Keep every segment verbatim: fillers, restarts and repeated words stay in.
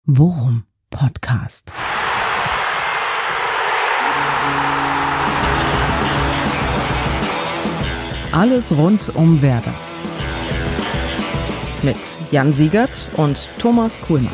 Worum Podcast. Alles rund um Werder. Mit Jan Siegert und Thomas Kuhlmann.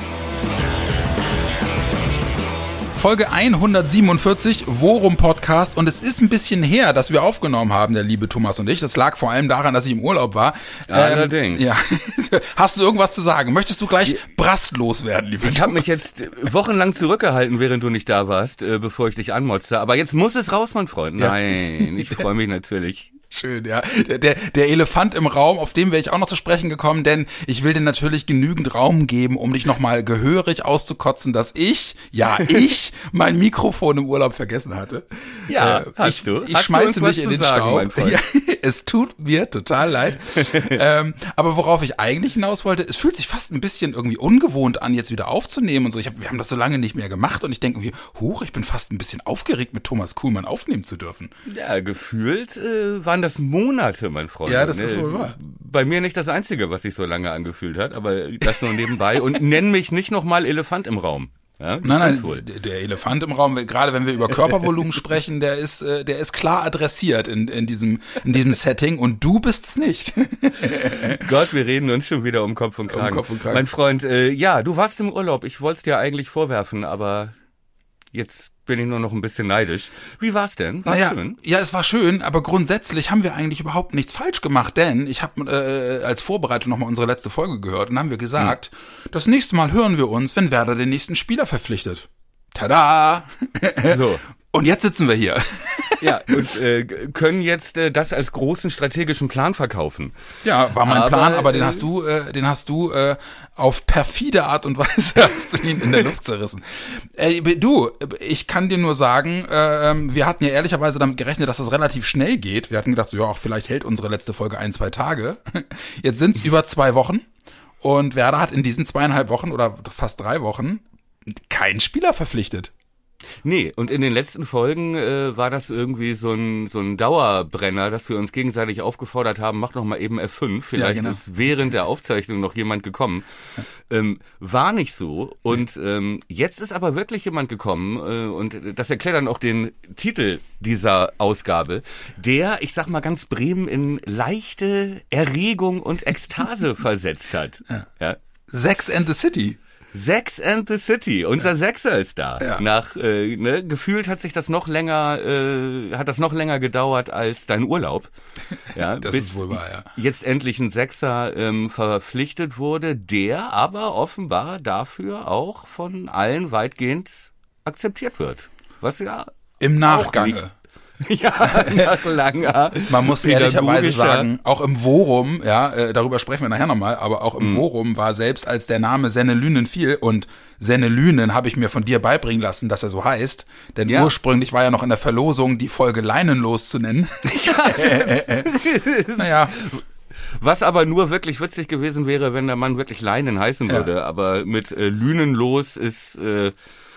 Folge hundertsiebenundvierzig, Worum Podcast, und es ist ein bisschen her, dass wir aufgenommen haben, der liebe Thomas und ich. Das lag vor allem daran, dass ich im Urlaub war. Allerdings. Ähm, ja. Hast du irgendwas zu sagen? Möchtest du gleich brastlos werden, lieber Ich habe mich jetzt wochenlang zurückgehalten, während du nicht da warst, äh, bevor ich dich anmotze. Aber jetzt muss es raus, mein Freund. Ja. Nein, ich freue mich natürlich. Schön, ja. Der, der, der Elefant im Raum, auf dem wäre ich auch noch zu sprechen gekommen, denn ich will dir natürlich genügend Raum geben, um dich nochmal gehörig auszukotzen, dass ich, ja, ich mein Mikrofon im Urlaub vergessen hatte. Ja, äh, hast ich, du. Ich hast schmeiße du mich was in den zu sagen, Staub. Mein Freund? Ja, es tut mir total leid. ähm, aber worauf ich eigentlich hinaus wollte, es fühlt sich fast ein bisschen irgendwie ungewohnt an, jetzt wieder aufzunehmen und so. Ich hab, wir haben das so lange nicht mehr gemacht und ich denke irgendwie, huch, ich bin fast ein bisschen aufgeregt, mit Thomas Kuhlmann aufnehmen zu dürfen. Ja, gefühlt äh, waren das Monate, mein Freund. Ja, das ist wohl wahr. Bei mir nicht das Einzige, was sich so lange angefühlt hat, aber das nur nebenbei. Und nenn mich nicht nochmal Elefant im Raum. Ja, nein, nein, wohl. der Elefant im Raum, gerade wenn wir über Körpervolumen sprechen, der ist, äh, der ist klar adressiert in, in diesem, in diesem Setting, und du bist es nicht. Gott, wir reden uns schon wieder um Kopf und Kragen. Um Kopf und Kragen. Mein Freund, äh, ja, du warst im Urlaub. Ich wollte es dir eigentlich vorwerfen, aber jetzt bin ich nur noch ein bisschen neidisch. Wie war's denn? War's naja, schön? Ja, es war schön, aber grundsätzlich haben wir eigentlich überhaupt nichts falsch gemacht, denn ich habe äh, als Vorbereitung nochmal unsere letzte Folge gehört und haben wir gesagt, hm. das nächste Mal hören wir uns, wenn Werder den nächsten Spieler verpflichtet. Tada! So. Und jetzt sitzen wir hier. Ja, und äh, können jetzt äh, das als großen strategischen Plan verkaufen. Ja, war mein aber, Plan, aber den äh, hast du, äh, den hast du äh, auf perfide Art und Weise hast du ihn in der Luft zerrissen. Äh, du, ich kann dir nur sagen, äh, wir hatten ja ehrlicherweise damit gerechnet, dass das relativ schnell geht. Wir hatten gedacht, so, ja, auch vielleicht hält unsere letzte Folge ein, zwei Tage. Jetzt sind es über zwei Wochen und Werder hat in diesen zweieinhalb Wochen oder fast drei Wochen keinen Spieler verpflichtet. Nee, und in den letzten Folgen äh, war das irgendwie so ein so ein Dauerbrenner, dass wir uns gegenseitig aufgefordert haben, mach noch mal eben F fünf. Vielleicht ja, genau. ist während der Aufzeichnung noch jemand gekommen. Ähm, war nicht so. Und ähm, jetzt ist aber wirklich jemand gekommen, äh, und das erklärt dann auch den Titel dieser Ausgabe, der, ich sag mal ganz Bremen, in leichte Erregung und Ekstase versetzt hat. Ja. Ja. Sex and the City. Sex and the City, unser ja. Sechser ist da. Ja. Nach äh, ne, gefühlt hat sich das noch länger, äh, hat das noch länger gedauert als dein Urlaub. Ja, das bis ist wohl wahr, ja. Jetzt endlich ein Sechser ähm, verpflichtet wurde, der aber offenbar dafür auch von allen weitgehend akzeptiert wird. Was ja im Nachgange. Nicht, ja, nach langer. Man muss ehrlicherweise sagen, auch im Worum, ja, äh, darüber sprechen wir nachher nochmal, aber auch im mhm. Worum war selbst, als der Name Sennelynen fiel, und Sennelynen habe ich mir von dir beibringen lassen, dass er so heißt, denn ja. ursprünglich war ja noch in der Verlosung die Folge Leinenlos zu nennen. Ja, das naja. Was aber nur wirklich witzig gewesen wäre, wenn der Mann wirklich Leinen heißen würde, ja. aber mit äh, Lünenlos ist, äh,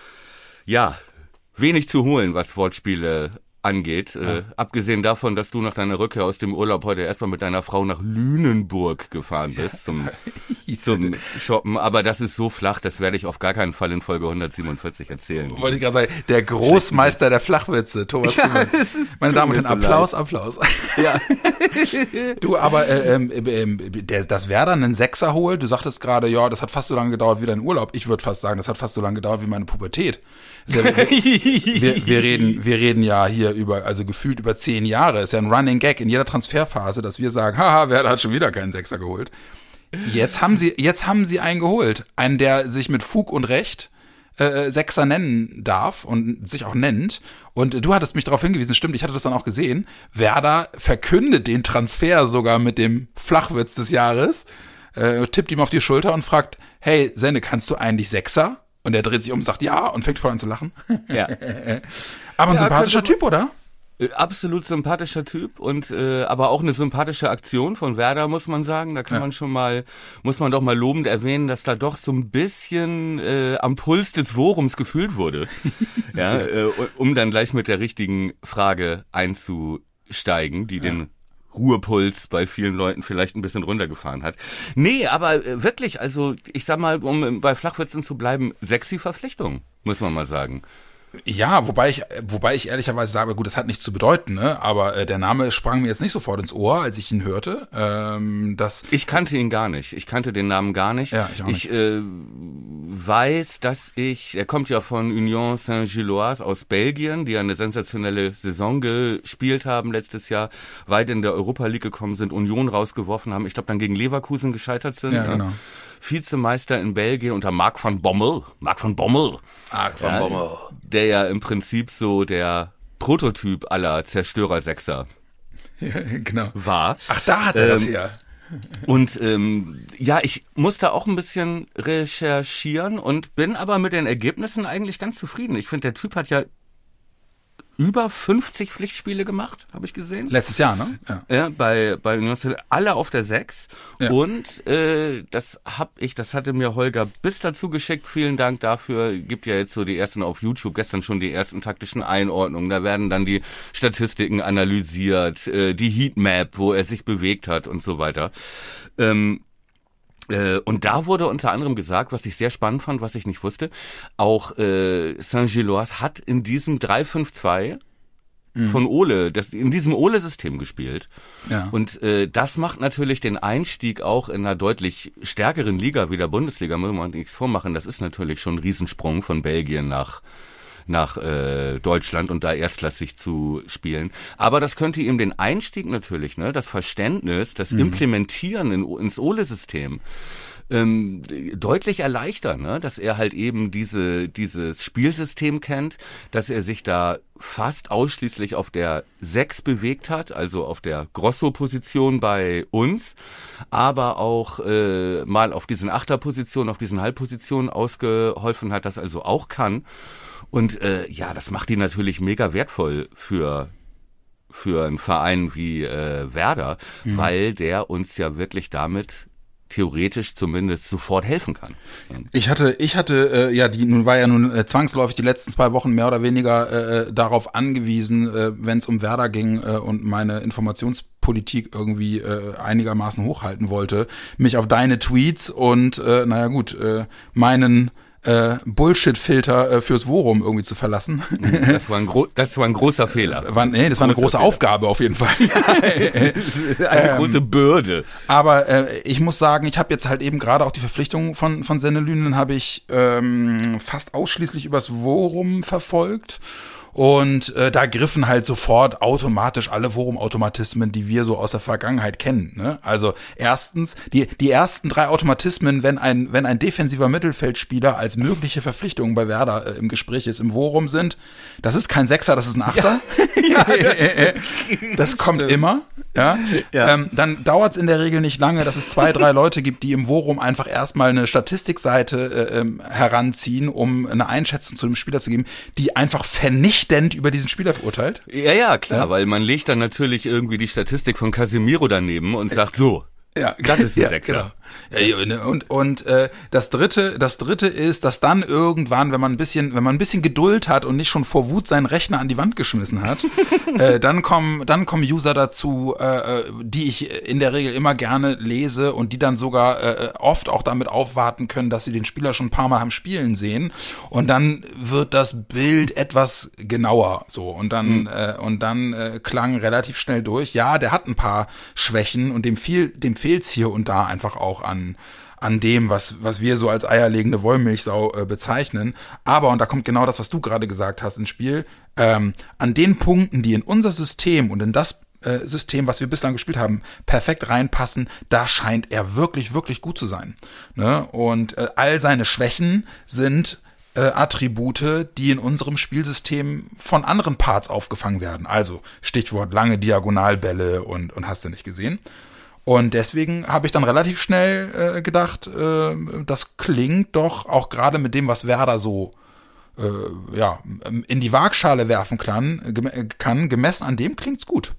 ja, wenig zu holen, was Wortspiele angeht. Ja. Äh, abgesehen davon, dass du nach deiner Rückkehr aus dem Urlaub heute erstmal mit deiner Frau nach Lünenburg gefahren bist zum, zum Shoppen. Aber das ist so flach, das werde ich auf gar keinen Fall in Folge hundertsiebenundvierzig erzählen. Wollte ich gerade sagen, der Großmeister der Flachwitze, Thomas ja, meine Damen und Herren, Applaus, Applaus. Ja. Du, aber äh, äh, äh, dass Werder einen Sechser holt, du sagtest gerade, ja, das hat fast so lange gedauert wie dein Urlaub. Ich würde fast sagen, das hat fast so lange gedauert wie meine Pubertät. Ja, wir, wir, wir, reden, wir reden ja hier über, also gefühlt über zehn Jahre. Ist ja ein Running Gag in jeder Transferphase, dass wir sagen, haha, Werder hat schon wieder keinen Sechser geholt. Jetzt haben sie, jetzt haben sie einen geholt. Einen, der sich mit Fug und Recht äh, Sechser nennen darf und sich auch nennt. Und du hattest mich darauf hingewiesen, stimmt, ich hatte das dann auch gesehen. Werder verkündet den Transfer sogar mit dem Flachwitz des Jahres, äh, tippt ihm auf die Schulter und fragt, hey, Senne, kannst du eigentlich Sechser? Und er dreht sich um und sagt ja und fängt voll an zu lachen. Ja. Aber ein ja, sympathischer Typ, oder? Absolut sympathischer Typ und äh, aber auch eine sympathische Aktion von Werder, muss man sagen. Da kann ja. man schon mal, muss man doch mal lobend erwähnen, dass da doch so ein bisschen äh, am Puls des Worums gefühlt wurde. ja, äh, um dann gleich mit der richtigen Frage einzusteigen, die ja. den Ruhepuls bei vielen Leuten vielleicht ein bisschen runtergefahren hat. Nee, aber äh, wirklich, also ich sag mal, um bei Flachwitzen zu bleiben, sexy Verpflichtung, muss man mal sagen. Ja, wobei ich, wobei ich ehrlicherweise sage, gut, das hat nichts zu bedeuten, ne? Aber äh, der Name sprang mir jetzt nicht sofort ins Ohr, als ich ihn hörte. Ähm, das ich kannte ihn gar nicht. Ich kannte den Namen gar nicht. Ja, ich auch nicht. Ich äh, weiß, dass ich, er kommt ja von Union Saint-Gilloise aus Belgien, die ja eine sensationelle Saison gespielt haben letztes Jahr, weit in der Europa League gekommen sind, Union rausgeworfen haben. Ich glaube, dann gegen Leverkusen gescheitert sind. Ja, genau. Vizemeister in Belgien unter Marc van Bommel. Marc van Bommel. Marc van Bommel. Ja, der ja im Prinzip so der Prototyp aller Zerstörer-Sechser ja, genau. war. Ach, da hat er ähm, das her. Und ähm, ja, ich musste auch ein bisschen recherchieren und bin aber mit den Ergebnissen eigentlich ganz zufrieden. Ich finde, der Typ hat ja über fünfzig Pflichtspiele gemacht, habe ich gesehen. Letztes Jahr, ne? Ja, ja bei bei Union alle auf der sechs. Ja. Und äh, das hab ich, das hatte mir Holger Biss dazu geschickt. Vielen Dank dafür. Gibt ja jetzt so die ersten auf YouTube, gestern schon die ersten taktischen Einordnungen. Da werden dann die Statistiken analysiert, äh, die Heatmap, wo er sich bewegt hat und so weiter. Ähm, Und da wurde unter anderem gesagt, was ich sehr spannend fand, was ich nicht wusste, auch äh, Saint-Gilloise hat in diesem drei fünf zwei mhm. von Ole, das, in diesem Ole-System gespielt. Ja. Und äh, das macht natürlich den Einstieg auch in einer deutlich stärkeren Liga wie der Bundesliga, muss man nichts vormachen. Das ist natürlich schon ein Riesensprung von Belgien nach nach äh, Deutschland und da erstklassig zu spielen. Aber das könnte ihm den Einstieg natürlich, ne, das Verständnis, das mhm. Implementieren in, ins Ole-System ähm, deutlich erleichtern, ne, dass er halt eben diese dieses Spielsystem kennt, dass er sich da fast ausschließlich auf der sechs bewegt hat, also auf der Grosso-Position bei uns, aber auch äh, mal auf diesen Achterpositionen, auf diesen Halbpositionen ausgeholfen hat, das also auch kann. Und äh, ja, das macht die natürlich mega wertvoll für für einen Verein wie äh, Werder, mhm. weil der uns ja wirklich damit theoretisch zumindest sofort helfen kann. Ich hatte, ich hatte, äh, ja, die nun war ja nun äh, zwangsläufig die letzten zwei Wochen mehr oder weniger äh, darauf angewiesen, äh, wenn es um Werder ging äh, und meine Informationspolitik irgendwie äh, einigermaßen hochhalten wollte, mich auf deine Tweets und, äh, naja gut, äh, meinen Äh, Bullshit-Filter äh, fürs Forum irgendwie zu verlassen. Das war ein, gro- das war ein großer Fehler. War, nee, das war eine große Fehler. Aufgabe auf jeden Fall. Eine ähm, große Bürde. Aber äh, ich muss sagen, ich habe jetzt halt eben gerade auch die Verpflichtung von von Sennelünen habe ich ähm, fast ausschließlich übers Forum verfolgt. Und äh, da griffen halt sofort automatisch alle Forum-Automatismen, die wir so aus der Vergangenheit kennen. Ne? Also erstens, die die ersten drei Automatismen, wenn ein wenn ein defensiver Mittelfeldspieler als mögliche Verpflichtung bei Werder äh, im Gespräch ist, im Forum sind, das ist kein Sechser, das ist ein Achter. Ja, ja, das, das kommt stimmt. immer. Ja? Ja. Ähm, dann dauert es in der Regel nicht lange, dass es zwei, drei Leute gibt, die im Forum einfach erstmal eine Statistikseite äh, ähm, heranziehen, um eine Einschätzung zu dem Spieler zu geben, die einfach vernichtet über diesen Spieler verurteilt? Ja, ja, klar, ja. Weil man legt dann natürlich irgendwie die Statistik von Casemiro daneben und sagt so, ja, das ist ein ja, Sechser. Genau. Ja, und und äh, das dritte, das dritte ist, dass dann irgendwann, wenn man ein bisschen, wenn man ein bisschen Geduld hat und nicht schon vor Wut seinen Rechner an die Wand geschmissen hat, äh, dann kommen, dann kommen User dazu, äh, die ich in der Regel immer gerne lese und die dann sogar äh, oft auch damit aufwarten können, dass sie den Spieler schon ein paar Mal haben spielen sehen und dann wird das Bild etwas genauer, so und dann mhm. äh, und dann äh, klang relativ schnell durch. Ja, der hat ein paar Schwächen und dem viel, dem fehlt's hier und da einfach auch an an dem, was was wir so als eierlegende Wollmilchsau äh, bezeichnen. Aber, und da kommt genau das, was du gerade gesagt hast, ins Spiel, ähm, an den Punkten, die in unser System und in das äh, System, was wir bislang gespielt haben, perfekt reinpassen, da scheint er wirklich, wirklich gut zu sein. Ne? Und äh, all seine Schwächen sind äh, Attribute, die in unserem Spielsystem von anderen Parts aufgefangen werden. Also Stichwort lange Diagonalbälle und, und hast du nicht gesehen. Und deswegen habe ich dann relativ schnell äh, gedacht, äh, das klingt doch auch gerade mit dem, was Werder so äh, ja in die Waagschale werfen kann, gem- kann, gemessen an dem klingt's gut.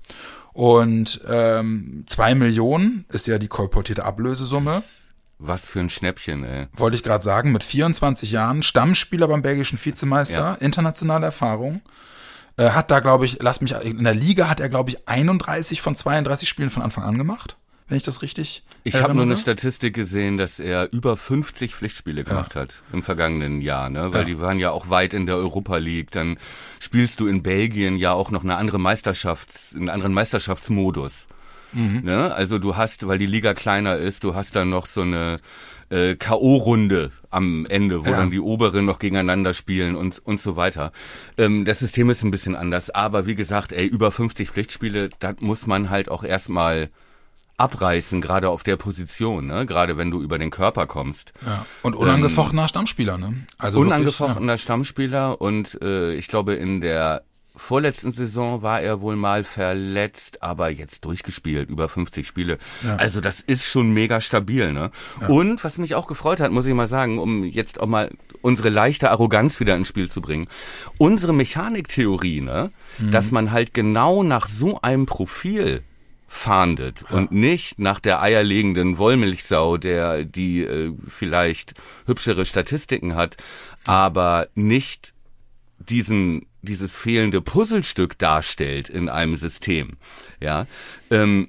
Und ähm, zwei Millionen ist ja die kolportierte Ablösesumme. Was für ein Schnäppchen, ey. Wollte ich gerade sagen, mit vierundzwanzig Jahren, Stammspieler beim belgischen Vizemeister, ja. Internationale Erfahrung. Äh, hat da, glaube ich, lass mich, in der Liga hat er, glaube ich, einunddreißig von zweiunddreißig Spielen von Anfang an gemacht. Wenn ich das richtig Ich habe nur eine Statistik gesehen, dass er über fünfzig Pflichtspiele gemacht ja. hat im vergangenen Jahr, ne? Weil ja. die waren ja auch weit in der Europa League. Dann spielst du in Belgien ja auch noch eine andere Meisterschafts, einen anderen Meisterschaftsmodus. Mhm. Ne? Also du hast, weil die Liga kleiner ist, du hast dann noch so eine äh, K O-Runde am Ende, wo ja. dann die Oberen noch gegeneinander spielen und und so weiter. Ähm, das System ist ein bisschen anders, aber wie gesagt, ey, über fünfzig Pflichtspiele, das muss man halt auch erstmal abreißen, gerade auf der Position, ne? Gerade wenn du über den Körper kommst. Ja. Und unangefochtener ähm, Stammspieler, ne? Also unangefochtener wirklich, ja. Stammspieler und äh, ich glaube in der vorletzten Saison war er wohl mal verletzt, aber jetzt durchgespielt, über fünfzig Spiele. Ja. Also das ist schon mega stabil, ne? Ja. Und was mich auch gefreut hat, muss ich mal sagen, um jetzt auch mal unsere leichte Arroganz wieder ins Spiel zu bringen. Unsere Mechaniktheorie, ne? Mhm. Dass man halt genau nach so einem Profil fahndet ja. und nicht nach der eierlegenden Wollmilchsau, der die äh, vielleicht hübschere Statistiken hat, aber nicht diesen dieses fehlende Puzzlestück darstellt in einem System, ja, ähm,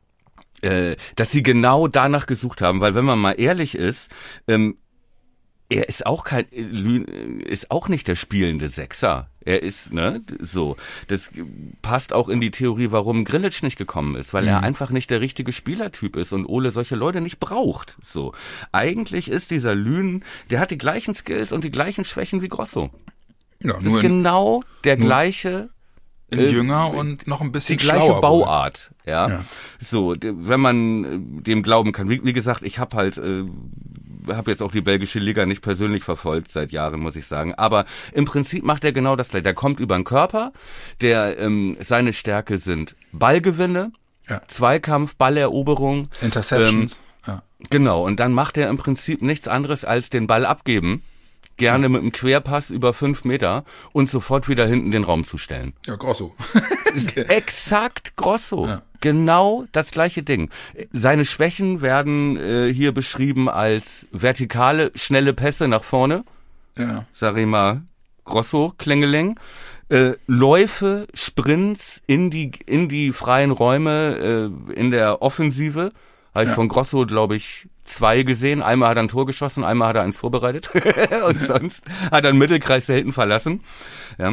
äh, dass sie genau danach gesucht haben, weil wenn man mal ehrlich ist, ähm, er ist auch kein, ist auch nicht der spielende Sechser. Er ist, ne, so. Das passt auch in die Theorie, warum Grilic nicht gekommen ist, weil mhm. er einfach nicht der richtige Spielertyp ist und Ole solche Leute nicht braucht, so. Eigentlich ist dieser Lünen, der hat die gleichen Skills und die gleichen Schwächen wie Grosso. Ja, das ist in, genau der gleiche, in äh, jünger und noch ein bisschen die gleiche schlauer, Bauart, ja? ja. So, wenn man dem glauben kann. Wie, wie gesagt, ich habe halt, äh, habe jetzt auch die belgische Liga nicht persönlich verfolgt seit Jahren, muss ich sagen. Aber im Prinzip macht er genau das gleiche. Der kommt über den Körper, der ähm, seine Stärke sind Ballgewinne, ja. Zweikampf, Balleroberung, Interceptions. Ähm, ja. Genau. Und dann macht er im Prinzip nichts anderes als den Ball abgeben. Gerne ja. mit einem Querpass über fünf Meter und sofort wieder hinten den Raum zu stellen. Ja, Grosso. Exakt Grosso. Ja. Genau das gleiche Ding. Seine Schwächen werden äh, hier beschrieben als vertikale, schnelle Pässe nach vorne. Ja. Sag ich mal, Grosso, Klingeling. Äh, Läufe, Sprints in die in die freien Räume äh, in der Offensive. Habe ich ja. von Grosso, glaube ich, zwei gesehen. Einmal hat er ein Tor geschossen, einmal hat er eins vorbereitet. Und sonst hat er den Mittelkreis selten verlassen. Ja.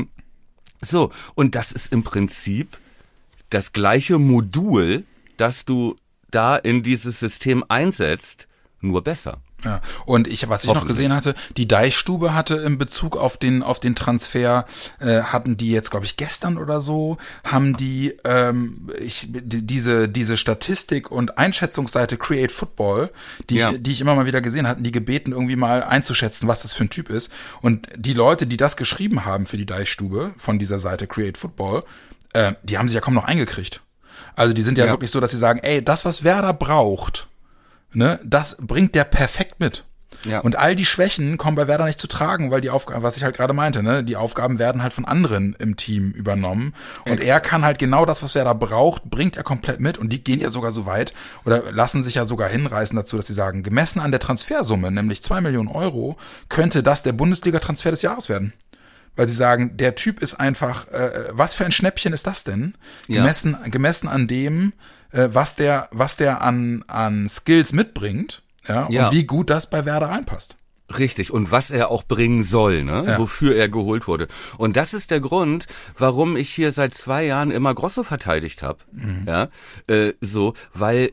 So, und das ist im Prinzip das gleiche Modul, das du da in dieses System einsetzt, nur besser. Ja, und ich, was ich noch gesehen hatte, die Deichstube hatte in Bezug auf den auf den Transfer, äh, hatten die jetzt, glaube ich, gestern oder so, haben die ähm, ich, die, diese diese Statistik und Einschätzungsseite Create Football, die ja. ich, die ich immer mal wieder gesehen hatten, die gebeten, irgendwie mal einzuschätzen, was das für ein Typ ist. Und die Leute, die das geschrieben haben für die Deichstube von dieser Seite Create Football, äh, die haben sich ja kaum noch eingekriegt. Also die sind ja, ja wirklich so, dass sie sagen, ey, das, was Werder braucht, ne, das bringt der perfekt mit. Ja. Und all die Schwächen kommen bei Werder nicht zu tragen, weil die Aufgaben, was ich halt gerade meinte, ne, die Aufgaben werden halt von anderen im Team übernommen. Und Exakt. Er kann halt genau das, was Werder braucht, bringt er komplett mit. Und die gehen ja sogar so weit oder lassen sich ja sogar hinreißen dazu, dass sie sagen, gemessen an der Transfersumme, nämlich zwei Millionen Euro, könnte das der Bundesliga-Transfer des Jahres werden. Weil sie sagen, der Typ ist einfach, äh, was für ein Schnäppchen ist das denn? Ja. Gemessen, gemessen an dem, äh, was der, was der an, an Skills mitbringt, ja, ja, und wie gut das bei Werder reinpasst. Richtig, und was er auch bringen soll, ne, ja. wofür er geholt wurde. Und das ist der Grund, warum ich hier seit zwei Jahren immer Grosso verteidigt habe. Mhm. Ja, äh, so, weil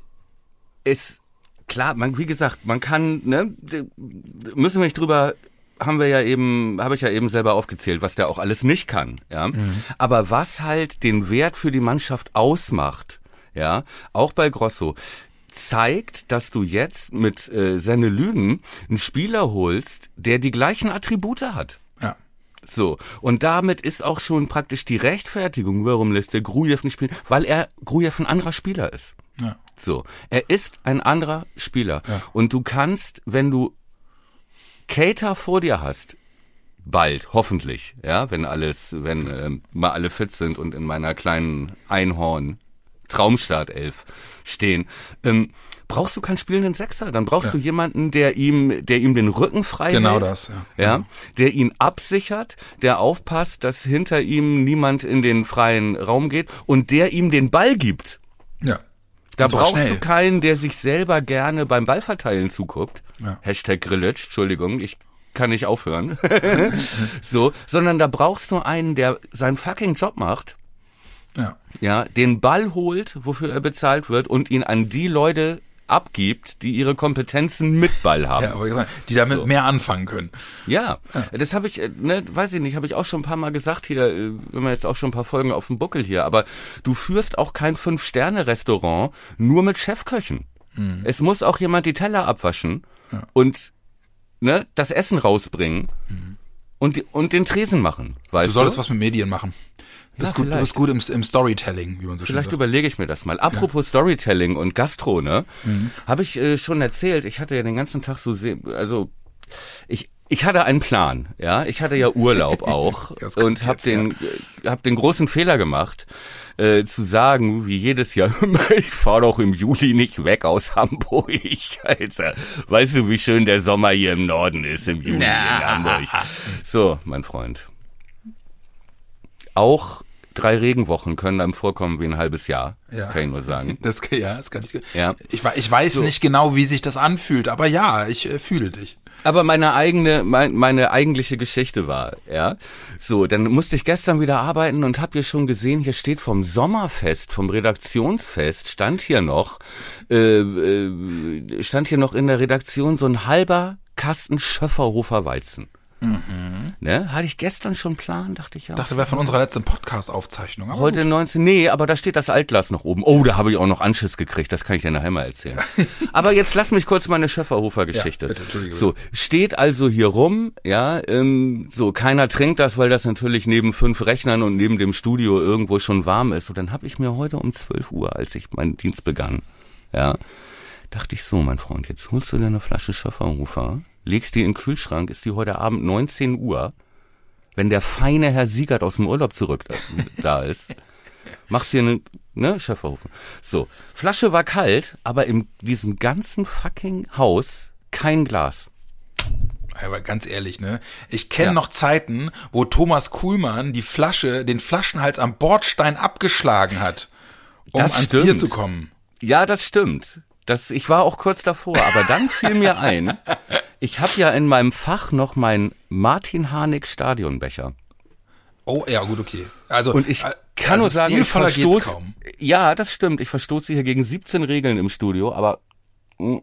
es, klar, man, wie gesagt, man kann, ne, müssen wir nicht drüber, haben wir ja eben, habe ich ja eben selber aufgezählt, was der auch alles nicht kann, ja. Mhm. Aber was halt den Wert für die Mannschaft ausmacht, ja, auch bei Grosso, zeigt, dass du jetzt mit äh, Senne Lünen einen Spieler holst, der die gleichen Attribute hat. Ja. So, und damit ist auch schon praktisch die Rechtfertigung, warum lässt der Grujew nicht spielen, weil er Grujew ein anderer Spieler ist. Ja. So, er ist ein anderer Spieler. Ja. Und du kannst, wenn du Keita vor dir hast, bald, hoffentlich, ja, wenn alles, wenn äh, mal alle fit sind und in meiner kleinen Einhorn Traumstartelf stehen. Ähm, brauchst du keinen spielenden Sechser, dann brauchst ja. du jemanden, der ihm, der ihm den Rücken frei genau hält. Genau das, ja. ja. Der ihn absichert, der aufpasst, dass hinter ihm niemand in den freien Raum geht und der ihm den Ball gibt. Ja. Da brauchst du keinen, der sich selber gerne beim Ballverteilen zuguckt. Ja. Hashtag Grillitsch, Entschuldigung, ich kann nicht aufhören. so, sondern da brauchst du einen, der seinen fucking Job macht. Ja. Ja, den Ball holt, wofür er bezahlt wird und ihn an die Leute abgibt, die ihre Kompetenzen mit Ball haben. Ja, aber die damit so. mehr anfangen können. Ja, ja. das habe ich, ne, weiß ich nicht, habe ich auch schon ein paar Mal gesagt hier, wenn man jetzt auch schon ein paar Folgen auf dem Buckel hier, aber du führst auch kein Fünf-Sterne-Restaurant nur mit Chefköchen. Mhm. Es muss auch jemand die Teller abwaschen ja. und ne, das Essen rausbringen mhm. und, die, und den Tresen machen. Weißt du solltest du? was mit Medien machen. Du bist, ja, gut, du bist gut im, im Storytelling, wie man so schön Vielleicht sagt. überlege ich mir das mal. Apropos ja. Storytelling und Gastro, ne? Mhm. Habe ich äh, schon erzählt, ich hatte ja den ganzen Tag so, sehr, also ich ich hatte einen Plan, ja? Ich hatte ja Urlaub auch und habe den ja. hab den großen Fehler gemacht, äh, zu sagen, wie jedes Jahr, ich fahre doch im Juli nicht weg aus Hamburg, Alter. Weißt du, wie schön der Sommer hier im Norden ist, im Juli Na. in Hamburg. So, mein Freund. Auch drei Regenwochen können einem vorkommen wie ein halbes Jahr, ja. kann ich nur sagen. Das, ja, das kann ich. Ja. Ich, ich weiß so. nicht genau, wie sich das anfühlt, aber ja, ich äh, fühle dich. Aber meine eigene, mein, meine eigentliche Geschichte war, ja, so, dann musste ich gestern wieder arbeiten und hab hier schon gesehen, hier steht vom Sommerfest, vom Redaktionsfest, stand hier noch, äh, äh, stand hier noch in der Redaktion so ein halber Kasten Schöfferhofer Weizen. Mhm. Ne, hatte ich gestern schon Plan, dachte ich ja. Dachte, wäre von unserer letzten Podcast-Aufzeichnung. Heute gut. neunzehn, nee, aber da steht das Altglas noch oben. Oh, da habe ich auch noch Anschiss gekriegt, das kann ich dir nachher mal erzählen. Ja. Aber jetzt lass mich kurz meine Schöfferhofer-Geschichte. Ja, bitte, so, steht also hier rum, ja, ähm, so, keiner trinkt das, weil das natürlich neben fünf Rechnern und neben dem Studio irgendwo schon warm ist. Und dann habe ich mir heute um zwölf Uhr, als ich meinen Dienst begann, ja, dachte ich so, mein Freund, jetzt holst du dir eine Flasche Schöfferhofer, legst die in den Kühlschrank, ist die heute Abend neunzehn Uhr, wenn der feine Herr Siegert aus dem Urlaub zurück da, da ist, machst dir eine, ne, Schöfferhofer. So, Flasche war kalt, aber in diesem ganzen fucking Haus kein Glas. Aber ganz ehrlich, ne, ich kenne ja. noch Zeiten, wo Thomas Kuhlmann die Flasche, den Flaschenhals am Bordstein abgeschlagen hat, um das ans stimmt. Bier zu kommen. Ja, das stimmt. Das, ich war auch kurz davor, aber dann fiel mir ein, ich habe ja in meinem Fach noch meinen Martin Harnik Stadionbecher. Oh, ja, gut, okay. Also, und ich kann also nur sagen, ich verstoße, ja, das stimmt, ich verstoße hier gegen siebzehn Regeln im Studio, aber mh.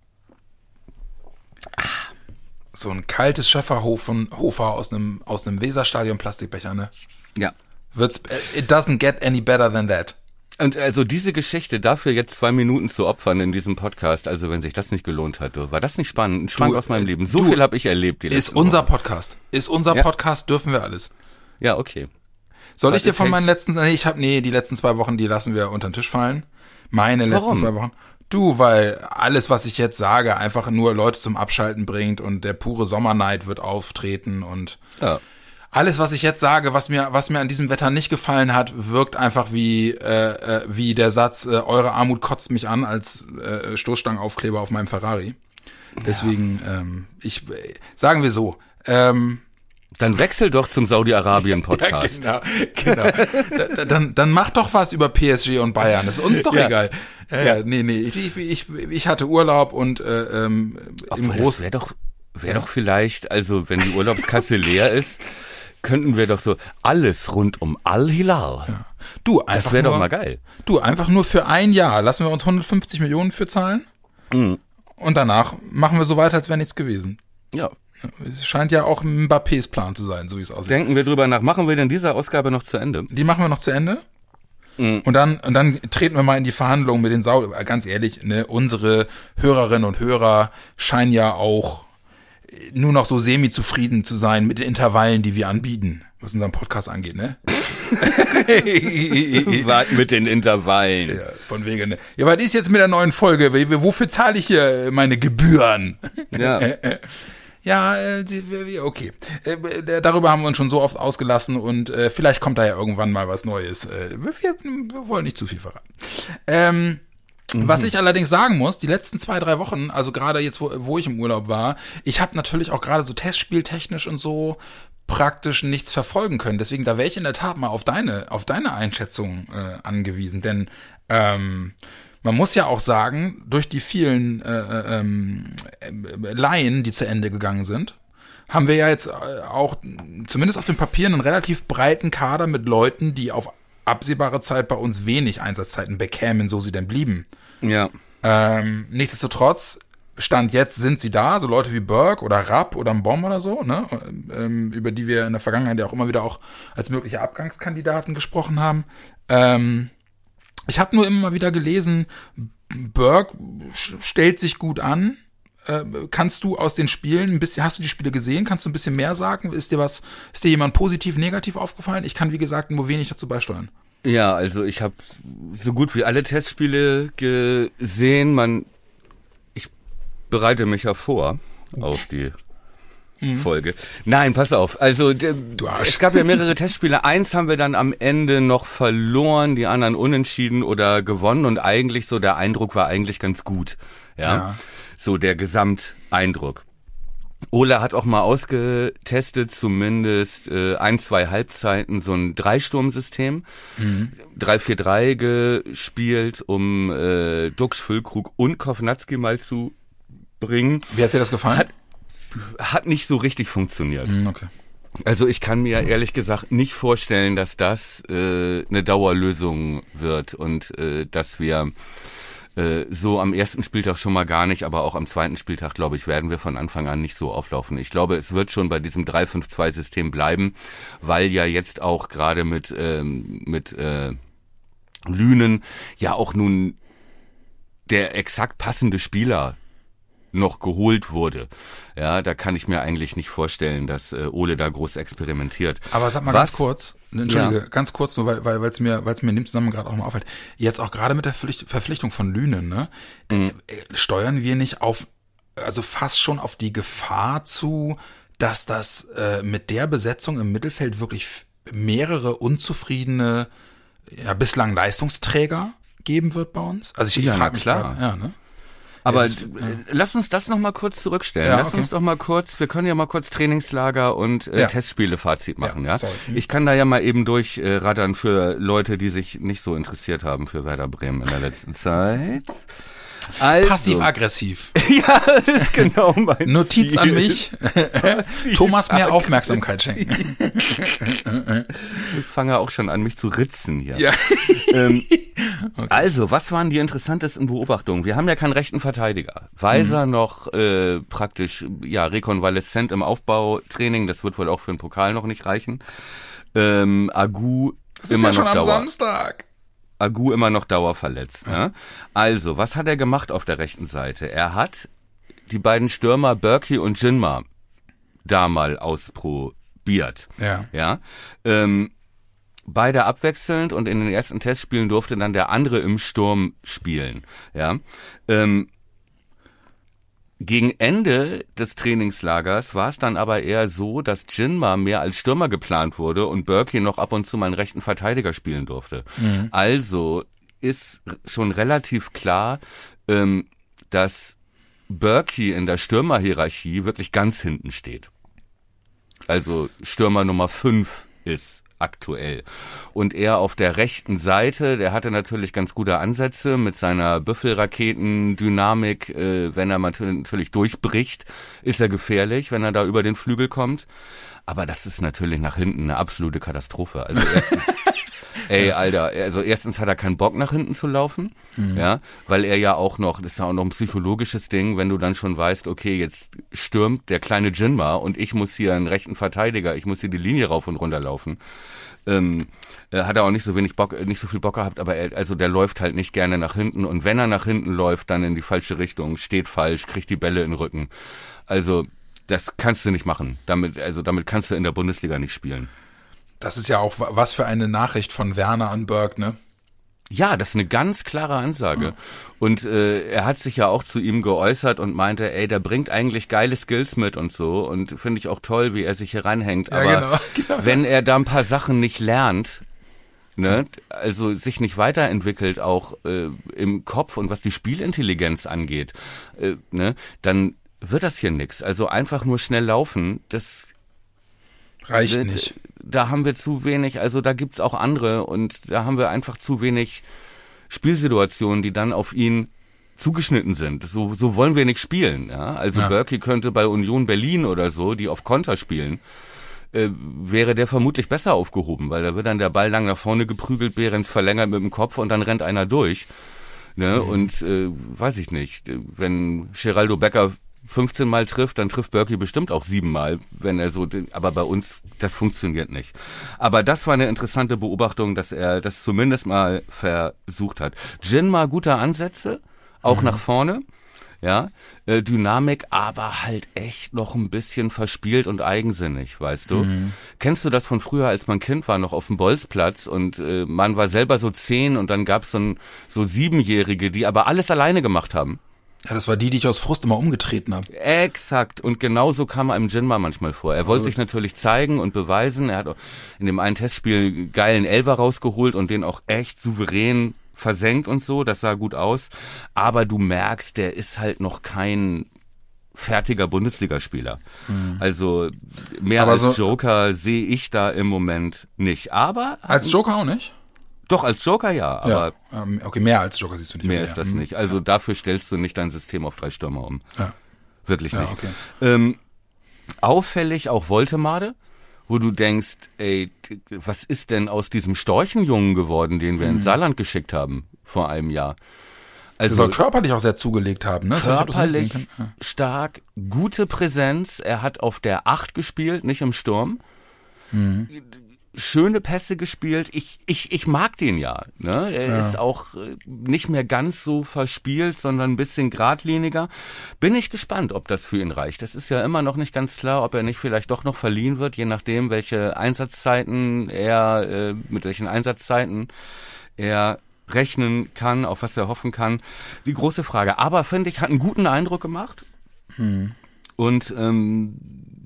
so ein kaltes Schöfferhofer aus einem aus einem Weserstadion Plastikbecher, ne? Ja. Wird's, it doesn't get any better than that. Und also diese Geschichte, dafür jetzt zwei Minuten zu opfern in diesem Podcast, also wenn sich das nicht gelohnt hat, war das nicht spannend? Ein Schwank du, aus meinem Leben. So du, viel habe ich erlebt. Die ist unser Wochen. Podcast. Ist unser ja. Podcast, dürfen wir alles. Ja, okay. Soll Was ich dir von meinen letzten, nee, ich habe, nee, die letzten zwei Wochen, die lassen wir unter den Tisch fallen. Meine letzten Warum? zwei Wochen. Du, weil alles, was ich jetzt sage, einfach nur Leute zum Abschalten bringt und der pure Sommerneid wird auftreten und ja. alles, was ich jetzt sage, was mir, was mir an diesem Wetter nicht gefallen hat, wirkt einfach wie, äh, wie der Satz, äh, eure Armut kotzt mich an als äh, Stoßstangenaufkleber auf meinem Ferrari. Deswegen, ja. ähm, ich, sagen wir so, ähm, dann wechsel doch zum Saudi-Arabien-Podcast. Ja, genau, genau. da, dann, dann mach doch was über P S G und Bayern. Das ist uns doch ja. egal. Äh, ja. Nee, nee, ich, ich, ich, ich hatte Urlaub und äh, ähm, im Groß. Wäre doch, wäre ja. doch vielleicht, also wenn die Urlaubskasse leer ist, könnten wir doch so alles rund um Al-Hilal. Ja. Du, einfach das wäre doch mal geil. Du, einfach nur für ein Jahr lassen wir uns hundertfünfzig Millionen für zahlen. Mhm. Und danach machen wir so weiter, als wäre nichts gewesen. Ja. Es scheint ja auch Mbappés Plan zu sein, so wie es aussieht. Denken wir drüber nach. Machen wir denn diese Ausgabe noch zu Ende? Die machen wir noch zu Ende. Mhm. Und dann, und dann treten wir mal in die Verhandlungen mit den Saudi. Ganz ehrlich, ne, unsere Hörerinnen und Hörer scheinen ja auch nur noch so semi-zufrieden zu sein mit den Intervallen, die wir anbieten, was unseren Podcast angeht, ne? Mit den Intervallen. Ja, von wegen, ne? Ja, was ist jetzt mit der neuen Folge? Wofür zahle ich hier meine Gebühren? Ja. Ja, äh, okay. Äh, darüber haben wir uns schon so oft ausgelassen und äh, vielleicht kommt da ja irgendwann mal was Neues. Äh, wir, wir wollen nicht zu viel verraten. Ähm, mhm. Was ich allerdings sagen muss, die letzten zwei, drei Wochen, also gerade jetzt, wo, wo ich im Urlaub war, ich habe natürlich auch gerade so testspieltechnisch und so praktisch nichts verfolgen können. Deswegen, da wäre ich in der Tat mal auf deine, auf deine Einschätzung äh, angewiesen. Denn ähm, man muss ja auch sagen, durch die vielen äh, ähm, äh, Leihen, die zu Ende gegangen sind, haben wir ja jetzt auch zumindest auf dem Papier einen relativ breiten Kader mit Leuten, die auf absehbare Zeit bei uns wenig Einsatzzeiten bekämen, so sie denn blieben. Ja. Ähm, nichtsdestotrotz, Stand jetzt sind sie da, so Leute wie Burke oder Rapp oder Mbom oder so, ne, ähm, über die wir in der Vergangenheit ja auch immer wieder auch als mögliche Abgangskandidaten gesprochen haben. Ähm, Ich habe nur immer mal wieder gelesen, Burke stellt sich gut an. Äh, kannst du aus den Spielen ein bisschen, hast du die Spiele gesehen? Kannst du ein bisschen mehr sagen? Ist dir was, ist dir jemand positiv, negativ aufgefallen? Ich kann, wie gesagt, nur wenig dazu beisteuern. Ja, also ich habe so gut wie alle Testspiele gesehen. Man, ich bereite mich ja vor auf die Folge. Nein, pass auf. Also du es gab ja mehrere Testspiele. Eins haben wir dann am Ende noch verloren, die anderen unentschieden oder gewonnen und eigentlich so der Eindruck war eigentlich ganz gut. Ja, ja. So der Gesamteindruck. Ole hat auch mal ausgetestet, zumindest äh, ein, zwei Halbzeiten, so ein Dreisturmsystem. Mhm. drei vier drei gespielt, um äh, Dux, Füllkrug und Kovnatski mal zu bringen. Wie hat dir das gefallen? Hat, Hat nicht so richtig funktioniert. Okay. Also ich kann mir ehrlich gesagt nicht vorstellen, dass das äh, eine Dauerlösung wird und äh, dass wir äh, so am ersten Spieltag schon mal gar nicht, aber auch am zweiten Spieltag, glaube ich, werden wir von Anfang an nicht so auflaufen. Ich glaube, es wird schon bei diesem drei fünf zwei System bleiben, weil ja jetzt auch gerade mit ähm, mit äh, Lünen ja auch nun der exakt passende Spieler noch geholt wurde. Ja, da kann ich mir eigentlich nicht vorstellen, dass äh, Ole da groß experimentiert. Aber sag mal Was? ganz kurz, entschuldige, ja. ganz kurz, nur weil weil es mir weil es mir in dem Zusammenhang gerade auch mal auffällt. Jetzt auch gerade mit der Pflicht, Verpflichtung von Lünen, ne, mhm. äh, steuern wir nicht auf, also fast schon auf die Gefahr zu, dass das äh, mit der Besetzung im Mittelfeld wirklich mehrere unzufriedene, ja bislang Leistungsträger geben wird bei uns? Also ich, ich ja, frage mich klar, grad, ja, ne? Aber ja, lass uns das noch mal kurz zurückstellen. Ja, lass okay. uns doch mal kurz, wir können ja mal kurz Trainingslager und äh, ja. Testspiele-Fazit machen. Ja, ja? Ich kann da ja mal eben durchraddern äh, für Leute, die sich nicht so interessiert haben für Werder Bremen in der letzten Zeit. Also. Passiv-aggressiv. Ja, das ist genau mein Notiz Ziel. an mich. Thomas mehr Aufmerksamkeit schenken. Ich fange auch schon an, mich zu ritzen hier. Ja. Ähm, okay. Also, was waren die interessantesten Beobachtungen? Wir haben ja keinen rechten Verteidiger. Weiser mhm. noch äh, praktisch ja rekonvaleszent im Aufbautraining. Das wird wohl auch für den Pokal noch nicht reichen. Ähm, Agu das immer ist ja noch schon am Dauer. Samstag. Agu immer noch dauerverletzt. Ja. Also, was hat er gemacht auf der rechten Seite? Er hat die beiden Stürmer Berkey und Jinma da mal ausprobiert. Ja. Ja. Ähm, beide abwechselnd und in den ersten Testspielen durfte dann der andere im Sturm spielen. Ja. Ähm, Gegen Ende des Trainingslagers war es dann aber eher so, dass Jinma mehr als Stürmer geplant wurde und Berkey noch ab und zu mal einen rechten Verteidiger spielen durfte. Mhm. Also ist schon relativ klar, ähm, dass Berkey in der Stürmerhierarchie wirklich ganz hinten steht. Also Stürmer Nummer fünf ist aktuell. Und er auf der rechten Seite, der hatte natürlich ganz gute Ansätze mit seiner Büffelraketen-Dynamik. Äh, wenn er natürlich durchbricht, ist er gefährlich, wenn er da über den Flügel kommt. Aber das ist natürlich nach hinten eine absolute Katastrophe. Also erstens, ey, Alter, also erstens hat er keinen Bock nach hinten zu laufen, mhm. ja, weil er ja auch noch, das ist ja auch noch ein psychologisches Ding, wenn du dann schon weißt, okay, jetzt stürmt der kleine Jinma und ich muss hier einen rechten Verteidiger, ich muss hier die Linie rauf und runter laufen. Ähm, äh, hat er auch nicht so wenig Bock, nicht so viel Bock gehabt, aber er, also der läuft halt nicht gerne nach hinten und wenn er nach hinten läuft, dann in die falsche Richtung, steht falsch, kriegt die Bälle in den Rücken. Also das kannst du nicht machen. Damit, also damit kannst du in der Bundesliga nicht spielen. Das ist ja auch was für eine Nachricht von Werner an Berg, ne? Ja, das ist eine ganz klare Ansage. Mhm. Und äh, er hat sich ja auch zu ihm geäußert und meinte, ey, der bringt eigentlich geile Skills mit und so. Und finde ich auch toll, wie er sich hier reinhängt. Ja, aber genau, genau wenn das. er da ein paar Sachen nicht lernt, ne, also sich nicht weiterentwickelt, auch äh, im Kopf und was die Spielintelligenz angeht, äh, ne, dann wird das hier nix. Also einfach nur schnell laufen, das reicht äh, nicht. Da haben wir zu wenig, also da gibt's auch andere und da haben wir einfach zu wenig Spielsituationen, die dann auf ihn zugeschnitten sind. So, so wollen wir nicht spielen. Ja? Also ja. Bürki könnte bei Union Berlin oder so, die auf Konter spielen, äh, wäre der vermutlich besser aufgehoben, weil da wird dann der Ball lang nach vorne geprügelt, Behrens verlängert mit dem Kopf und dann rennt einer durch. Ne? Mhm. Und äh, weiß ich nicht, wenn Geraldo Becker fünfzehn Mal trifft, dann trifft Bürki bestimmt auch sieben Mal, wenn er so, aber bei uns, das funktioniert nicht. Aber das war eine interessante Beobachtung, dass er das zumindest mal versucht hat. Jinma, gute Ansätze, auch mhm. nach vorne, ja, äh, Dynamik, aber halt echt noch ein bisschen verspielt und eigensinnig, weißt du? Mhm. Kennst du das von früher, als man Kind war, noch auf dem Bolzplatz und äh, man war selber so zehn und dann gab's so, ein, so Siebenjährige, die aber alles alleine gemacht haben? Ja, das war die, die ich aus Frust immer umgetreten habe. Exakt. Und genauso kam einem Jinma manchmal vor. Er wollte sich natürlich zeigen und beweisen. Er hat auch in dem einen Testspiel einen geilen Elfer rausgeholt und den auch echt souverän versenkt und so. Das sah gut aus. Aber du merkst, der ist halt noch kein fertiger Bundesligaspieler. Mhm. Also mehr Aber als so Joker sehe ich da im Moment nicht. Aber als Joker auch nicht? Doch, als Joker ja, aber ja, okay, mehr als Joker siehst du nicht. Mehr, mehr ist das nicht. Also ja. dafür stellst du nicht dein System auf drei Stürmer um. Ja. Wirklich ja, nicht. Okay. Ähm, auffällig auch Woltemade, wo du denkst, ey, was ist denn aus diesem Storchenjungen geworden, den wir mhm. ins Saarland geschickt haben vor einem Jahr? Also soll körperlich auch sehr zugelegt haben, ne? Körperlich ja. stark, gute Präsenz. Er hat auf der Acht gespielt, nicht im Sturm. Mhm. Schöne Pässe gespielt. Ich, ich, ich mag den ja. Ne? Er ja. ist auch nicht mehr ganz so verspielt, sondern ein bisschen geradliniger. Bin ich gespannt, ob das für ihn reicht. Das ist ja immer noch nicht ganz klar, ob er nicht vielleicht doch noch verliehen wird, je nachdem, welche Einsatzzeiten er, äh, mit welchen Einsatzzeiten er rechnen kann, auf was er hoffen kann. Die große Frage. Aber finde ich, hat einen guten Eindruck gemacht. Hm. Und ähm,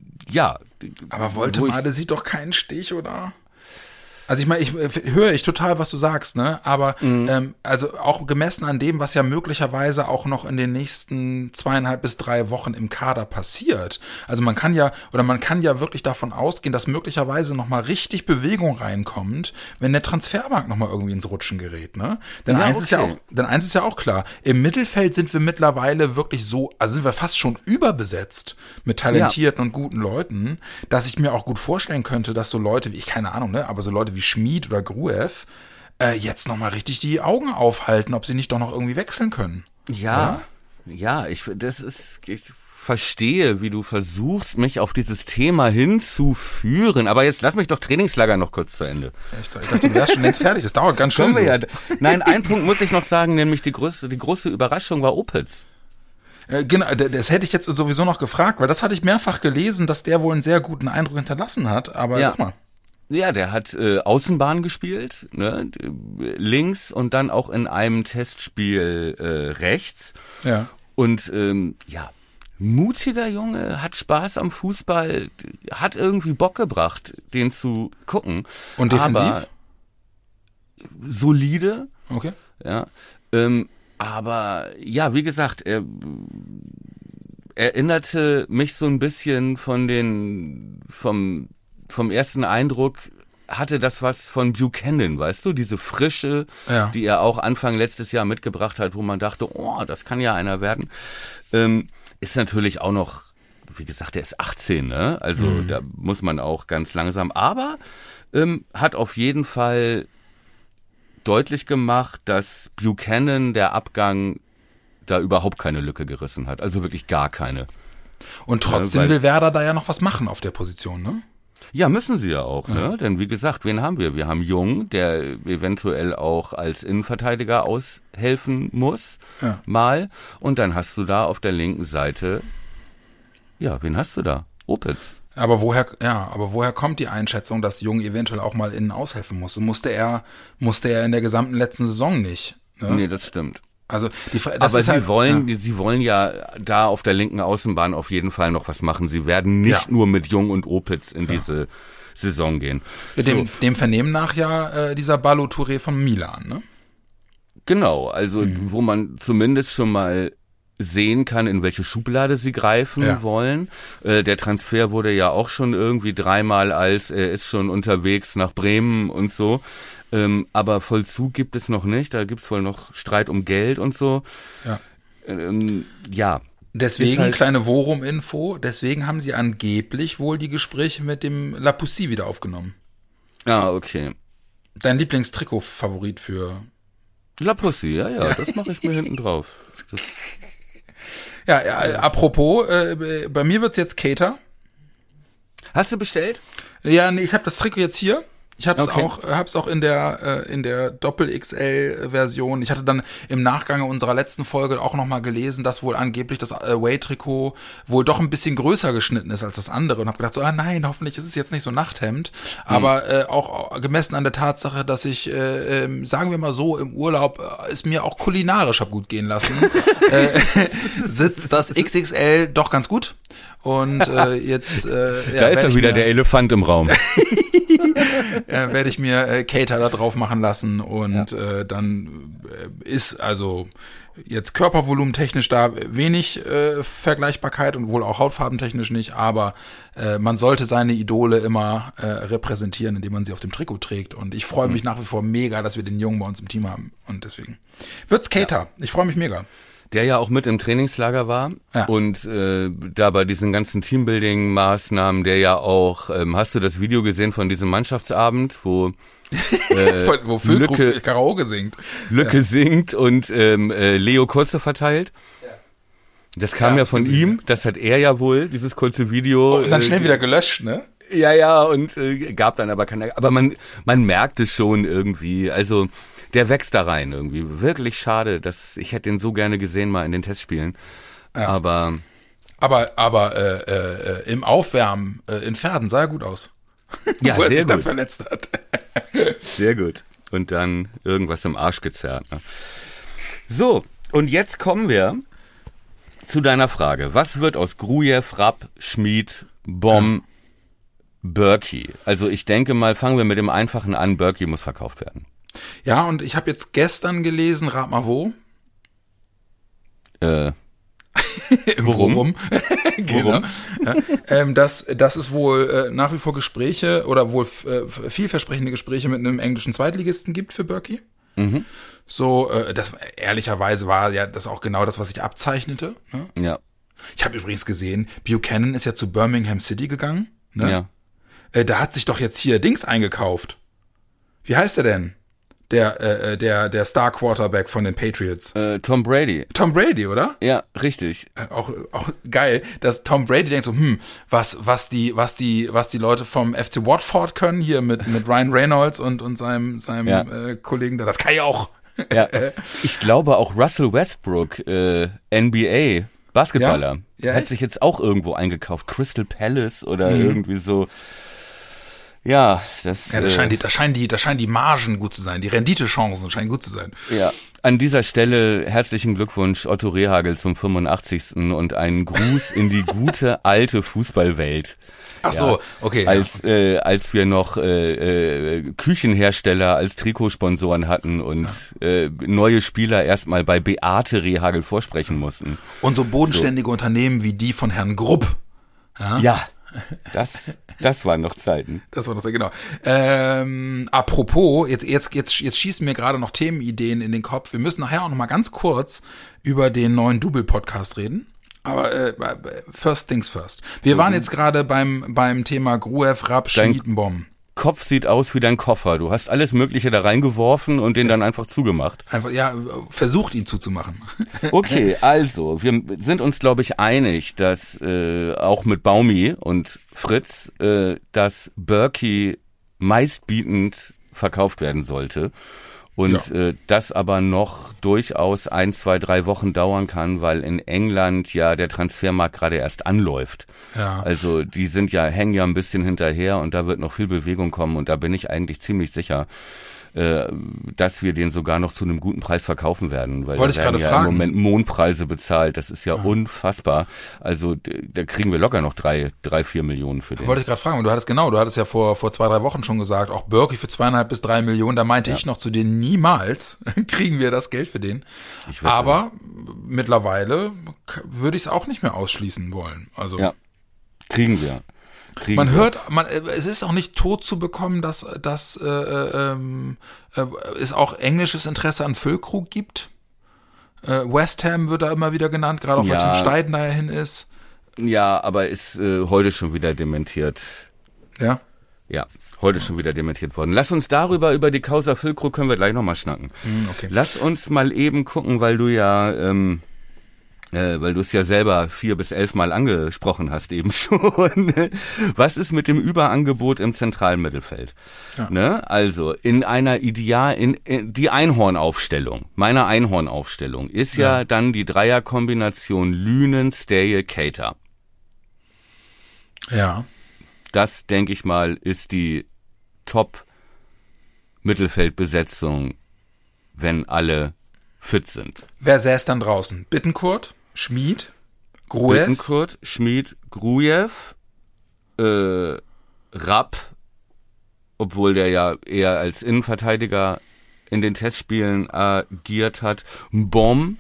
ja. Aber Woltemade sieht doch keinen Stich, oder? Also ich meine, ich höre ich total, was du sagst, ne? Aber mhm. ähm, also auch gemessen an dem, was ja möglicherweise auch noch in den nächsten zweieinhalb bis drei Wochen im Kader passiert. Also man kann ja oder man kann ja wirklich davon ausgehen, dass möglicherweise noch mal richtig Bewegung reinkommt, wenn der Transfermarkt noch mal irgendwie ins Rutschen gerät, ne? Denn ja, eins okay. ist ja auch, denn eins ist ja auch klar: Im Mittelfeld sind wir mittlerweile wirklich so, also sind wir fast schon überbesetzt mit talentierten ja. und guten Leuten, dass ich mir auch gut vorstellen könnte, dass so Leute wie ich keine Ahnung, ne? Aber so Leute wie wie Schmid oder Gruev äh, jetzt nochmal richtig die Augen aufhalten, ob sie nicht doch noch irgendwie wechseln können. Ja, oder? ja, ich, das ist, ich verstehe, wie du versuchst, mich auf dieses Thema hinzuführen, aber jetzt lass mich doch Trainingslager noch kurz zu Ende. Ich, ich dachte, du wärst schon längst fertig, das dauert ganz schön. Wir ja. Nein, ein Punkt muss ich noch sagen, nämlich die größte, die große Überraschung war Opitz. Äh, genau, das hätte ich jetzt sowieso noch gefragt, weil das hatte ich mehrfach gelesen, dass der wohl einen sehr guten Eindruck hinterlassen hat, aber ja. sag mal. Ja, der hat äh, Außenbahn gespielt, ne, links und dann auch in einem Testspiel äh, rechts. Ja. Und ähm, ja, mutiger Junge, hat Spaß am Fußball, hat irgendwie Bock gebracht, den zu gucken. Und defensiv? Aber solide. Okay. Ja. Ähm, aber ja, wie gesagt, er erinnerte mich so ein bisschen von den vom vom ersten Eindruck hatte das was von Buchanan, weißt du, diese Frische, ja. die er auch Anfang letztes Jahr mitgebracht hat, wo man dachte, oh, das kann ja einer werden. Ähm, ist natürlich auch noch, wie gesagt, der ist achtzehn, ne? Also mhm. da muss man auch ganz langsam, aber ähm, hat auf jeden Fall deutlich gemacht, dass Buchanan der Abgang da überhaupt keine Lücke gerissen hat, also wirklich gar keine. Und trotzdem ja, will Werder da ja noch was machen auf der Position, ne? Ja, müssen sie ja auch, ja. ne? Denn wie gesagt, wen haben wir? Wir haben Jung, der eventuell auch als Innenverteidiger aushelfen muss, ja. mal. Und dann hast du da auf der linken Seite, ja, wen hast du da? Opitz. Aber woher, ja, aber woher kommt die Einschätzung, dass Jung eventuell auch mal innen aushelfen muss? Musste er, musste er in der gesamten letzten Saison nicht. Ne? Nee, das stimmt. Also die, das aber ist sie halt, wollen, ja. sie wollen ja da auf der linken Außenbahn auf jeden Fall noch was machen. Sie werden nicht Ja. nur mit Jung und Opitz in ja. diese Saison gehen. Dem, so. dem Vernehmen nach ja äh, dieser Ballo Touré von Milan, ne? Genau, also Mhm. wo man zumindest schon mal sehen kann, in welche Schublade sie greifen Ja. wollen. Äh, der Transfer wurde ja auch schon irgendwie dreimal als, er ist schon unterwegs nach Bremen und so. Ähm, aber Vollzug gibt es noch nicht, da gibt's wohl noch Streit um Geld und so. Ja. Ähm, ja. Deswegen, halt, kleine Worum-Info, deswegen haben sie angeblich wohl die Gespräche mit dem La Poussie wieder aufgenommen. Ah, okay. Dein Lieblingstrikot-Favorit für... La Poussie, ja, ja, ja. Das mache ich mir hinten drauf. Das Ja, ja, apropos, äh, bei mir wird's jetzt Cater. Hast du bestellt? Ja, nee, ich habe das Trikot jetzt hier. Ich habe es Okay. auch, hab's auch in der äh, in der Doppel-X L-Version. Ich hatte dann im Nachgang unserer letzten Folge auch nochmal gelesen, dass wohl angeblich das Away-Trikot wohl doch ein bisschen größer geschnitten ist als das andere. Und habe gedacht, so, ah nein, hoffentlich ist es jetzt nicht so Nachthemd. Aber äh, auch gemessen an der Tatsache, dass ich, äh, äh, sagen wir mal so, im Urlaub äh, es mir auch kulinarisch hab gut gehen lassen, äh, sitzt das X X L doch ganz gut. Und äh, jetzt äh, ja, Da ist ja wieder mir, der Elefant im Raum. äh, werde ich mir äh, Cater da drauf machen lassen und ja. äh, dann äh, ist also jetzt Körpervolumen technisch da wenig äh, Vergleichbarkeit und wohl auch hautfarbentechnisch nicht, aber äh, man sollte seine Idole immer äh, repräsentieren, indem man sie auf dem Trikot trägt und ich freue mich mhm. nach wie vor mega, dass wir den Jungen bei uns im Team haben und deswegen wird's Cater. Ja. Ich freue mich mega. Der ja auch mit im Trainingslager war ja. und äh, da bei diesen ganzen Teambuilding-Maßnahmen, der ja auch, ähm, hast du das Video gesehen von diesem Mannschaftsabend, wo äh, wo Lücke Karaoke singt. Lücke ja. singt und ähm, äh, Leo Kurze verteilt. Ja. Das kam ja, ja von ihm, das hat er ja wohl, dieses kurze Video. Oh, und dann schnell äh, wieder gelöscht, ne? Ja, ja, und äh, gab dann aber keine, aber man man merkt es schon irgendwie, also der wächst da rein irgendwie. Wirklich schade, dass ich hätte ihn so gerne gesehen mal in den Testspielen. Ja. Aber aber aber äh, äh, im Aufwärmen äh, in Pferden sah er gut aus. Ja, wo er sehr sich gut. dann verletzt hat. Sehr gut. Und dann irgendwas im Arsch gezerrt. Ne? So, und jetzt kommen wir zu deiner Frage. Was wird aus Grujew, Rapp, Schmid, Bom, ja. Bürki? Also ich denke mal, fangen wir mit dem Einfachen an. Bürki muss verkauft werden. Ja, und ich habe jetzt gestern gelesen, rat mal wo? Äh, Worum? Worum? Genau. Ja, ähm, dass, dass es wohl äh, nach wie vor Gespräche oder wohl äh, vielversprechende Gespräche mit einem englischen Zweitligisten gibt für Bürki. Mhm. So, äh, das ehrlicherweise war ja das auch genau das, was sich abzeichnete. Ne? Ja. Ich habe übrigens gesehen, Buchanan ist ja zu Birmingham City gegangen. Ne? Ja. Äh, da hat sich doch jetzt hier Dings eingekauft. Wie heißt er denn? Der, äh, der, der Star Quarterback von den Patriots. Äh, Tom Brady. Tom Brady, oder? Ja, richtig. Äh, auch, auch geil, dass Tom Brady denkt so, hm, was, was die, was die, was die Leute vom F C Watford können, hier mit, mit Ryan Reynolds und, und seinem, seinem ja. äh, Kollegen da, das kann ich auch. Ja. Ich glaube auch Russell Westbrook, äh, N B A, Basketballer, ja? Ja, hat echt? sich jetzt auch irgendwo eingekauft. Crystal Palace oder mhm. irgendwie so. Ja, das, ja, da äh, scheinen die, da scheinen die, da scheinen die Margen gut zu sein, die Renditechancen scheinen gut zu sein. Ja, an dieser Stelle herzlichen Glückwunsch Otto Rehagel zum fünfundachtzigsten und einen Gruß in die gute alte Fußballwelt. Ach so, ja, okay. Als ja. äh, als wir noch äh, äh, Küchenhersteller als Trikotsponsoren hatten und ja. äh, neue Spieler erstmal bei Beate Rehagel vorsprechen mussten. Und so bodenständige so. Unternehmen wie die von Herrn Grupp. Ja. ja. Das, das waren noch Zeiten. Das war noch sehr genau. Ähm, apropos, jetzt, jetzt, jetzt, jetzt schießen mir gerade noch Themenideen in den Kopf. Wir müssen nachher auch noch mal ganz kurz über den neuen Double-Podcast reden. Aber äh, first things first. Wir mhm. waren jetzt gerade beim beim Thema Grujew, Rapp, Schmid-Bom. Kopf sieht aus wie dein Koffer. Du hast alles Mögliche da reingeworfen und den ja. dann einfach zugemacht. Einfach, ja, versucht ihn zuzumachen. Okay, also, wir sind uns, glaube ich, einig, dass äh, auch mit Baumi und Fritz, äh, dass Bürki meistbietend verkauft werden sollte. Und ja. äh, das aber noch durchaus ein, zwei, drei Wochen dauern kann, weil in England ja der Transfermarkt gerade erst anläuft. Ja. Also die sind ja, hängen ja ein bisschen hinterher und da wird noch viel Bewegung kommen und da bin ich eigentlich ziemlich sicher, äh, dass wir den sogar noch zu einem guten Preis verkaufen werden, weil Wollte da ich werden gerade ja fragen. im Moment Mondpreise bezahlt. Das ist ja, ja. unfassbar. Also d- da kriegen wir locker noch drei, drei, vier Millionen für den. Wollte ich gerade fragen, und du hattest genau, du hattest ja vor vor zwei, drei Wochen schon gesagt, auch Berkey für zweieinhalb bis drei Millionen, da meinte Ja. ich noch zu dir, niemals kriegen wir das Geld für den. Ich wette. Aber mittlerweile k- würde ich es auch nicht mehr ausschließen wollen. Also Ja, kriegen wir. Kriegen man wir. hört, man, es ist auch nicht tot zu bekommen, dass dass äh, ähm, äh, es auch englisches Interesse an Füllkrug gibt. Äh, West Ham wird da immer wieder genannt, gerade auch weil Ja. Tim Steiden da ja hin ist. Ja, aber ist äh, heute schon wieder dementiert. Ja. Ja, heute schon wieder dementiert worden. Lass uns darüber, über die Causa Füllkrug können wir gleich nochmal schnacken. Hm, okay. Lass uns mal eben gucken, weil du ja, ähm, äh, weil du es ja selber vier bis elf Mal angesprochen hast eben schon. Was ist mit dem Überangebot im zentralen Mittelfeld? Ja. Ne? Also in einer Ideal, in, in die Einhornaufstellung, meine Einhornaufstellung ist ja, Ja. dann die Dreierkombination Lünen, Stayel, Keita. Ja. Das, denke ich mal, ist die Top-Mittelfeldbesetzung, wenn alle fit sind. Wer säß dann draußen? Bittencourt, Schmid, Gruev, Bittencourt, Schmid, Grujew, äh, Rapp, obwohl der ja eher als Innenverteidiger in den Testspielen agiert hat. Bomb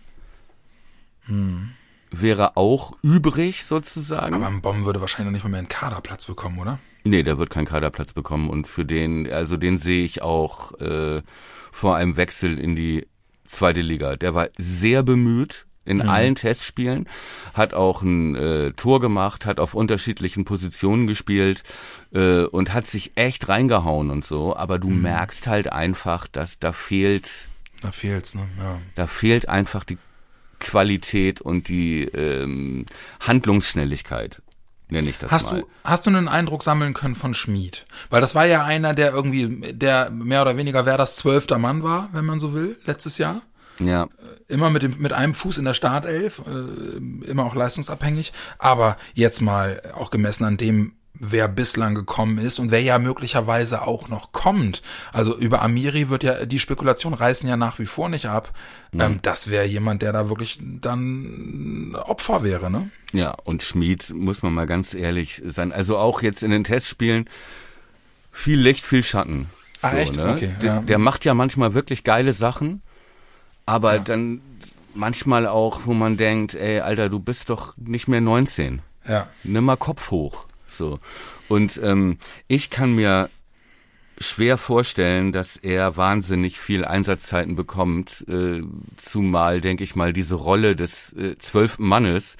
hm. wäre auch übrig sozusagen. Aber ein Bomb würde wahrscheinlich noch nicht mal mehr einen Kaderplatz bekommen, oder? Nee, der wird keinen Kaderplatz bekommen und für den, also den sehe ich auch äh, vor einem Wechsel in die zweite Liga. Der war sehr bemüht in Mhm. allen Testspielen, hat auch ein äh, Tor gemacht, hat auf unterschiedlichen Positionen gespielt äh, und hat sich echt reingehauen und so, aber du Mhm. merkst halt einfach, dass da fehlt, Da fehlt's, ne? Ja. da fehlt einfach die Qualität und die ähm, Handlungsschnelligkeit. Nenne ich das Hast mal. du, hast du einen Eindruck sammeln können von Schmid? Weil das war ja einer, der irgendwie, der mehr oder weniger Werders zwölfter Mann war, wenn man so will, letztes Jahr. Ja. Immer mit dem, mit einem Fuß in der Startelf, äh, immer auch leistungsabhängig. Aber jetzt mal auch gemessen an dem, wer bislang gekommen ist und wer ja möglicherweise auch noch kommt. Also über Amiri wird ja, die Spekulation reißen ja nach wie vor nicht ab. Mhm. Ähm, das wäre jemand, der da wirklich dann Opfer wäre, ne? Ja, und Schmid, muss man mal ganz ehrlich sein, also auch jetzt in den Testspielen, viel Licht, viel Schatten. Ah, echt? Ne? Okay, der, ja. der macht ja manchmal wirklich geile Sachen, aber Ja. dann manchmal auch, wo man denkt, ey, Alter, du bist doch nicht mehr neunzehn. Ja. Nimm mal Kopf hoch. So. Und ähm, ich kann mir schwer vorstellen, dass er wahnsinnig viel Einsatzzeiten bekommt, äh, zumal, denke ich mal, diese Rolle des äh, zwölften Mannes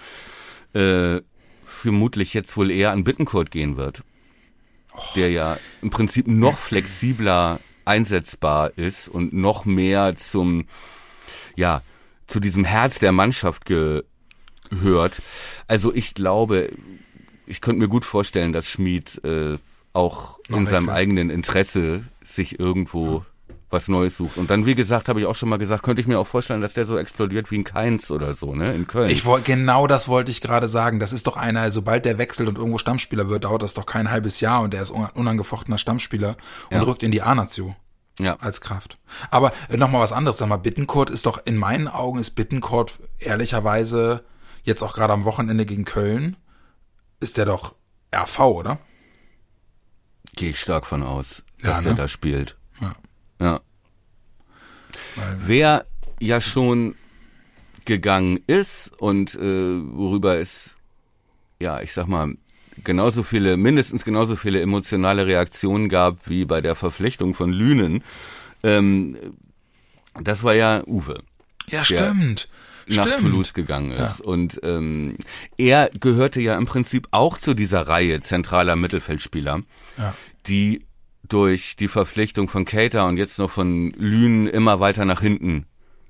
äh, vermutlich jetzt wohl eher an Bittencourt gehen wird, der ja im Prinzip noch flexibler einsetzbar ist und noch mehr zum, ja, zu diesem Herz der Mannschaft gehört. Also ich glaube, ich könnte mir gut vorstellen, dass Schmid äh, auch Noch in seinem wechseln. eigenen Interesse sich irgendwo was Neues sucht. Und dann, wie gesagt, habe ich auch schon mal gesagt, könnte ich mir auch vorstellen, dass der so explodiert wie ein Keins oder so, ne, in Köln. Ich wollte, genau das wollte ich gerade sagen. Das ist doch einer, sobald der wechselt und irgendwo Stammspieler wird, dauert das doch kein halbes Jahr und der ist un- unangefochtener Stammspieler und Ja. rückt in die A-Nation ja. als Kraft. Aber äh, nochmal was anderes, sag mal, Bittencourt ist doch, in meinen Augen ist Bittencourt ehrlicherweise, jetzt auch gerade am Wochenende gegen Köln, ist der doch R V, oder? Gehe ich stark von aus, Ja, dass ne? der da spielt. Ja. Ja. Weil, Wer ja schon gegangen ist und äh, worüber es, ja, ich sag mal, genauso viele, mindestens genauso viele emotionale Reaktionen gab wie bei der Verpflichtung von Lünen, ähm, das war ja Uwe, ja, stimmt. nach Stimmt. Toulouse gegangen ist. Ja. Und ähm, er gehörte ja im Prinzip auch zu dieser Reihe zentraler Mittelfeldspieler, Ja. die durch die Verpflichtung von Keita und jetzt noch von Lünen immer weiter nach hinten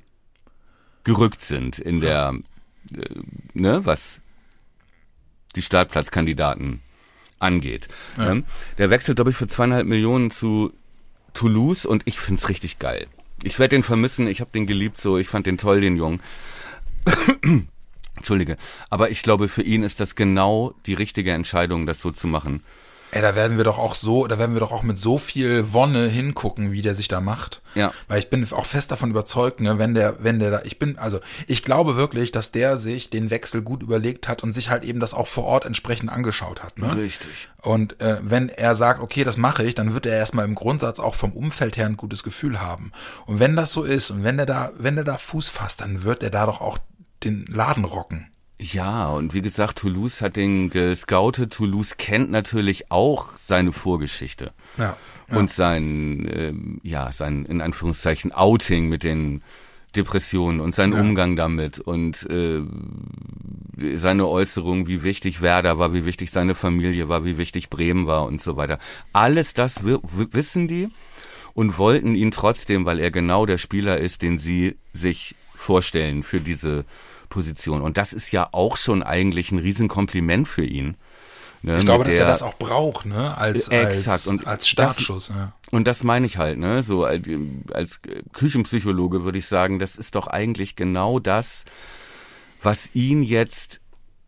gerückt sind in der, äh, ne, was die Startplatzkandidaten angeht. Ja. Ne? Der wechselt, glaube ich, für zweieinhalb Millionen zu Toulouse und ich find's richtig geil. Ich werde den vermissen, ich habe den geliebt so, ich fand den toll, den Jungen. Entschuldige. Aber ich glaube, für ihn ist das genau die richtige Entscheidung, das so zu machen. Ey, da werden wir doch auch so, da werden wir doch auch mit so viel Wonne hingucken, wie der sich da macht. Ja. Weil ich bin auch fest davon überzeugt, ne, wenn der, wenn der da, ich bin, also ich glaube wirklich, dass der sich den Wechsel gut überlegt hat und sich halt eben das auch vor Ort entsprechend angeschaut hat. Ne? Richtig. Und äh, wenn er sagt, okay, das mache ich, dann wird er erstmal im Grundsatz auch vom Umfeld her ein gutes Gefühl haben. Und wenn das so ist und wenn der da, wenn der da Fuß fasst, dann wird er da doch auch den Laden rocken. Ja, und wie gesagt, Toulouse hat den gescoutet. Toulouse kennt natürlich auch seine Vorgeschichte. Ja, ja. Und sein, äh, ja, sein, in Anführungszeichen, Outing mit den Depressionen und seinen ja. Umgang damit und äh, seine Äußerung, wie wichtig Werder war, wie wichtig seine Familie war, wie wichtig Bremen war und so weiter. Alles das w- w- wissen die und wollten ihn trotzdem, weil er genau der Spieler ist, den sie sich vorstellen für diese Position. Und das ist ja auch schon eigentlich ein Riesenkompliment für ihn. Ne, ich glaube, dass er das auch braucht, ne, als, als, und als Startschuss. Das, ja. Und das meine ich halt, ne, so als, als Küchenpsychologe würde ich sagen, das ist doch eigentlich genau das, was ihn jetzt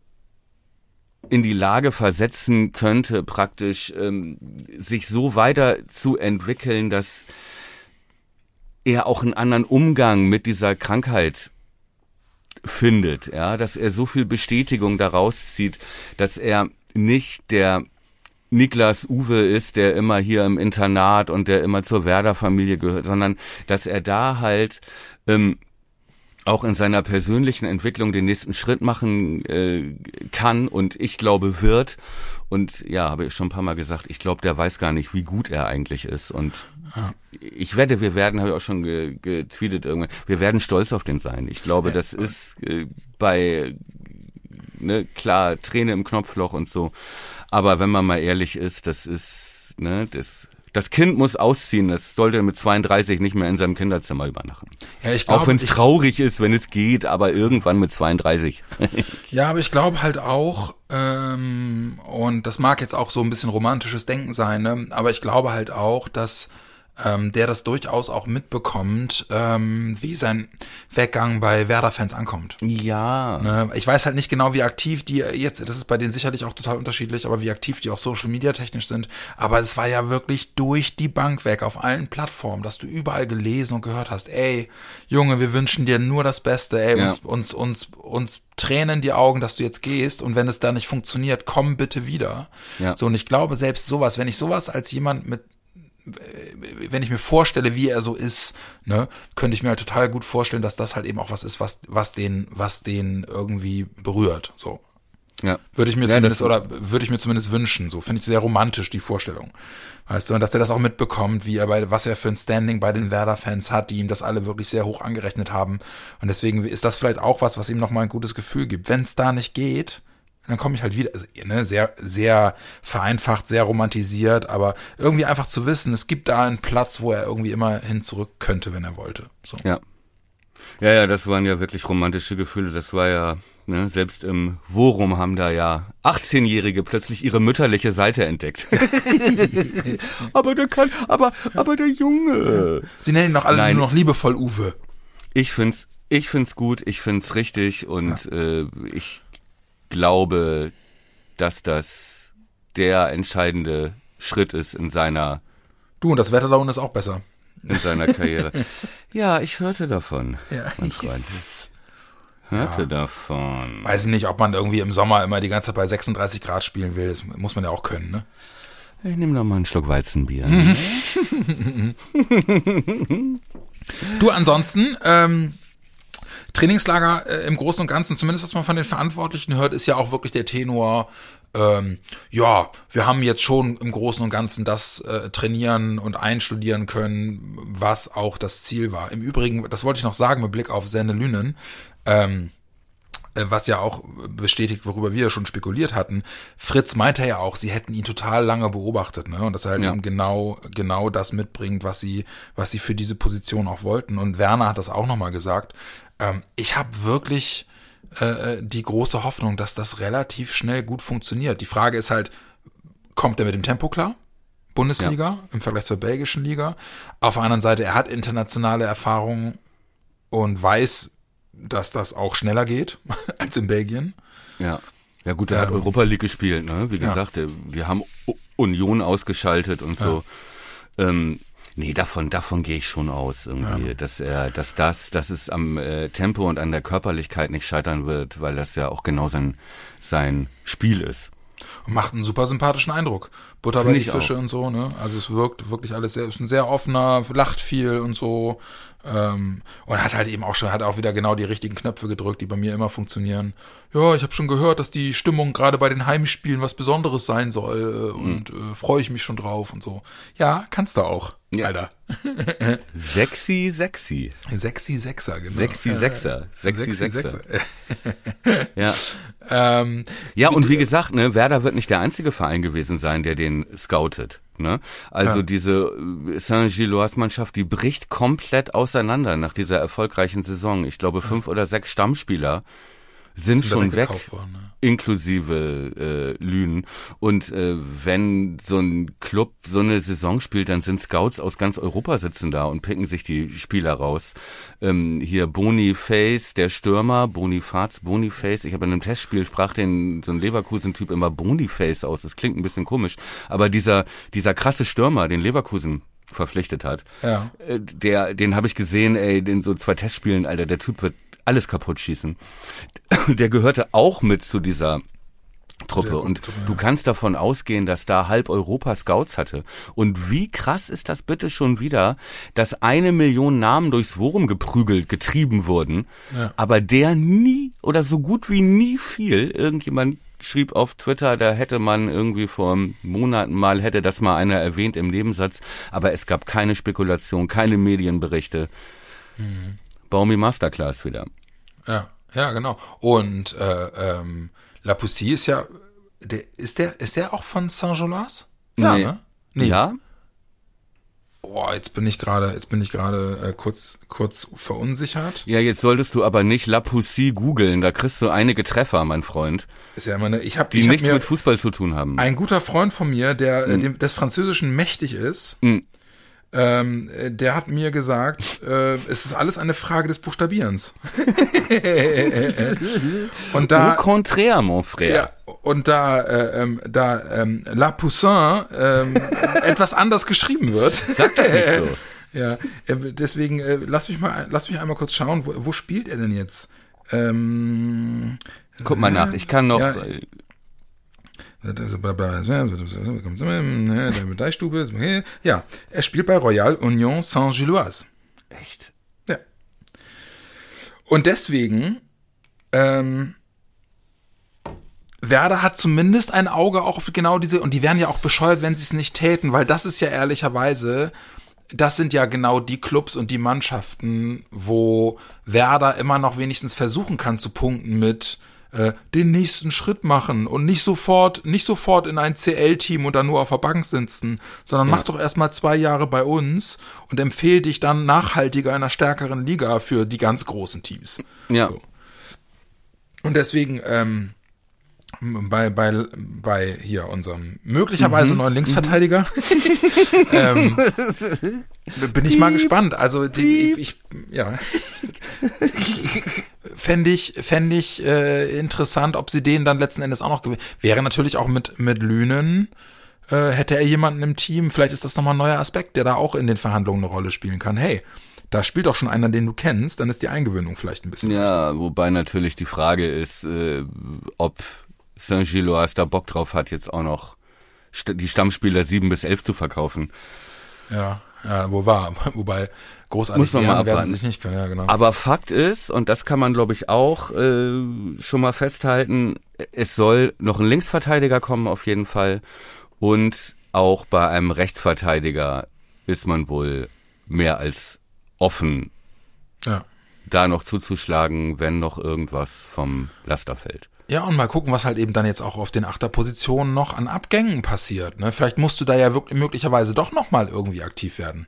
in die Lage versetzen könnte, praktisch ähm, sich so weiter zu entwickeln, dass er auch einen anderen Umgang mit dieser Krankheit findet, ja, dass er so viel Bestätigung daraus zieht, dass er nicht der Niklas Uwe ist, der immer hier im Internat und der immer zur Werder-Familie gehört, sondern dass er da halt ähm, auch in seiner persönlichen Entwicklung den nächsten Schritt machen äh, kann und ich glaube wird. Und ja, habe ich schon ein paar Mal gesagt, ich glaube, der weiß gar nicht, wie gut er eigentlich ist. Und ja. ich wette, wir werden, habe ich auch schon ge- getweetet irgendwann, wir werden stolz auf den sein. Ich glaube, das ist äh, bei, ne, klar, Träne im Knopfloch und so. Aber wenn man mal ehrlich ist, das ist, ne, das... Das Kind muss ausziehen, das sollte mit zweiunddreißig nicht mehr in seinem Kinderzimmer übernachten. Ja, ich glaube, auch wenn es traurig ist, wenn es geht, aber irgendwann mit zweiunddreißig. Ja, aber ich glaube halt auch, ähm, und das mag jetzt auch so ein bisschen romantisches Denken sein, ne, aber ich glaube halt auch, dass ähm, der das durchaus auch mitbekommt, ähm, wie sein Weggang bei Werder-Fans ankommt. Ja. Ne? Ich weiß halt nicht genau, wie aktiv die jetzt, das ist bei denen sicherlich auch total unterschiedlich, aber wie aktiv die auch Social-Media-technisch sind. Aber es war ja wirklich durch die Bank weg, auf allen Plattformen, dass du überall gelesen und gehört hast, ey, Junge, wir wünschen dir nur das Beste, ey, ja. uns, uns, uns, uns Tränen in die Augen, dass du jetzt gehst und wenn es da nicht funktioniert, komm bitte wieder. Ja. So, und ich glaube, selbst sowas, wenn ich sowas als jemand mit wenn ich mir vorstelle, wie er so ist, ne, könnte ich mir halt total gut vorstellen, dass das halt eben auch was ist, was, was den, was den irgendwie berührt, so. Ja. Würde ich mir ja, zumindest, oder würde ich mir zumindest wünschen, so. Finde ich sehr romantisch, die Vorstellung. Weißt du, und dass der das auch mitbekommt, wie er bei, was er für ein Standing bei den Werder-Fans hat, die ihm das alle wirklich sehr hoch angerechnet haben. Und deswegen ist das vielleicht auch was, was ihm nochmal ein gutes Gefühl gibt. Wenn es da nicht geht, dann komme ich halt wieder, also, ne, sehr, sehr vereinfacht, sehr romantisiert, aber irgendwie einfach zu wissen, es gibt da einen Platz, wo er irgendwie immer hin zurück könnte, wenn er wollte. So. Ja. Ja, ja, das waren ja wirklich romantische Gefühle. Das war ja, ne, selbst im Worum haben da ja achtzehnjährige plötzlich ihre mütterliche Seite entdeckt. aber der kann, aber, aber der Junge. Sie nennen ihn noch alle Nein. nur noch liebevoll Uwe. Ich find's, ich find's gut, ich find's richtig und ja. äh, ich glaube, dass das der entscheidende Schritt ist in seiner... Du, und das Wetter da unten ist auch besser. In seiner Karriere. Ja, ich hörte davon, ja, mein Freund. Hörte ja. davon. Weiß ich nicht, ob man irgendwie im Sommer immer die ganze Zeit bei sechsunddreißig Grad spielen will. Das muss man ja auch können, ne? Ich nehme noch mal einen Schluck Weizenbier. Du, ansonsten... Ähm, Trainingslager äh, im Großen und Ganzen, zumindest was man von den Verantwortlichen hört, ist ja auch wirklich der Tenor, ähm, ja, wir haben jetzt schon im Großen und Ganzen das äh, trainieren und einstudieren können, was auch das Ziel war. Im Übrigen, das wollte ich noch sagen mit Blick auf Senne Lünen, ähm, äh, was ja auch bestätigt, worüber wir schon spekuliert hatten. Fritz meinte ja auch, sie hätten ihn total lange beobachtet, ne, und dass er halt ja. eben genau, genau das mitbringt, was sie, was sie für diese Position auch wollten. Und Werner hat das auch nochmal gesagt. Ich habe wirklich äh, die große Hoffnung, dass das relativ schnell gut funktioniert. Die Frage ist halt, kommt er mit dem Tempo klar? Bundesliga ja. im Vergleich zur belgischen Liga. Auf der anderen Seite, er hat internationale Erfahrung und weiß, dass das auch schneller geht als in Belgien. Ja. Ja gut, er ähm, hat Europa League gespielt, ne? Wie gesagt, ja. wir haben Union ausgeschaltet und so. Ja. Ähm, nee, davon, davon gehe ich schon aus irgendwie, ja. dass er, dass das, dass es am äh, Tempo und an der Körperlichkeit nicht scheitern wird, weil das ja auch genau sein, sein Spiel ist. Und macht einen super sympathischen Eindruck. Butter bei die Fische und so, ne? Also es wirkt wirklich alles sehr, ist ein sehr offener, lacht viel und so. Ähm, und hat halt eben auch schon, hat auch wieder genau die richtigen Knöpfe gedrückt, die bei mir immer funktionieren. Ja, ich habe schon gehört, dass die Stimmung gerade bei den Heimspielen was Besonderes sein soll und mhm. äh, freue ich mich schon drauf und so. Ja, kannst du auch, ja. Alter. Sexy, sexy. Sexy Sechser, genau. Sexy Sechser. Sexy, Sexy Sechser. Sechser. ja. Ähm, ja, und wie gesagt, ne, Werder wird nicht der einzige Verein gewesen sein, der den scoutet. Ne? Also ja. diese Saint-Gilloise-Mannschaft, die bricht komplett auseinander nach dieser erfolgreichen Saison. Ich glaube, fünf ja. oder sechs Stammspieler sind, sind schon weg, worden, ne? inklusive äh, Lünen. Und äh, wenn so ein Club so eine Saison spielt, dann sind Scouts aus ganz Europa sitzen da und picken sich die Spieler raus. Ähm, hier Boniface, der Stürmer, Bonifaz, Boniface. Ich habe in einem Testspiel sprach den so ein Leverkusen-Typ immer Boniface aus. Das klingt ein bisschen komisch, aber dieser dieser krasse Stürmer, den Leverkusen verpflichtet hat, ja. äh, der den habe ich gesehen, ey, in so zwei Testspielen, Alter, der Typ wird alles kaputt schießen. Der gehörte auch mit zu dieser Truppe und du kannst davon ausgehen, dass da halb Europa Scouts hatte. Und wie krass ist das bitte schon wieder, dass eine Million Namen durchs Forum geprügelt, getrieben wurden, ja. aber der nie oder so gut wie nie fiel. Irgendjemand schrieb auf Twitter, da hätte man irgendwie vor Monaten mal, hätte das mal einer erwähnt im Nebensatz, aber es gab keine Spekulation, keine Medienberichte. Mhm. Baumi Masterclass wieder. Ja, ja, genau. Und äh, ähm, Lapoussi ist ja, der, ist der, ist der auch von Saint-Gilloise? Ja, nee. ne? Nee. Ja. Boah, jetzt bin ich gerade, jetzt bin ich gerade äh, kurz, kurz verunsichert. Ja, jetzt solltest du aber nicht Lapoussi googeln, da kriegst du einige Treffer, mein Freund. Ist ja immer eine, ich hab, die ich nichts hab mit Fußball zu tun haben. Ein guter Freund von mir, der mhm. äh, dem, des Französischen mächtig ist. Mhm. Ähm, der hat mir gesagt, äh, es ist alles eine Frage des Buchstabierens. Und da, au contraire, mon frère. Ja, und da, äh, ähm, da ähm, La Poussin ähm, etwas anders geschrieben wird. Sag das nicht so. Ja, äh, deswegen äh, lass mich mal, lass mich einmal kurz schauen, wo, wo spielt er denn jetzt? Ähm, Guck mal nach, ich kann noch. Ja, ja, er spielt bei Royal Union Saint-Gilloise. Echt? Ja. Und deswegen, ähm, Werder hat zumindest ein Auge auch auf genau diese, und die wären ja auch bescheuert, wenn sie es nicht täten, weil das ist ja ehrlicherweise, das sind ja genau die Clubs und die Mannschaften, wo Werder immer noch wenigstens versuchen kann zu punkten mit äh, den nächsten Schritt machen und nicht sofort, nicht sofort in ein C L-Team und dann nur auf der Bank sitzen, sondern ja. mach doch erstmal zwei Jahre bei uns und empfehle dich dann nachhaltiger in einer stärkeren Liga für die ganz großen Teams. Ja. So. Und deswegen, ähm, bei, bei, bei hier unserem möglicherweise mhm. neuen Linksverteidiger ähm, bin ich mal gespannt. Also die, ich, ja fände ich, fände ich äh, interessant, ob sie den dann letzten Endes auch noch gewinnen. Wäre natürlich auch mit mit Lünen, äh, hätte er jemanden im Team, vielleicht ist das nochmal ein neuer Aspekt, der da auch in den Verhandlungen eine Rolle spielen kann. Hey, da spielt auch schon einer, den du kennst, dann ist die Eingewöhnung vielleicht ein bisschen ja, leichter. Wobei natürlich die Frage ist, äh, ob Saint-Gilloise da Bock drauf hat, jetzt auch noch st- die Stammspieler sieben bis elf zu verkaufen. Ja, ja, wo war, wobei großartig muss man mal werden sie sich nicht können, ja, genau. Aber Fakt ist, und das kann man glaube ich auch äh, schon mal festhalten, es soll noch ein Linksverteidiger kommen auf jeden Fall und auch bei einem Rechtsverteidiger ist man wohl mehr als offen, ja. da noch zuzuschlagen, wenn noch irgendwas vom Laster fällt. Ja, und mal gucken, was halt eben dann jetzt auch auf den Achterpositionen noch an Abgängen passiert. Ne? Vielleicht musst du da ja wirklich möglicherweise doch nochmal irgendwie aktiv werden.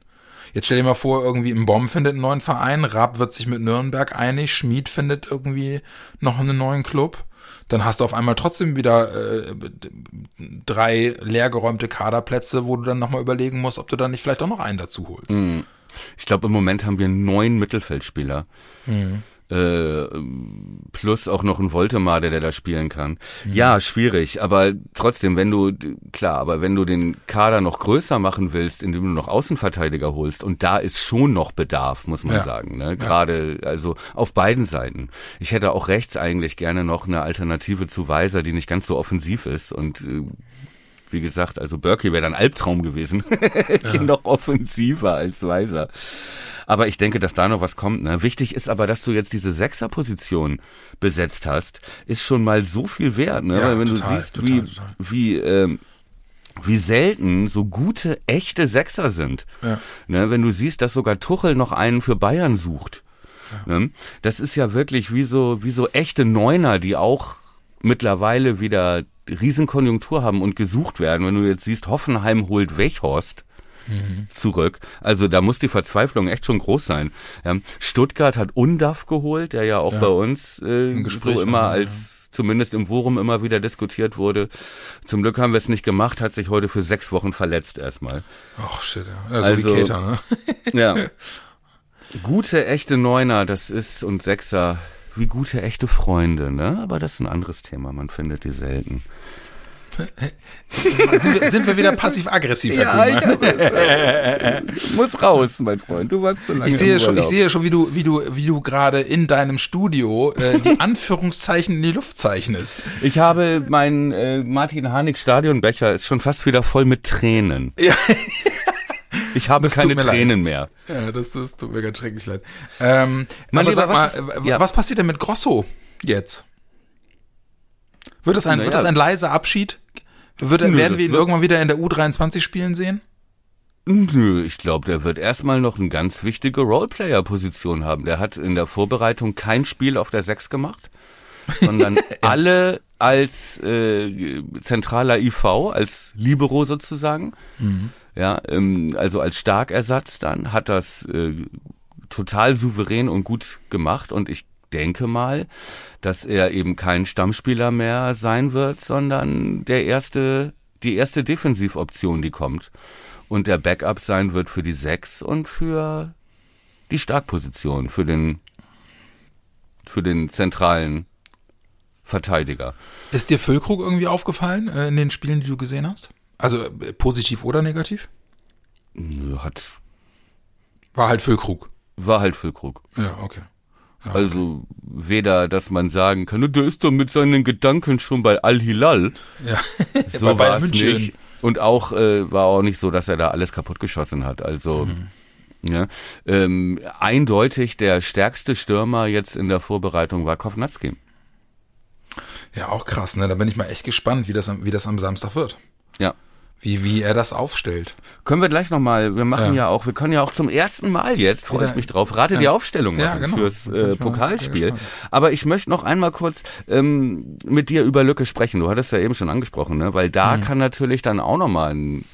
Jetzt stell dir mal vor, irgendwie ein Bomb findet einen neuen Verein, Rapp wird sich mit Nürnberg einig, Schmid findet irgendwie noch einen neuen Club. Dann hast du auf einmal trotzdem wieder äh, drei leergeräumte Kaderplätze, wo du dann nochmal überlegen musst, ob du dann nicht vielleicht auch noch einen dazu holst. Mhm. Ich glaube, im Moment haben wir neun Mittelfeldspieler. Mhm. Äh, plus auch noch ein Woltemade, der da spielen kann. Mhm. Ja, schwierig, aber trotzdem, wenn du, klar, aber wenn du den Kader noch größer machen willst, indem du noch Außenverteidiger holst, und da ist schon noch Bedarf, muss man ja. sagen, ne? Gerade, ja. also auf beiden Seiten. Ich hätte auch rechts eigentlich gerne noch eine Alternative zu Weiser, die nicht ganz so offensiv ist, und äh, wie gesagt, also Berkey wäre dann Albtraum gewesen. Ja. Noch offensiver als Weiser. Aber ich denke, dass da noch was kommt. Ne? Wichtig ist aber, dass du jetzt diese Sechserposition besetzt hast, ist schon mal so viel wert. Ne? Ja, Weil wenn total, du siehst, total, wie, total. wie, ähm, wie selten so gute, echte Sechser sind. Ja. Ne? Wenn du siehst, dass sogar Tuchel noch einen für Bayern sucht. Ja. Ne? Das ist ja wirklich wie so, wie so echte Neuner, die auch mittlerweile wieder Riesenkonjunktur haben und gesucht werden. Wenn du jetzt siehst, Hoffenheim holt Weghorst mhm. zurück. Also da muss die Verzweiflung echt schon groß sein. Ja, Stuttgart hat Undav geholt, der ja auch ja. bei uns äh, so immer haben, als, ja. zumindest im Forum immer wieder diskutiert wurde. Zum Glück haben wir es nicht gemacht, hat sich heute für sechs Wochen verletzt erstmal. Ach shit, ja. Also, also wie Keita, ne? Ja. Gute, echte Neuner, das ist, und Sechser, wie gute, echte Freunde, ne? Aber das ist ein anderes Thema, man findet die selten. sind, wir, sind wir wieder passiv-aggressiv? Ja, ich äh, muss raus, mein Freund. Du warst zu lange ich sehe im schon, Ich sehe schon, wie du, wie du, wie du gerade in deinem Studio äh, die Anführungszeichen in die Luft zeichnest. Ich habe meinen äh, Martin Harnik Stadionbecher ist schon fast wieder voll mit Tränen. Ja. Ich habe das keine Tränen mehr. Ja, das, das tut mir ganz schrecklich leid. Ähm, aber lieber, sag mal, was, ist, ja. was passiert denn mit Grosso jetzt? Wird es ein, naja. wird es ein leiser Abschied? Wird, Nö, werden wir ihn wird irgendwann wieder in der U dreiundzwanzig spielen sehen? Nö, ich glaube, der wird erstmal noch eine ganz wichtige Roleplayer-Position haben. Der hat in der Vorbereitung kein Spiel auf der sechs gemacht, sondern alle als äh, zentraler I V, als Libero sozusagen. Mhm. Ja, ähm, also als Starkersatz dann, hat das äh, total souverän und gut gemacht, und ich denke mal, dass er eben kein Stammspieler mehr sein wird, sondern der erste, die erste Defensivoption, die kommt, und der Backup sein wird für die sechs und für die Startposition, für den, für den zentralen Verteidiger. Ist dir Füllkrug irgendwie aufgefallen äh, in den Spielen, die du gesehen hast? Also äh, positiv oder negativ? Nö, hat. War halt Füllkrug. War halt Füllkrug. Ja, okay. Ja, okay. Also weder, dass man sagen kann, der ist doch mit seinen Gedanken schon bei Al-Hilal. Ja. So war es nicht. Und auch äh, war auch nicht so, dass er da alles kaputt geschossen hat. Also mhm. ja, ähm, eindeutig der stärkste Stürmer jetzt in der Vorbereitung war Kovnatski. Ja, auch krass, ne? Da bin ich mal echt gespannt, wie das, wie das am Samstag wird. Ja. Wie, wie er das aufstellt. Können wir gleich nochmal, wir machen ja. ja auch, wir können ja auch zum ersten Mal jetzt, freue ich mich drauf, rate ja. die Aufstellung machen ja, genau. fürs äh, Pokalspiel. Aber ich möchte noch einmal kurz ähm, mit dir über Lücke sprechen. Du hattest ja eben schon angesprochen, ne? Weil da mhm. kann natürlich dann auch nochmal ein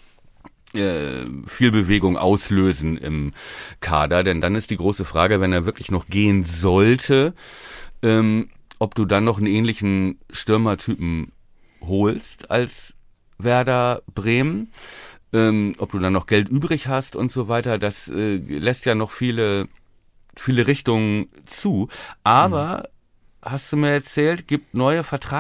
äh, viel Bewegung auslösen im Kader, denn dann ist die große Frage, wenn er wirklich noch gehen sollte, ähm, ob du dann noch einen ähnlichen Stürmertypen holst als Werder Bremen, ähm, ob du dann noch Geld übrig hast und so weiter, das äh, lässt ja noch viele, viele Richtungen zu. Aber, mhm. hast du mir erzählt, gibt neue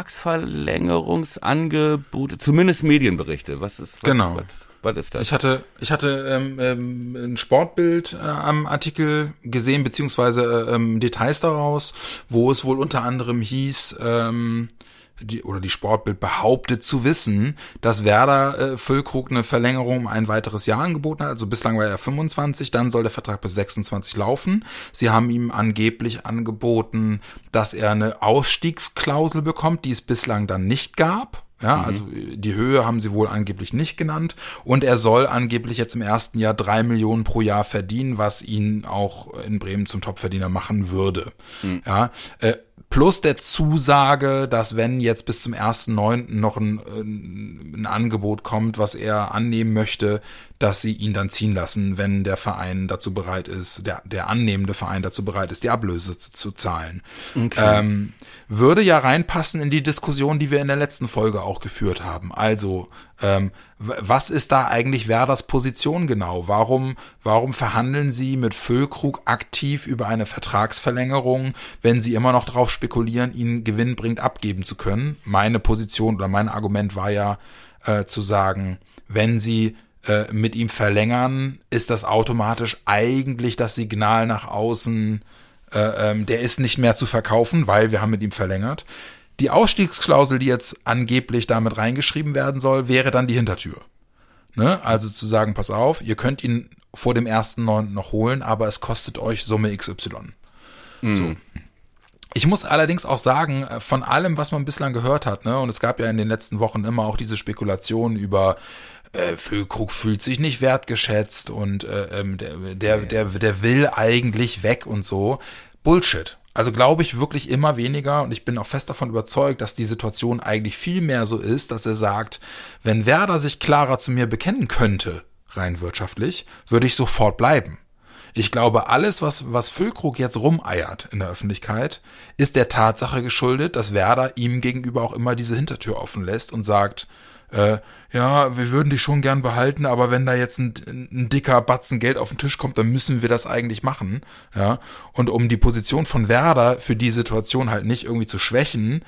Vertragsverlängerungsangebote, zumindest Medienberichte. Was ist, was, genau. was, was ist das? Ich hatte, ich hatte ähm, ähm, ein Sportbild äh, am Artikel gesehen, beziehungsweise ähm, Details daraus, wo es wohl unter anderem hieß, ähm, die, oder die Sportbild behauptet zu wissen, dass Werder äh, Füllkrug eine Verlängerung um ein weiteres Jahr angeboten hat. Also bislang war er fünfundzwanzig, dann soll der Vertrag bis sechsundzwanzig laufen. Sie haben ihm angeblich angeboten, dass er eine Ausstiegsklausel bekommt, die es bislang dann nicht gab. Ja, mhm. also die Höhe haben sie wohl angeblich nicht genannt, und er soll angeblich jetzt im ersten Jahr drei Millionen pro Jahr verdienen, was ihn auch in Bremen zum Topverdiener machen würde. Mhm. Ja, äh, plus der Zusage, dass wenn jetzt bis zum ersten neunten noch ein, ein Angebot kommt, was er annehmen möchte, dass sie ihn dann ziehen lassen, wenn der Verein dazu bereit ist, der, der annehmende Verein dazu bereit ist, die Ablöse zu, zu zahlen. Okay. Ähm, würde ja reinpassen in die Diskussion, die wir in der letzten Folge auch geführt haben. Also, ähm, was ist da eigentlich Werders Position genau? Warum, warum verhandeln sie mit Füllkrug aktiv über eine Vertragsverlängerung, wenn sie immer noch darauf spekulieren, ihn gewinnbringend abgeben zu können? Meine Position oder mein Argument war ja äh, zu sagen, wenn sie äh, mit ihm verlängern, ist das automatisch eigentlich das Signal nach außen, äh, ähm, der ist nicht mehr zu verkaufen, weil wir haben mit ihm verlängert. Die Ausstiegsklausel, die jetzt angeblich damit reingeschrieben werden soll, wäre dann die Hintertür. Ne? Also zu sagen, pass auf, ihr könnt ihn vor dem ersten neunten noch holen, aber es kostet euch Summe X Y. Mhm. So. Ich muss allerdings auch sagen, von allem, was man bislang gehört hat, ne, und es gab ja in den letzten Wochen immer auch diese Spekulationen über äh, Füllkrug fühlt sich nicht wertgeschätzt und äh, der, der, der, der will eigentlich weg und so. Bullshit. Also glaube ich wirklich immer weniger und ich bin auch fest davon überzeugt, dass die Situation eigentlich viel mehr so ist, dass er sagt, wenn Werder sich klarer zu mir bekennen könnte, rein wirtschaftlich, würde ich sofort bleiben. Ich glaube, alles, was, was Füllkrug jetzt rumeiert in der Öffentlichkeit, ist der Tatsache geschuldet, dass Werder ihm gegenüber auch immer diese Hintertür offen lässt und sagt, äh, ja, wir würden dich schon gern behalten, aber wenn da jetzt ein, ein dicker Batzen Geld auf den Tisch kommt, dann müssen wir das eigentlich machen, ja. Und um die Position von Werder für die Situation halt nicht irgendwie zu schwächen,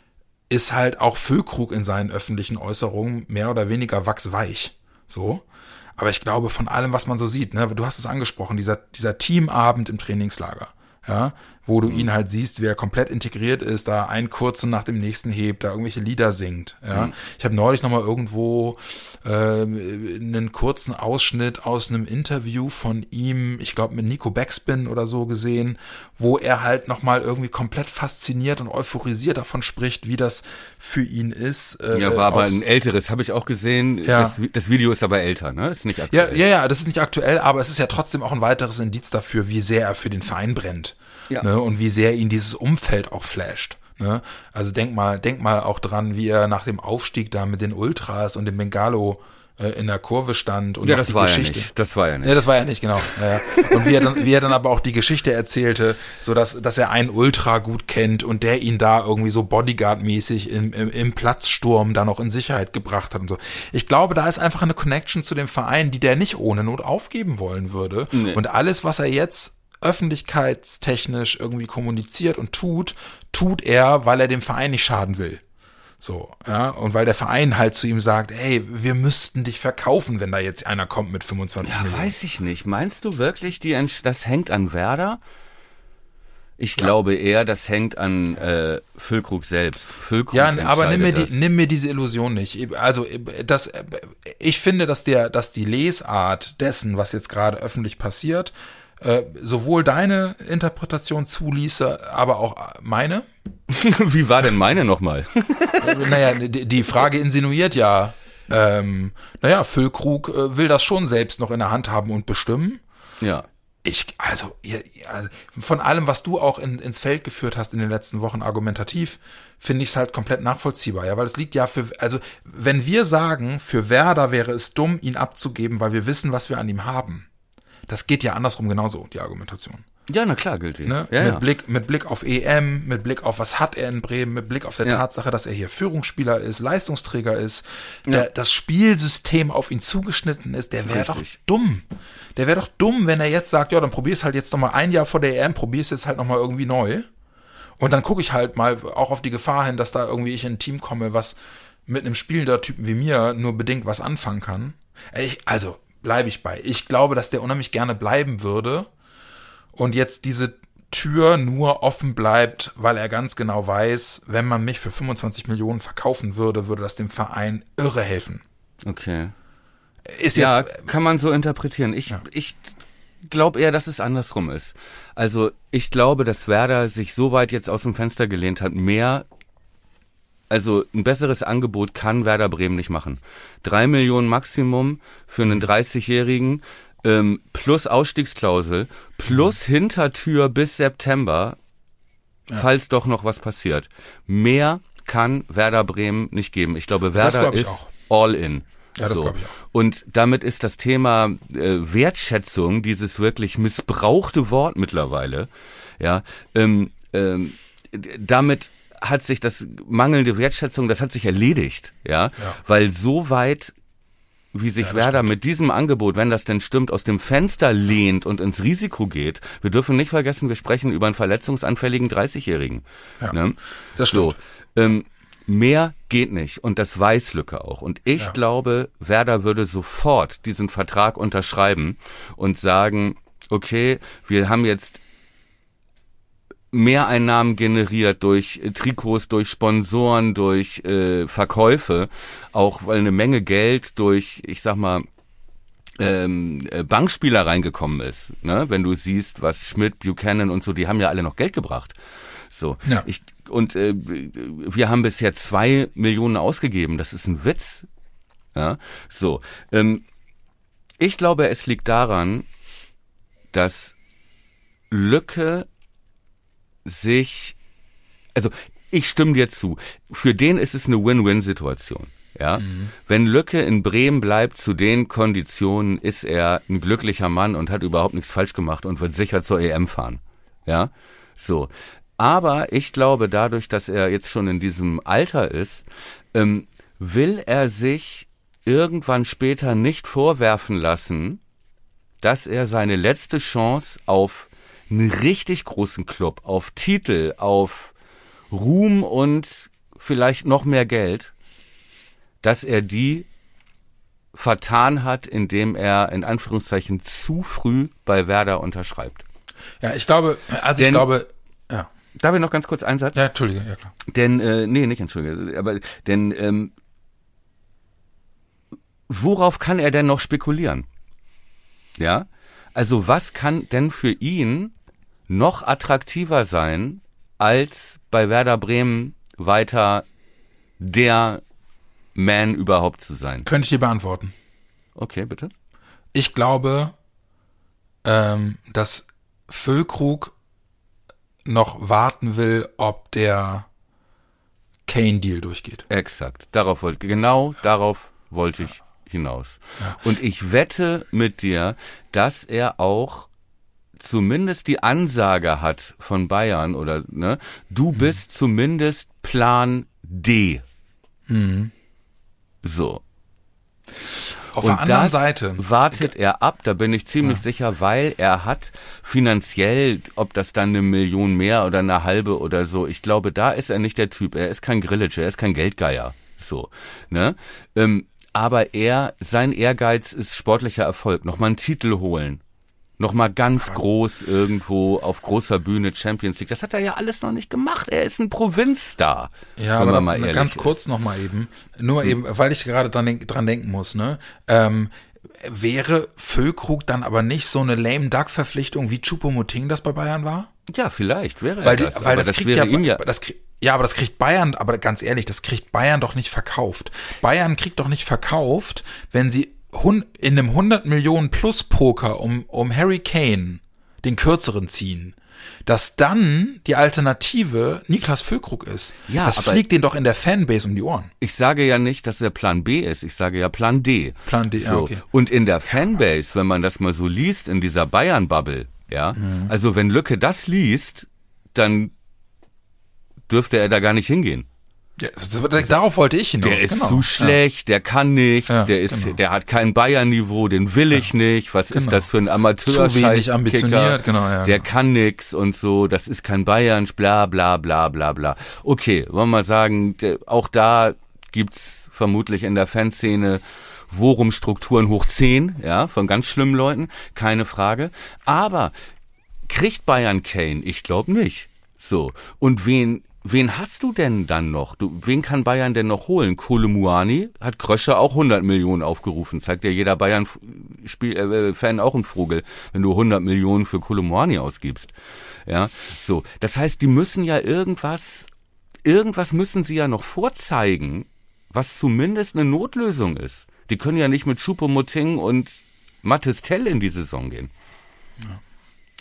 ist halt auch Füllkrug in seinen öffentlichen Äußerungen mehr oder weniger wachsweich, so. Aber ich glaube, von allem, was man so sieht, ne, du hast es angesprochen, dieser, dieser Teamabend im Trainingslager, ja, wo du ihn halt siehst, wie er komplett integriert ist, da einen kurzen nach dem nächsten hebt, da irgendwelche Lieder singt, ja. Mhm. Ich habe neulich nochmal irgendwo äh, einen kurzen Ausschnitt aus einem Interview von ihm, ich glaube mit Nico Backspin oder so gesehen, wo er halt nochmal irgendwie komplett fasziniert und euphorisiert davon spricht, wie das für ihn ist. Äh, ja, war aber ein älteres, habe ich auch gesehen. Ja. Das, das Video ist aber älter, ne? Ist nicht aktuell. Ja, ja, ja, das ist nicht aktuell, aber es ist ja trotzdem auch ein weiteres Indiz dafür, wie sehr er für den Verein brennt. Ja. Ne, und wie sehr ihn dieses Umfeld auch flasht. Ne? Also denk mal, denk mal auch dran, wie er nach dem Aufstieg da mit den Ultras und dem Bengalo äh, in der Kurve stand. Und ja, das die war Geschichte. ja nicht. Das war ja nicht. Ja, das war ja nicht, genau. Ja, ja. Und wie er, dann, wie er dann aber auch die Geschichte erzählte, so dass, dass er einen Ultra gut kennt und der ihn da irgendwie so Bodyguard-mäßig im, im, im Platzsturm da noch in Sicherheit gebracht hat und so. Ich glaube, da ist einfach eine Connection zu dem Verein, die der nicht ohne Not aufgeben wollen würde. Nee. Und alles, was er jetzt öffentlichkeitstechnisch irgendwie kommuniziert und tut, tut er, weil er dem Verein nicht schaden will. So, ja, und weil der Verein halt zu ihm sagt, hey, wir müssten dich verkaufen, wenn da jetzt einer kommt mit fünfundzwanzig ja, Millionen. Weiß ich nicht. Meinst du wirklich, die, das hängt an Werder? Ich ja. glaube eher, das hängt an äh, Füllkrug selbst. Füllkrug ja, aber nimm mir, die, nimm mir diese Illusion nicht. Also das, ich finde, dass der, dass die Lesart dessen, was jetzt gerade öffentlich passiert, Äh, sowohl deine Interpretation zuließe, aber auch meine. Wie war denn meine nochmal? Naja, die, die Frage insinuiert ja, ähm, naja, Füllkrug äh, will das schon selbst noch in der Hand haben und bestimmen. Ja. Ich, also, ja, also von allem, was du auch in, ins Feld geführt hast in den letzten Wochen argumentativ, finde ich es halt komplett nachvollziehbar, ja, weil es liegt ja für, also, wenn wir sagen, für Werder wäre es dumm, ihn abzugeben, weil wir wissen, was wir an ihm haben. Das geht ja andersrum genauso, die Argumentation. Ja, na klar, gilt die. Ne? Ja, mit, ja. Blick, mit Blick auf E M, mit Blick auf, was hat er in Bremen, mit Blick auf der ja. Tatsache, dass er hier Führungsspieler ist, Leistungsträger ist, der, ja. das Spielsystem auf ihn zugeschnitten ist, der wäre doch dumm. Der wäre doch dumm, wenn er jetzt sagt, ja, dann probier's halt jetzt noch mal ein Jahr vor der E M, probier's jetzt halt noch mal irgendwie neu. Und dann gucke ich halt mal auch auf die Gefahr hin, dass da irgendwie ich in ein Team komme, was mit einem spielender Typen wie mir nur bedingt was anfangen kann. Ich, also, bleibe ich bei. Ich glaube, dass der unheimlich gerne bleiben würde und jetzt diese Tür nur offen bleibt, weil er ganz genau weiß, wenn man mich für fünfundzwanzig Millionen verkaufen würde, würde das dem Verein irre helfen. Okay. Ist ja, jetzt, kann man so interpretieren. Ich, ja. ich glaube eher, dass es andersrum ist. Also ich glaube, dass Werder sich so weit jetzt aus dem Fenster gelehnt hat, mehr Also ein besseres Angebot kann Werder Bremen nicht machen. Drei Millionen Maximum für einen dreißigjährigen ähm, plus Ausstiegsklausel plus mhm. Hintertür bis September, ja. falls doch noch was passiert. Mehr kann Werder Bremen nicht geben. Ich glaube, Werder glaub ich ist auch. all in. Ja, das so. glaube ich auch. Und damit ist das Thema äh, Wertschätzung, dieses wirklich missbrauchte Wort mittlerweile, ja, ähm, ähm, damit hat sich das mangelnde Wertschätzung, das hat sich erledigt, ja, ja. Weil so weit, wie sich ja, Werder stimmt. mit diesem Angebot, wenn das denn stimmt, aus dem Fenster lehnt und ins Risiko geht, wir dürfen nicht vergessen, wir sprechen über einen verletzungsanfälligen dreißigjährigen. Ja, ne? Das stimmt. So, ähm, mehr geht nicht und das weiß Lücke auch. Und ich ja. glaube, Werder würde sofort diesen Vertrag unterschreiben und sagen, okay, wir haben jetzt Mehreinnahmen generiert durch äh, Trikots, durch Sponsoren, durch äh, Verkäufe, auch weil eine Menge Geld durch, ich sag mal, ähm, äh, Bankspieler reingekommen ist. Ne? Wenn du siehst, was Schmidt, Buchanan und so, die haben ja alle noch Geld gebracht. So, ja. ich und äh, wir haben bisher zwei Millionen ausgegeben. Das ist ein Witz. Ja, so. Ähm, ich glaube, es liegt daran, dass Lücke sich, also ich stimme dir zu. Für den ist es eine Win-Win-Situation. Ja, mhm. Wenn Lücke in Bremen bleibt, zu den Konditionen ist er ein glücklicher Mann und hat überhaupt nichts falsch gemacht und wird sicher zur E M fahren. Ja, so. Aber ich glaube, dadurch, dass er jetzt schon in diesem Alter ist, ähm, will er sich irgendwann später nicht vorwerfen lassen, dass er seine letzte Chance auf einen richtig großen Club, auf Titel, auf Ruhm und vielleicht noch mehr Geld, dass er die vertan hat, indem er in Anführungszeichen zu früh bei Werder unterschreibt. Ja, ich glaube, also Denn, ich glaube, ja. Darf ich noch ganz kurz einen Satz? Ja, Entschuldige, ja klar. Denn, äh, nee, nicht Entschuldige, aber, denn, ähm, worauf kann er denn noch spekulieren? Ja? Also, was kann denn für ihn noch attraktiver sein, als bei Werder Bremen weiter der Man überhaupt zu sein? Könnte ich dir beantworten. Okay, bitte. Ich glaube, ähm, dass Füllkrug noch warten will, ob der Kane-Deal durchgeht. Exakt. Darauf wollte, genau darauf wollte ich hinaus. Ja. Und ich wette mit dir, dass er auch zumindest die Ansage hat von Bayern oder, ne, du mhm. bist zumindest Plan D. Mhm. So. Auf und der anderen das Seite wartet er ab, da bin ich ziemlich ja. sicher, weil er hat finanziell, ob das dann eine Million mehr oder eine halbe oder so, ich glaube, da ist er nicht der Typ, er ist kein Grillitsch, er ist kein Geldgeier, so, ne, ähm, aber er, sein Ehrgeiz ist sportlicher Erfolg, nochmal einen Titel holen, nochmal ganz groß irgendwo auf großer Bühne Champions League. Das hat er ja alles noch nicht gemacht. Er ist ein Provinzstar. Ja, aber mal ganz kurz nochmal eben, nur hm. eben, weil ich gerade dran, dran denken muss, ne, ähm, wäre Füllkrug dann aber nicht so eine lame Duck Verpflichtung wie Choupo-Moting das bei Bayern war? Ja, vielleicht wäre weil er das. Die, weil aber das, das wäre ja, ihm ja. Das krieg, ja, aber das kriegt Bayern, aber ganz ehrlich, das kriegt Bayern doch nicht verkauft. Bayern kriegt doch nicht verkauft, wenn sie in einem hundert Millionen plus Poker um, um Harry Kane, den kürzeren, ziehen, dass dann die Alternative Niklas Füllkrug ist. Ja, das fliegt denen doch in der Fanbase um die Ohren. Ich sage ja nicht, dass er Plan B ist, ich sage ja Plan D. Plan D, so. ja, okay. Und in der Fanbase, wenn man das mal so liest, in dieser Bayern-Bubble, ja, mhm. also wenn Lücke das liest, dann dürfte er da gar nicht hingehen. Ja, darauf wollte ich hinaus. Der ist genau. zu schlecht, ja. der kann nichts, ja, der ist, genau. der hat kein Bayern-Niveau, den will ich ja. nicht. Was genau. ist das für ein Amateur? Zu wenig ambitioniert, genau, ja. Der kann nix und so, das ist kein Bayern, bla bla bla bla bla. Okay, wollen wir mal sagen, der, auch da gibt's vermutlich in der Fanszene Worum-Strukturen hoch zehn, ja, von ganz schlimmen Leuten, keine Frage. Aber kriegt Bayern Kane? Ich glaube nicht. So. Und wen Wen hast du denn dann noch? Du, wen kann Bayern denn noch holen? Kolomuani hat Krösche auch hundert Millionen aufgerufen. Zeigt ja jeder Bayern-Fan äh, auch ein Vogel, wenn du hundert Millionen für Kolomuani ausgibst. Ja, so. Das heißt, die müssen ja irgendwas, irgendwas müssen sie ja noch vorzeigen, was zumindest eine Notlösung ist. Die können ja nicht mit Choupo-Moting und Mathys Tel in die Saison gehen. Ja.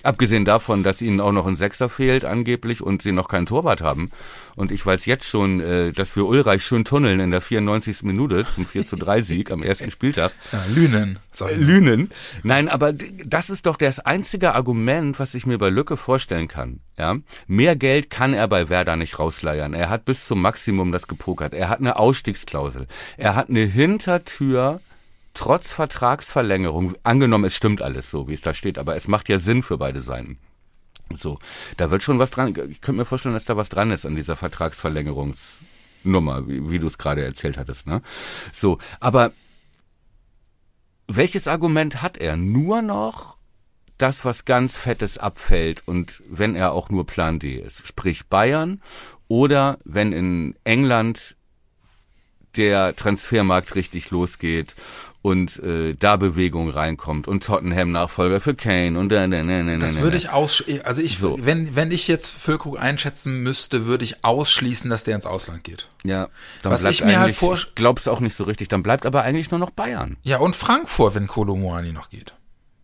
Abgesehen davon, dass ihnen auch noch ein Sechser fehlt angeblich und sie noch keinen Torwart haben. Und ich weiß jetzt schon, äh, dass wir Ulreich schön tunneln in der vierundneunzigsten Minute zum vier zu drei Sieg am ersten Spieltag. Ja, Lünen. Äh, Lünen. Nein, aber das ist doch das einzige Argument, was ich mir bei Lücke vorstellen kann. Ja, mehr Geld kann er bei Werder nicht rausleiern. Er hat bis zum Maximum das gepokert. Er hat eine Ausstiegsklausel. Er hat eine Hintertür. Trotz Vertragsverlängerung, angenommen, es stimmt alles so, wie es da steht, aber es macht ja Sinn für beide Seiten. So, da wird schon was dran, ich könnte mir vorstellen, dass da was dran ist an dieser Vertragsverlängerungsnummer, wie, wie du es gerade erzählt hattest, ne? So, aber welches Argument hat er? Nur noch das, was ganz Fettes abfällt und wenn er auch nur Plan D ist, sprich Bayern oder wenn in England der Transfermarkt richtig losgeht und äh, da Bewegung reinkommt und Tottenham Nachfolger für Kane und da, da, da, da, das würde ich aus also ich so. wenn wenn ich jetzt Füllkrug einschätzen müsste, würde ich ausschließen, dass der ins Ausland geht. Ja, dann was bleibt ich mir halt vor glaubst auch nicht so richtig, dann bleibt aber eigentlich nur noch Bayern. Ja, und Frankfurt, wenn Kolo Muani noch geht.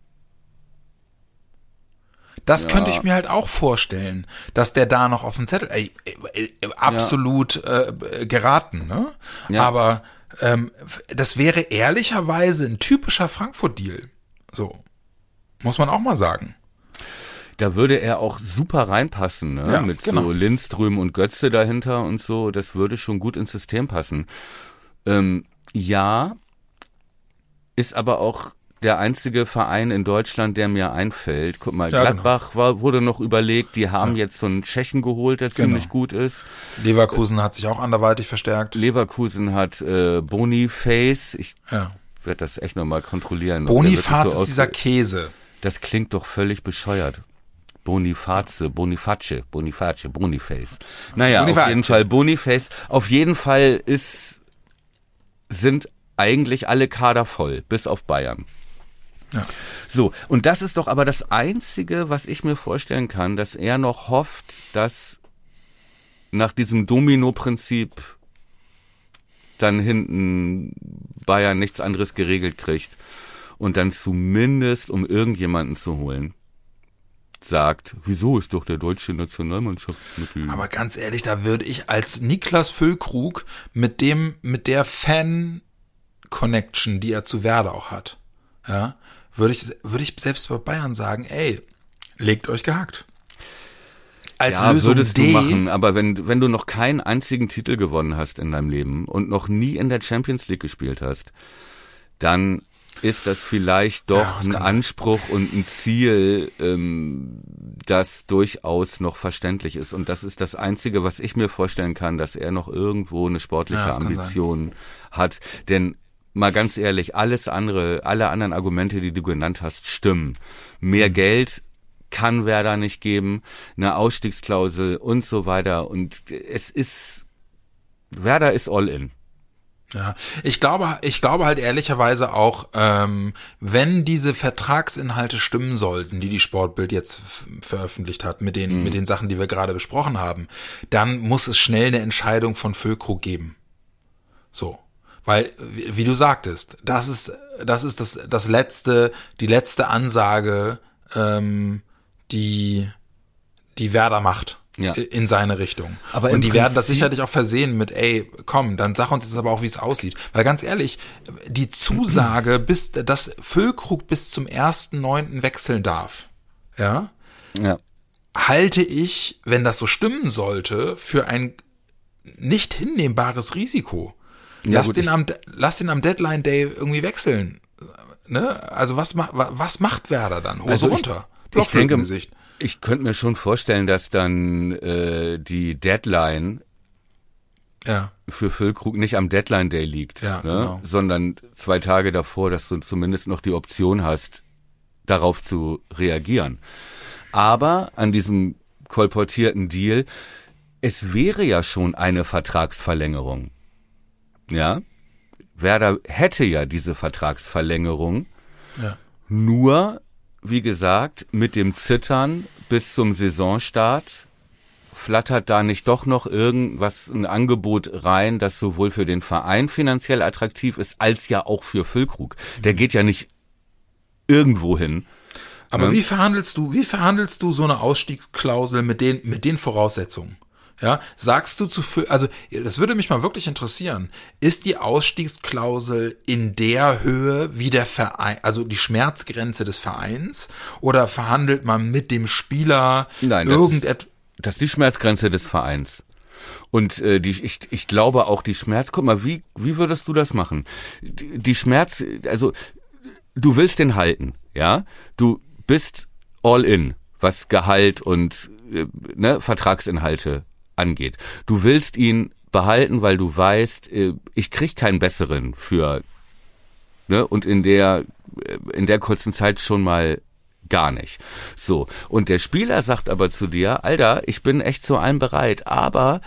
Das ja. könnte ich mir halt auch vorstellen, dass der da noch auf dem Zettel, ey, ey, ey, absolut ja. äh, geraten, ne? Ja. Aber ähm, das wäre ehrlicherweise ein typischer Frankfurt-Deal. So. Muss man auch mal sagen. Da würde er auch super reinpassen, ne? Ja, mit genau. so Lindström und Götze dahinter und so. Das würde schon gut ins System passen. Ähm, ja, ist aber auch der einzige Verein in Deutschland, der mir einfällt. Guck mal, ja, Gladbach genau. war, wurde noch überlegt, die haben ja. jetzt so einen Tschechen geholt, der genau. ziemlich gut ist. Leverkusen hat sich auch anderweitig verstärkt. Leverkusen hat äh, Boniface. Ich ja. werde das echt nochmal kontrollieren. Boniface so ist dieser Käse. Das klingt doch völlig bescheuert. Boniface, Boniface, Boniface, Boniface. Naja, Boniface. Auf jeden Fall Boniface. Auf jeden Fall ist, sind eigentlich alle Kader voll, bis auf Bayern. Ja. So, und das ist doch aber das Einzige, was ich mir vorstellen kann, dass er noch hofft, dass nach diesem Domino-Prinzip dann hinten Bayern nichts anderes geregelt kriegt und dann zumindest, um irgendjemanden zu holen, sagt, wieso ist doch der deutsche Nationalmannschaftsmittel. Aber ganz ehrlich, da würde ich als Niklas Füllkrug mit dem, mit der Fan-Connection, die er zu Werder auch hat, ja, würde ich, würde ich selbst bei Bayern sagen, ey, legt euch gehackt. Als ja, Lösung würdest D, du machen, aber wenn, wenn du noch keinen einzigen Titel gewonnen hast in deinem Leben und noch nie in der Champions League gespielt hast, dann ist das vielleicht doch ja, ein Anspruch sein. Und ein Ziel, ähm, das durchaus noch verständlich ist. Und das ist das Einzige, was ich mir vorstellen kann, dass er noch irgendwo eine sportliche ja, Ambition hat. Denn mal ganz ehrlich, alles andere, alle anderen Argumente, die du genannt hast, stimmen. Mehr mhm. Geld kann Werder nicht geben, eine Ausstiegsklausel und so weiter. Und es ist, Werder ist all in. Ja, ich glaube, ich glaube halt ehrlicherweise auch, ähm, wenn diese Vertragsinhalte stimmen sollten, die die Sportbild jetzt f- veröffentlicht hat, mit den, mhm. mit den Sachen, die wir gerade besprochen haben, dann muss es schnell eine Entscheidung von Füllkrug geben. So. Weil, wie, wie du sagtest, das ist, das ist das, das letzte, die letzte Ansage, ähm, die, die Werder macht. Ja. In seine Richtung. Aber und die Prinzip werden das sicherlich auch versehen mit, ey, komm, dann sag uns jetzt aber auch, wie es aussieht. Weil ganz ehrlich, die Zusage, bis, dass Füllkrug bis zum ersten neunten wechseln darf, ja, ja, halte ich, wenn das so stimmen sollte, für ein nicht hinnehmbares Risiko. Ja, lass, gut, den am, lass den am Deadline Day irgendwie wechseln. Ne? Also was, ma, was macht Werder dann? Hose also runter. Ich, ich denke, Gesicht. Ich könnte mir schon vorstellen, dass dann äh, die Deadline ja. für Füllkrug nicht am Deadline Day liegt, ja, ne? Genau. Sondern zwei Tage davor, dass du zumindest noch die Option hast, darauf zu reagieren. Aber an diesem kolportierten Deal, es wäre ja schon eine Vertragsverlängerung. Ja, Werder hätte ja diese Vertragsverlängerung, ja. nur wie gesagt, mit dem Zittern bis zum Saisonstart flattert da nicht doch noch irgendwas, ein Angebot rein, das sowohl für den Verein finanziell attraktiv ist, als ja auch für Füllkrug. Der geht ja nicht irgendwo hin, Aber ne? wie verhandelst du, wie verhandelst du so eine Ausstiegsklausel mit den, mit den Voraussetzungen? Ja, sagst du zu, also das würde mich mal wirklich interessieren, ist die Ausstiegsklausel in der Höhe wie der Verein, also die Schmerzgrenze des Vereins, oder verhandelt man mit dem Spieler irgendetwas? Das ist die Schmerzgrenze des Vereins. Und äh, die, ich, ich glaube auch die Schmerz, guck mal, wie, wie würdest du das machen? Die, die Schmerz, also du willst den halten, ja? Du bist all in, was Gehalt und äh, ne, Vertragsinhalte angeht. Du willst ihn behalten, weil du weißt, äh, ich krieg keinen besseren für, ne, und in der, in der kurzen Zeit schon mal gar nicht. So. Und der Spieler sagt aber zu dir, Alter, ich bin echt zu allem bereit, aber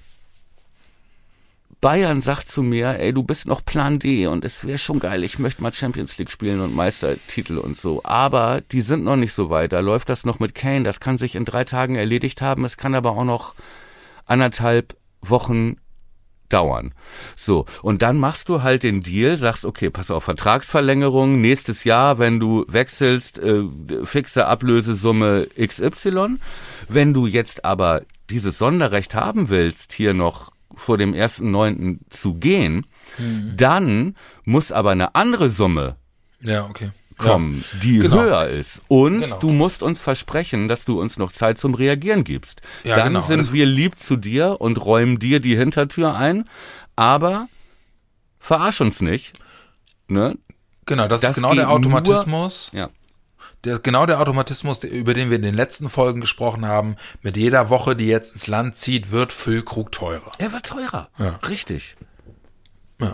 Bayern sagt zu mir, ey, du bist noch Plan D und es wäre schon geil, ich möchte mal Champions League spielen und Meistertitel und so, aber die sind noch nicht so weit, da läuft das noch mit Kane, das kann sich in drei Tagen erledigt haben, es kann aber auch noch anderthalb Wochen dauern. So, und dann machst du halt den Deal, sagst, okay, pass auf, Vertragsverlängerung, nächstes Jahr, wenn du wechselst, äh, fixe Ablösesumme X Y. Wenn du jetzt aber dieses Sonderrecht haben willst, hier noch vor dem ersten Neunten zu gehen, mhm. dann muss aber eine andere Summe ja, okay. kommen, ja. die genau. höher ist. Und genau. du musst uns versprechen, dass du uns noch Zeit zum Reagieren gibst. Ja, Dann genau. sind das wir lieb zu dir und räumen dir die Hintertür ein, aber verarsch uns nicht. Ne? Genau, das, das ist genau der Automatismus. Nur, ja. Der, genau der Automatismus, der, über den wir in den letzten Folgen gesprochen haben. Mit jeder Woche, die jetzt ins Land zieht, wird Füllkrug teurer. Er wird teurer. Ja. Richtig. Ja.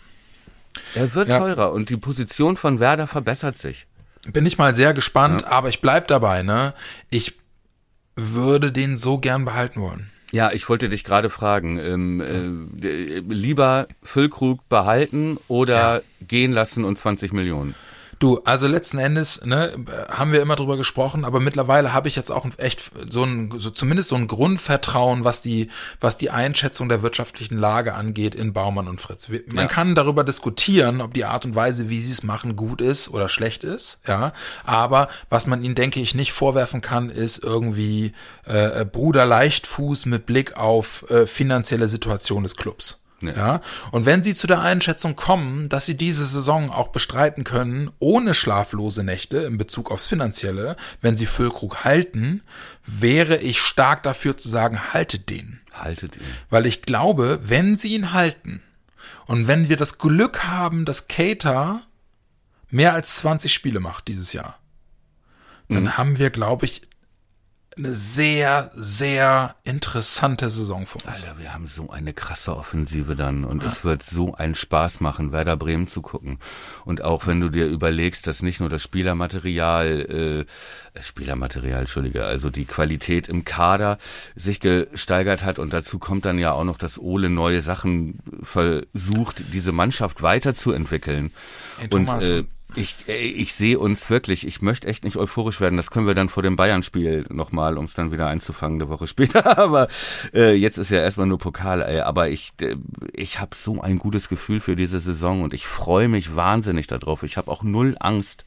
Er wird ja. teurer und die Position von Werder verbessert sich. Bin ich mal sehr gespannt, ja. aber ich bleib dabei, ne? Ich würde den so gern behalten wollen. Ja, ich wollte dich gerade fragen, ähm, äh, lieber Füllkrug behalten oder ja. gehen lassen und zwanzig Millionen? Du, also letzten Endes, ne, haben wir immer drüber gesprochen, aber mittlerweile habe ich jetzt auch echt so ein, so zumindest so ein Grundvertrauen, was die, was die Einschätzung der wirtschaftlichen Lage angeht in Baumann und Fritz. Man ja. kann darüber diskutieren, ob die Art und Weise, wie sie es machen, gut ist oder schlecht ist, ja. Aber was man ihnen, denke ich, nicht vorwerfen kann, ist irgendwie äh, Bruder Leichtfuß mit Blick auf äh, finanzielle Situation des Clubs. Nee. Ja, und wenn sie zu der Einschätzung kommen, dass sie diese Saison auch bestreiten können, ohne schlaflose Nächte in Bezug aufs Finanzielle, wenn sie Füllkrug halten, wäre ich stark dafür zu sagen, haltet den. Haltet ihn. Weil ich glaube, wenn sie ihn halten und wenn wir das Glück haben, dass Keita mehr als zwanzig Spiele macht dieses Jahr, dann mhm. haben wir, glaube ich, eine sehr, sehr interessante Saison für uns. Alter, wir haben so eine krasse Offensive dann und ja. es wird so einen Spaß machen, Werder Bremen zu gucken. Und auch wenn du dir überlegst, dass nicht nur das Spielermaterial, äh, Spielermaterial, Entschuldige, also die Qualität im Kader sich gesteigert hat und dazu kommt dann ja auch noch, dass Ole neue Sachen versucht, diese Mannschaft weiterzuentwickeln. Hey, Thomas, und äh, Ich, ich sehe uns wirklich, ich möchte echt nicht euphorisch werden, das können wir dann vor dem Bayern-Spiel nochmal, um es dann wieder einzufangen, eine Woche später, aber äh, jetzt ist ja erstmal nur Pokal, ey, aber ich ich habe so ein gutes Gefühl für diese Saison und ich freue mich wahnsinnig darauf, ich habe auch null Angst.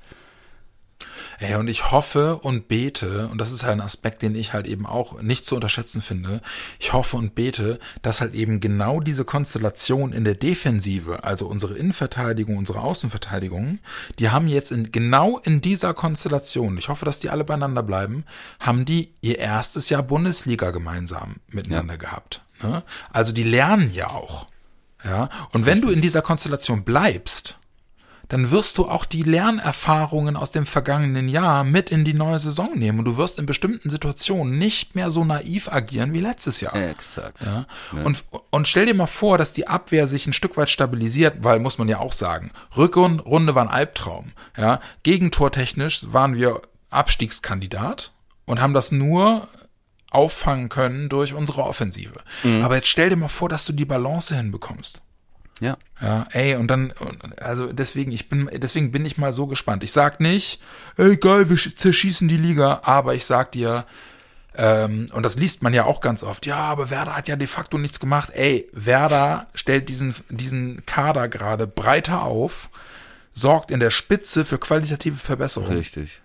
Ja, und ich hoffe und bete, und das ist halt ein Aspekt, den ich halt eben auch nicht zu unterschätzen finde, ich hoffe und bete, dass halt eben genau diese Konstellation in der Defensive, also unsere Innenverteidigung, unsere Außenverteidigung, die haben jetzt in, genau in dieser Konstellation, ich hoffe, dass die alle beieinander bleiben, haben die ihr erstes Jahr Bundesliga gemeinsam miteinander ja. gehabt. Ne? Also die lernen ja auch. Ja, und wenn du in dieser Konstellation bleibst, dann wirst du auch die Lernerfahrungen aus dem vergangenen Jahr mit in die neue Saison nehmen und du wirst in bestimmten Situationen nicht mehr so naiv agieren wie letztes Jahr. Exakt. Ja? Ja. Und, und stell dir mal vor, dass die Abwehr sich ein Stück weit stabilisiert, weil, muss man ja auch sagen, Rückrunde war ein Albtraum. Ja? Gegentortechnisch waren wir Abstiegskandidat und haben das nur auffangen können durch unsere Offensive. Mhm. Aber jetzt stell dir mal vor, dass du die Balance hinbekommst. Ja. Ja, ey, und dann, also deswegen, ich bin, deswegen bin ich mal so gespannt. Ich sag nicht, ey, geil, wir zerschießen die Liga, aber ich sag dir, ähm, und das liest man ja auch ganz oft, ja, aber Werder hat ja de facto nichts gemacht. Ey, Werder stellt diesen, diesen Kader gerade breiter auf, sorgt in der Spitze für qualitative Verbesserungen. Richtig.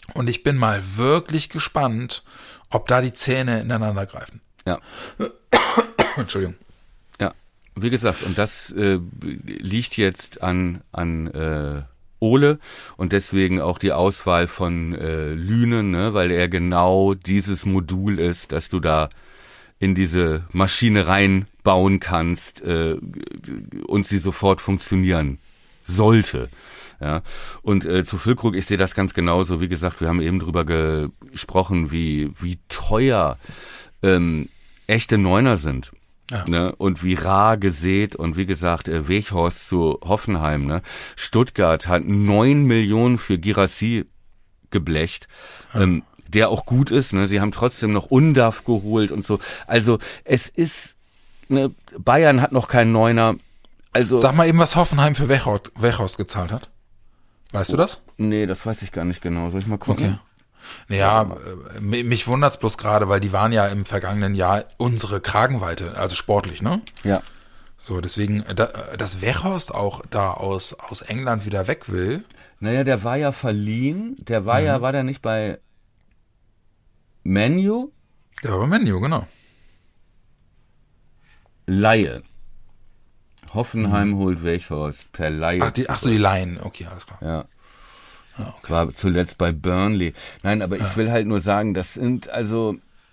Und ich bin mal wirklich gespannt, ob da die Zähne ineinander greifen. Ja. Entschuldigung. Ja, wie gesagt, und das äh, liegt jetzt an, an äh, Ole und deswegen auch die Auswahl von äh, Lünen, ne, weil er genau dieses Modul ist, dass du da in diese Maschine reinbauen kannst äh, und sie sofort funktionieren sollte. Ja, und äh, zu Füllkrug, ich sehe das ganz genauso. Wie gesagt, wir haben eben drüber ge- gesprochen, wie wie teuer ähm, echte Neuner sind. Ja. Ne? Und wie rar gesät und wie gesagt, äh, Weghorst zu Hoffenheim. Ne? Stuttgart hat neun Millionen für Girassi geblecht. Ja. Ähm, der auch gut ist, ne? Sie haben trotzdem noch Undav geholt und so. Also es ist, ne, Bayern hat noch keinen Neuner. Also sag mal eben, was Hoffenheim für Weghorst, Weghorst gezahlt hat. Weißt oh, du das? Nee, das weiß ich gar nicht genau. Soll ich mal gucken? Okay. Naja, äh, mich wundert's bloß gerade, weil die waren ja im vergangenen Jahr unsere Kragenweite, also sportlich, ne? Ja. So, deswegen, da, dass Weghorst auch da aus, aus England wieder weg will. Naja, der war ja verliehen. Der war mhm. ja, war der nicht bei Menu? Der war bei Menu, genau. Laie. Hoffenheim mhm. holt Weghorst per Laie. Ach, die, ach so, die Laien. Okay, alles klar. Ja. Ah, okay. War zuletzt bei Burnley. Nein, aber ich ja. will halt nur sagen, das sind also...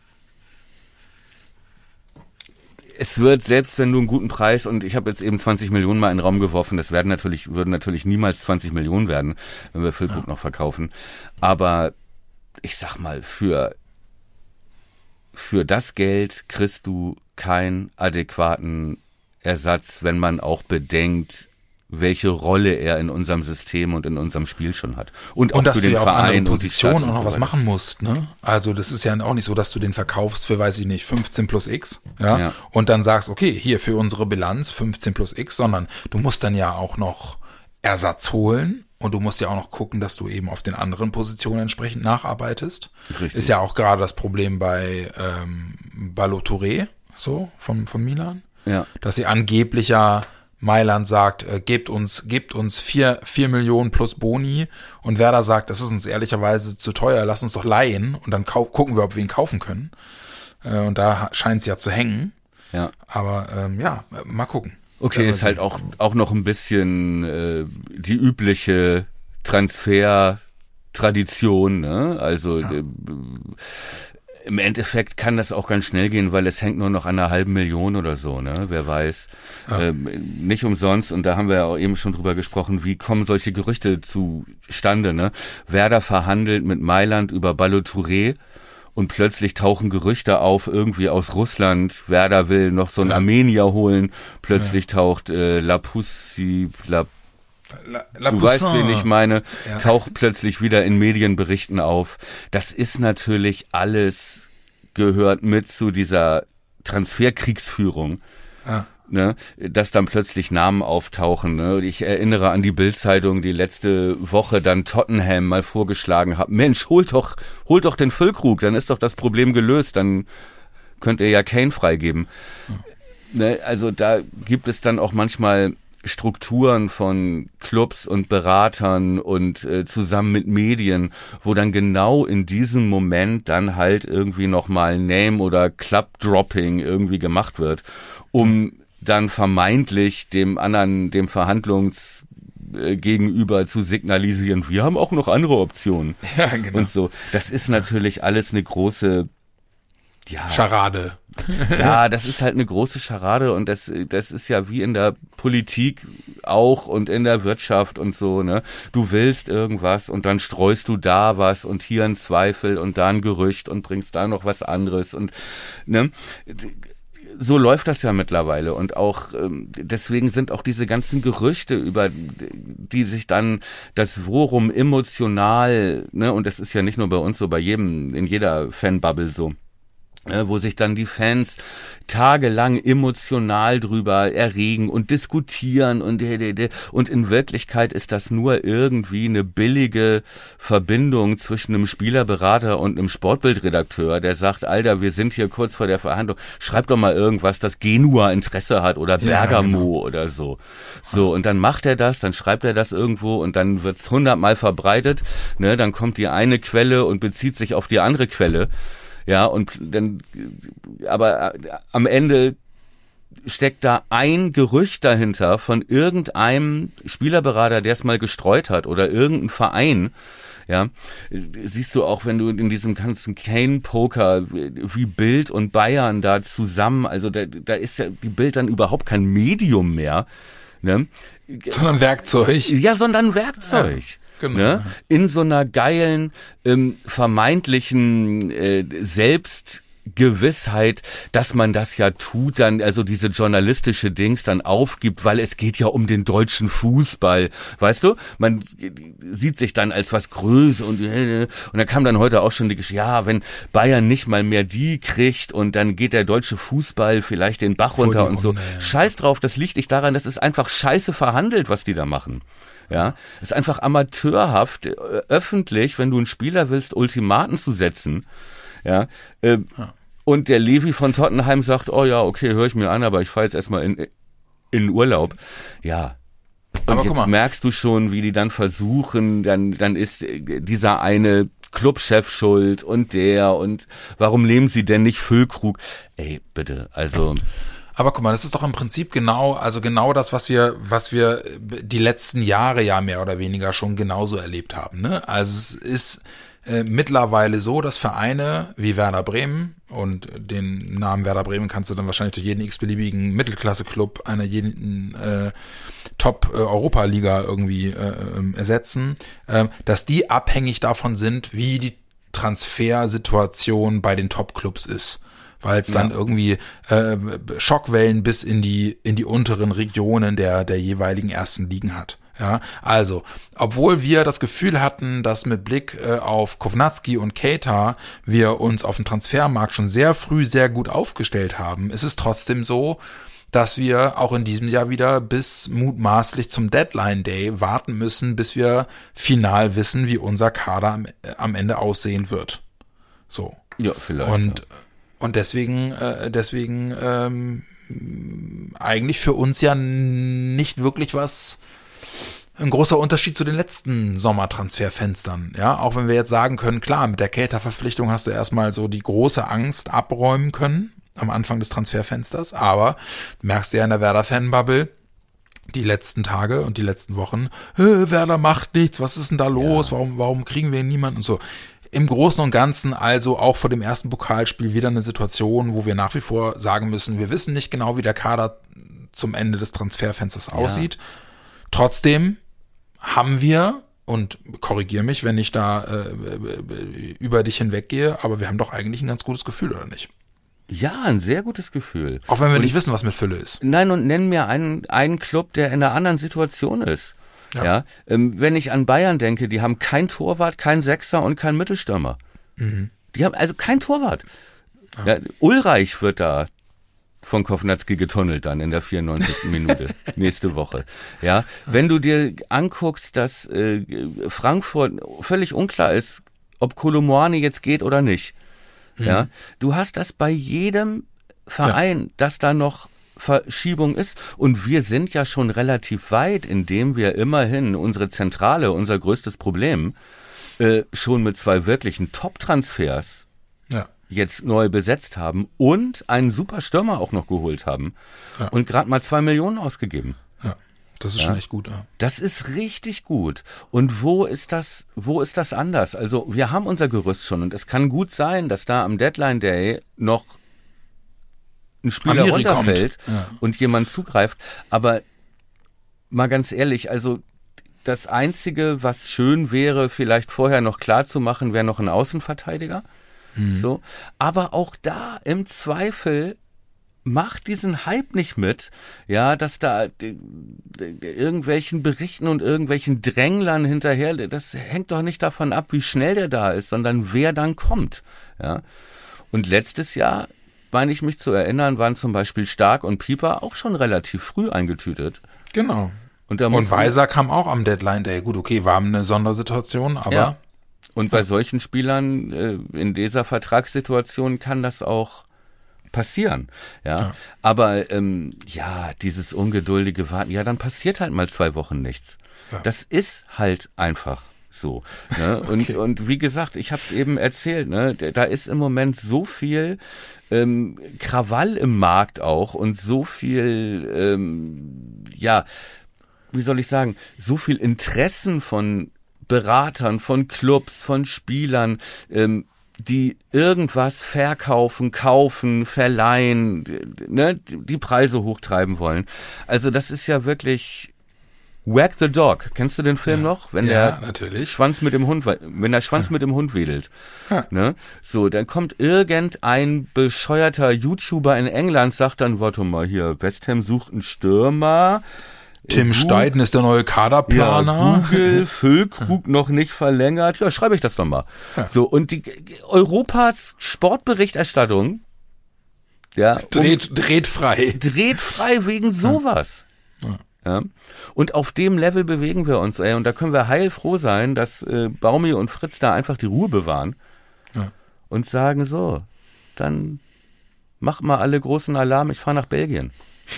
Es wird, selbst wenn du einen guten Preis, und ich habe jetzt eben zwanzig Millionen mal in den Raum geworfen, das werden natürlich, würden natürlich niemals zwanzig Millionen werden, wenn wir Füllkrug ja. noch verkaufen. Aber ich sag mal, für für das Geld kriegst du keinen adäquaten Ersatz, wenn man auch bedenkt, welche Rolle er in unserem System und in unserem Spiel schon hat. Und auch und dass für du den ja auf Verein anderen Positionen auch noch so was machen musst, ne? Also das ist ja auch nicht so, dass du den verkaufst für, weiß ich nicht, fünfzehn plus X, ja? ja. Und dann sagst, okay, hier für unsere Bilanz fünfzehn plus X, sondern du musst dann ja auch noch Ersatz holen und du musst ja auch noch gucken, dass du eben auf den anderen Positionen entsprechend nacharbeitest. Richtig. Ist ja auch gerade das Problem bei ähm, Ballo-Touré, so, von, von Milan. Ja. Dass sie angeblich ja Mailand sagt, äh, gebt uns, gebt uns vier, vier Millionen plus Boni und Werder sagt, das ist uns ehrlicherweise zu teuer, lass uns doch leihen und dann kau- gucken wir, ob wir ihn kaufen können. Äh, und da scheint es ja zu hängen. Ja. Aber ähm, ja, mal gucken. Okay, ist halt auch auch noch ein bisschen äh, die übliche Transfer-Tradition, ne? Also ja. äh, im Endeffekt kann das auch ganz schnell gehen, weil es hängt nur noch an einer halben Million oder so, ne? Wer weiß. Ja. Ähm, nicht umsonst, und da haben wir ja auch eben schon drüber gesprochen, wie kommen solche Gerüchte zustande, ne? Werder verhandelt mit Mailand über Ballo-Touré und plötzlich tauchen Gerüchte auf, irgendwie aus Russland, Werder will noch so einen ja. Armenier holen, plötzlich ja. taucht äh, Lapussi, La La, La du Poussin. weißt, wen ich meine, ja. taucht plötzlich wieder in Medienberichten auf. Das ist natürlich alles, gehört mit zu dieser Transferkriegsführung. Ja. Ne, dass dann plötzlich Namen auftauchen. Ne? Ich erinnere an die Bild-Zeitung, die letzte Woche dann Tottenham mal vorgeschlagen hat. Mensch, holt doch, holt doch den Füllkrug, dann ist doch das Problem gelöst, dann könnt ihr ja Kane freigeben. Ja. Ne, also da gibt es dann auch manchmal Strukturen von Clubs und Beratern und äh, zusammen mit Medien, wo dann genau in diesem Moment dann halt irgendwie nochmal Name- oder Club-Dropping irgendwie gemacht wird, um dann vermeintlich dem anderen, dem Verhandlungs äh, gegenüber zu signalisieren, wir haben auch noch andere Optionen. Ja, genau. Und so. Das ist natürlich alles eine große ja, Scharade. Ja, das ist halt eine große Scharade und das, das ist ja wie in der Politik auch und in der Wirtschaft und so, ne? Du willst irgendwas und dann streust du da was und hier ein Zweifel und da ein Gerücht und bringst da noch was anderes und, ne? So läuft das ja mittlerweile und auch ähm, deswegen sind auch diese ganzen Gerüchte über die sich dann das Worum emotional, ne, und das ist ja nicht nur bei uns so, bei jedem, in jeder Fanbubble so, wo sich dann die Fans tagelang emotional drüber erregen und diskutieren und und in Wirklichkeit ist das nur irgendwie eine billige Verbindung zwischen einem Spielerberater und einem Sportbildredakteur, der sagt, Alter, wir sind hier kurz vor der Verhandlung, schreib doch mal irgendwas, das Genua Interesse hat oder Bergamo ja, genau. oder so. So, und dann macht er das, dann schreibt er das irgendwo und dann wird's hundertmal verbreitet, ne, dann kommt die eine Quelle und bezieht sich auf die andere Quelle. Ja, und dann, aber am Ende steckt da ein Gerücht dahinter von irgendeinem Spielerberater, der es mal gestreut hat oder irgendein Verein. Ja, siehst du auch, wenn du in diesem ganzen Kane-Poker, wie Bild und Bayern da zusammen, also da, da ist ja die Bild dann überhaupt kein Medium mehr, ne? Sondern Werkzeug. Ja, sondern Werkzeug. Ja. Genau. Ne? In so einer geilen, ähm, vermeintlichen äh, Selbstgewissheit, dass man das ja tut, dann also diese journalistische Dings dann aufgibt, weil es geht ja um den deutschen Fußball, weißt du? Man sieht sich dann als was Größeres und äh, und da kam dann heute auch schon die Geschichte, ja, wenn Bayern nicht mal mehr die kriegt und dann geht der deutsche Fußball vielleicht den Bach runter und so. Runde, ja. Scheiß drauf, das liegt nicht daran, das ist einfach scheiße verhandelt, was die da machen. Ja, ist einfach amateurhaft, öffentlich, wenn du einen Spieler willst, Ultimaten zu setzen. Ja, äh, ja. Und der Levi von Tottenham sagt, oh ja, okay, höre ich mir an, aber ich fahre jetzt erstmal in in Urlaub. Ja. Und aber jetzt merkst du schon, wie die dann versuchen, dann dann ist dieser eine Clubchef schuld und der und warum nehmen sie denn nicht Füllkrug? Ey, bitte, also Aber guck mal, das ist doch im Prinzip genau, also genau das, was wir, was wir die letzten Jahre ja mehr oder weniger schon genauso erlebt haben, ne? Also es ist äh, mittlerweile so, dass Vereine wie Werder Bremen, und den Namen Werder Bremen kannst du dann wahrscheinlich durch jeden x-beliebigen Mittelklasse-Club einer jeden äh, Top-Europa-Liga irgendwie äh, ersetzen, äh, dass die abhängig davon sind, wie die Transfersituation bei den Top-Clubs ist. Weil es dann ja. irgendwie äh, Schockwellen bis in die in die unteren Regionen der der jeweiligen ersten Ligen hat. Ja, also obwohl wir das Gefühl hatten, dass mit Blick äh, auf Kovnatski und Keita wir uns auf dem Transfermarkt schon sehr früh sehr gut aufgestellt haben, ist es trotzdem so, dass wir auch in diesem Jahr wieder bis mutmaßlich zum Deadline Day warten müssen, bis wir final wissen, wie unser Kader am, am Ende aussehen wird. So. Ja, vielleicht. Und ja. Und deswegen, äh, deswegen ähm, eigentlich für uns ja nicht wirklich was, ein großer Unterschied zu den letzten Sommertransferfenstern. Ja, auch wenn wir jetzt sagen können, klar, mit der Keita-Verpflichtung hast du erstmal so die große Angst abräumen können am Anfang des Transferfensters, aber du merkst ja in der Werder-Fanbubble die letzten Tage und die letzten Wochen, Werder macht nichts, was ist denn da los, ja. warum, warum kriegen wir niemanden und so. Im Großen und Ganzen also auch vor dem ersten Pokalspiel wieder eine Situation, wo wir nach wie vor sagen müssen, wir wissen nicht genau, wie der Kader zum Ende des Transferfensters aussieht. Ja. Trotzdem haben wir, und korrigiere mich, wenn ich da äh, über dich hinweggehe, aber wir haben doch eigentlich ein ganz gutes Gefühl, oder nicht? Ja, ein sehr gutes Gefühl. Auch wenn wir und nicht wissen, was mit Fülle ist. Nein, und nenn mir einen, einen Club, der in einer anderen Situation ist. Ja, ja ähm, wenn ich an Bayern denke, die haben kein Torwart, kein Sechser und kein Mittelstürmer. Mhm. Die haben also kein Torwart. Ja. Ja, Ulreich wird da von Kovnatski getunnelt dann in der vierundneunzigsten Minute nächste Woche. Ja, wenn du dir anguckst, dass äh, Frankfurt völlig unklar ist, ob Kolomoani jetzt geht oder nicht. Mhm. Ja, du hast das bei jedem Verein, ja. dass da noch Verschiebung ist. Und wir sind ja schon relativ weit, indem wir immerhin unsere Zentrale, unser größtes Problem, äh, schon mit zwei wirklichen Top-Transfers ja. jetzt neu besetzt haben und einen super Stürmer auch noch geholt haben ja. und gerade mal zwei Millionen ausgegeben. Ja, das ist ja. schon echt gut. Ja. Das ist richtig gut. Und wo ist das, wo ist das anders? Also wir haben unser Gerüst schon und es kann gut sein, dass da am Deadline Day noch ein Spieler Amiri runterfällt ja. und jemand zugreift, aber mal ganz ehrlich, also das Einzige, was schön wäre, vielleicht vorher noch klar zu machen, wäre noch ein Außenverteidiger, mhm. so, aber auch da im Zweifel macht diesen Hype nicht mit, ja, dass da die, die, irgendwelchen Berichten und irgendwelchen Dränglern hinterher, das hängt doch nicht davon ab, wie schnell der da ist, sondern wer dann kommt, ja. Und letztes Jahr, meine ich mich zu erinnern, waren zum Beispiel Stark und Pieper auch schon relativ früh eingetütet. Genau. Und, da und Weiser kam auch am Deadline Day. Gut, okay, war eine Sondersituation, aber... Ja. Und bei solchen Spielern äh, in dieser Vertragssituation kann das auch passieren. Ja. ja. Aber ähm, ja, dieses ungeduldige Warten, ja, dann passiert halt mal zwei Wochen nichts. Ja. Das ist halt einfach so. Ne? Und, okay. und wie gesagt, ich habe es eben erzählt, ne? Da ist im Moment so viel ähm, Krawall im Markt auch und so viel, ähm, ja, wie soll ich sagen, so viel Interessen von Beratern, von Clubs, von Spielern, ähm, die irgendwas verkaufen, kaufen, verleihen, ne, die Preise hochtreiben wollen. Also das ist ja wirklich Wag the Dog. Kennst du den Film ja. noch? Wenn ja, der natürlich. Schwanz mit dem Hund, wenn der Schwanz ja. mit dem Hund wedelt. Ja. Ne? So, dann kommt irgendein bescheuerter YouTuber in England, sagt dann, warte mal hier, West Ham sucht einen Stürmer. Tim Google, Steiden ist der neue Kaderplaner. Ja, Google, Füllkrug noch nicht verlängert. Ja, schreibe ich das doch mal. Ja. So, und die Europas Sportberichterstattung, ja, dreht, um, dreht frei. Dreht frei wegen sowas. Ja. Ja. Und auf dem Level bewegen wir uns, ey. Und da können wir heilfroh sein, dass äh, Baumi und Fritz da einfach die Ruhe bewahren. Ja. Und sagen so, dann mach mal alle großen Alarm, ich fahre nach Belgien.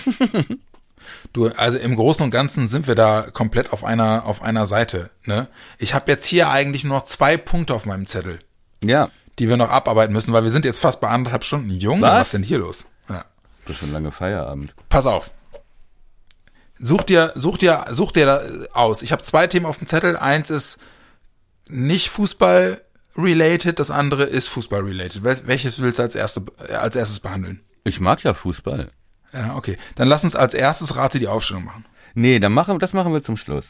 Du, also im Großen und Ganzen sind wir da komplett auf einer auf einer Seite. Ne? Ich habe jetzt hier eigentlich nur noch zwei Punkte auf meinem Zettel, ja, die wir noch abarbeiten müssen, weil wir sind jetzt fast bei anderthalb Stunden. Junge, was, was ist denn hier los? Ja. Das ist schon lange Feierabend. Pass auf. Such dir, such dir, such dir da aus. Ich habe zwei Themen auf dem Zettel. Eins ist nicht Fußball-related, das andere ist Fußball-related. Welches willst du als, erste, als erstes behandeln? Ich mag ja Fußball. Ja, okay. Dann lass uns als erstes Rate die Aufstellung machen. Nee, dann machen, das machen wir zum Schluss.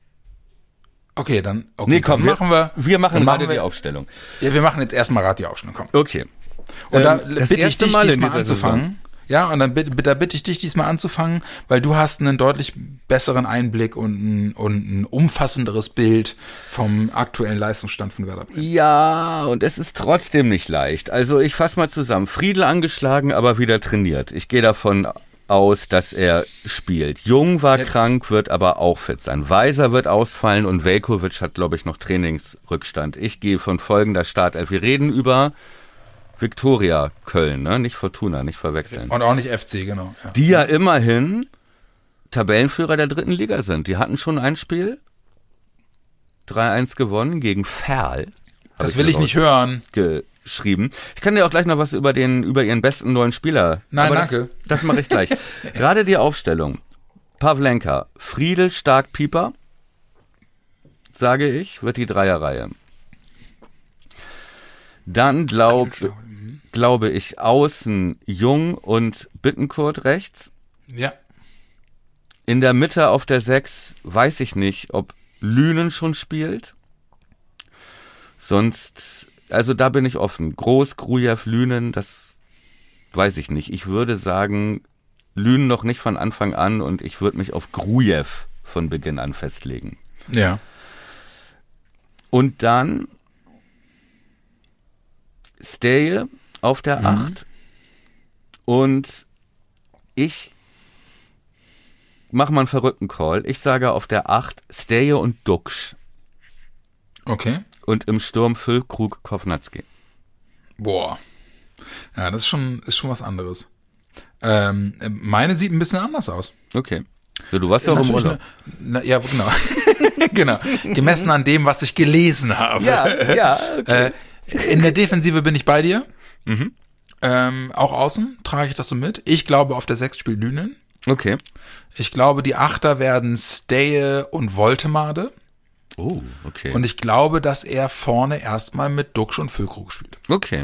Okay, dann, okay, nee, komm, dann machen wir, wir machen gerade die Aufstellung. Ja, wir machen jetzt erstmal Rate die Aufstellung, komm. Okay. Und ähm, da das bitte ich dich Mal diesmal anzufangen. Saison. Ja, und dann bitte, da bitte ich dich diesmal anzufangen, weil du hast einen deutlich besseren Einblick und ein, und ein umfassenderes Bild vom aktuellen Leistungsstand von Werder Bremen. Ja, und es ist trotzdem nicht leicht. Also ich fasse mal zusammen. Friedl angeschlagen, aber wieder trainiert. Ich gehe davon aus, dass er spielt. Jung war ja krank, wird aber auch fit sein. Weiser wird ausfallen und Veljković hat, glaube ich, noch Trainingsrückstand. Ich gehe von folgender Startelf. Wir reden über Viktoria Köln, ne? Nicht Fortuna, nicht verwechseln. Und auch nicht F C, genau. Ja. Die ja immerhin Tabellenführer der dritten Liga sind. Die hatten schon ein Spiel, drei eins gewonnen gegen Ferl. Das will ich nicht hören. Geschrieben. Ich kann dir auch gleich noch was über den über ihren besten neuen Spieler. Nein, aber danke. Das, das mache ich gleich. Gerade die Aufstellung. Pavlenka, Friedl, Stark, Pieper, sage ich, wird die Dreierreihe. Dann glaub, glaube ich, außen Jung und Bittencourt rechts. Ja. In der Mitte auf der sechs weiß ich nicht, ob Lünen schon spielt. Sonst, also da bin ich offen. Groß, Grujew, Lünen, das weiß ich nicht. Ich würde sagen, Lünen noch nicht von Anfang an und ich würde mich auf Grujew von Beginn an festlegen. Ja. Und dann Steje auf der acht mhm. und ich mache mal einen verrückten Call. Ich sage auf der acht Steje und Duksch. Okay. Und im Sturm Füllkrug, Kovnatski. Boah. Ja, das ist schon, ist schon was anderes. Ähm, meine sieht ein bisschen anders aus. Okay. Ja, du warst ja auch im Urlaub. Ne, ja, genau. Genau. Gemessen an dem, was ich gelesen habe. Ja, ja. Okay. Äh, in der Defensive bin ich bei dir. Mhm. Ähm, auch außen trage ich das so mit. Ich glaube, auf der sechs spielt Lünen. Okay. Ich glaube, die Achter werden Steje und Woltemade. Oh, okay. Und ich glaube, dass er vorne erstmal mit Duksch und Füllkrug spielt. Okay.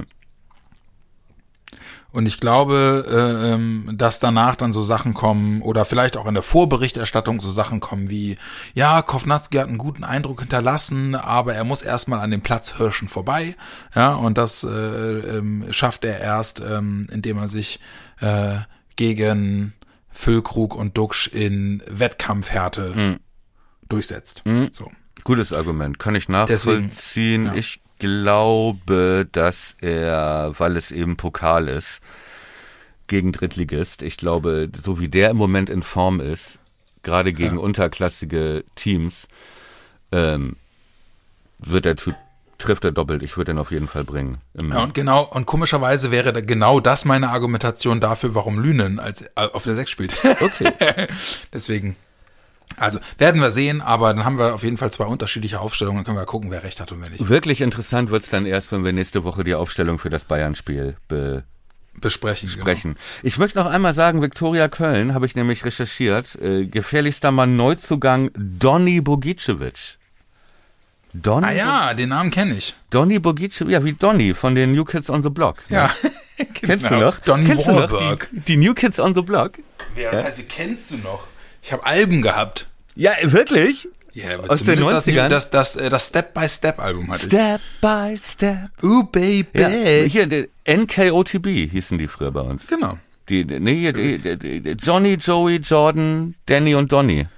Und ich glaube, äh, dass danach dann so Sachen kommen oder vielleicht auch in der Vorberichterstattung so Sachen kommen wie, ja, Kovnatski hat einen guten Eindruck hinterlassen, aber er muss erstmal an den Platzhirschen vorbei. Ja, und das äh, ähm, schafft er erst, ähm, indem er sich äh, gegen Füllkrug und Duksch in Wettkampfhärte mhm. durchsetzt. Mhm. So. Gutes Argument, kann ich nachvollziehen. Deswegen, ja. Ich glaube, dass er, weil es eben Pokal ist, gegen Drittligist, ich glaube, so wie der im Moment in Form ist, gerade gegen ja. unterklassige Teams, ähm, wird er zu trifft er doppelt. Ich würde den auf jeden Fall bringen. Ja, und genau, und komischerweise wäre da genau das meine Argumentation dafür, warum Lünen als äh, auf der sechs spielt. Okay. Deswegen, also werden wir sehen, aber dann haben wir auf jeden Fall zwei unterschiedliche Aufstellungen, dann können wir gucken, wer recht hat und wer nicht. Wirklich interessant wird's dann erst, wenn wir nächste Woche die Aufstellung für das Bayern-Spiel be- besprechen. besprechen. Genau. Ich möchte noch einmal sagen, Viktoria Köln, habe ich nämlich recherchiert, äh, gefährlichster Mann Neuzugang Donny Bogicevic. Donny ah ja, den Namen kenne ich. Donny Bogicevic, ja, wie Donny von den New Kids on the Block. Ja, ja. genau. Kennst du noch? Donny kennst Wahlberg. Du noch die, die New Kids on the Block? Wer ja? heißt, kennst du noch? Ich habe Alben gehabt. Ja, wirklich? Ja, aus den neunzigern? Das, das, das, das Step-by-Step-Album hatte ich. Step by Step. Ooh, baby. Ja, hier, der N K O T B hießen die früher bei uns. Genau. Die, nee, die, die, die, Johnny, Joey, Jordan, Danny und Donny.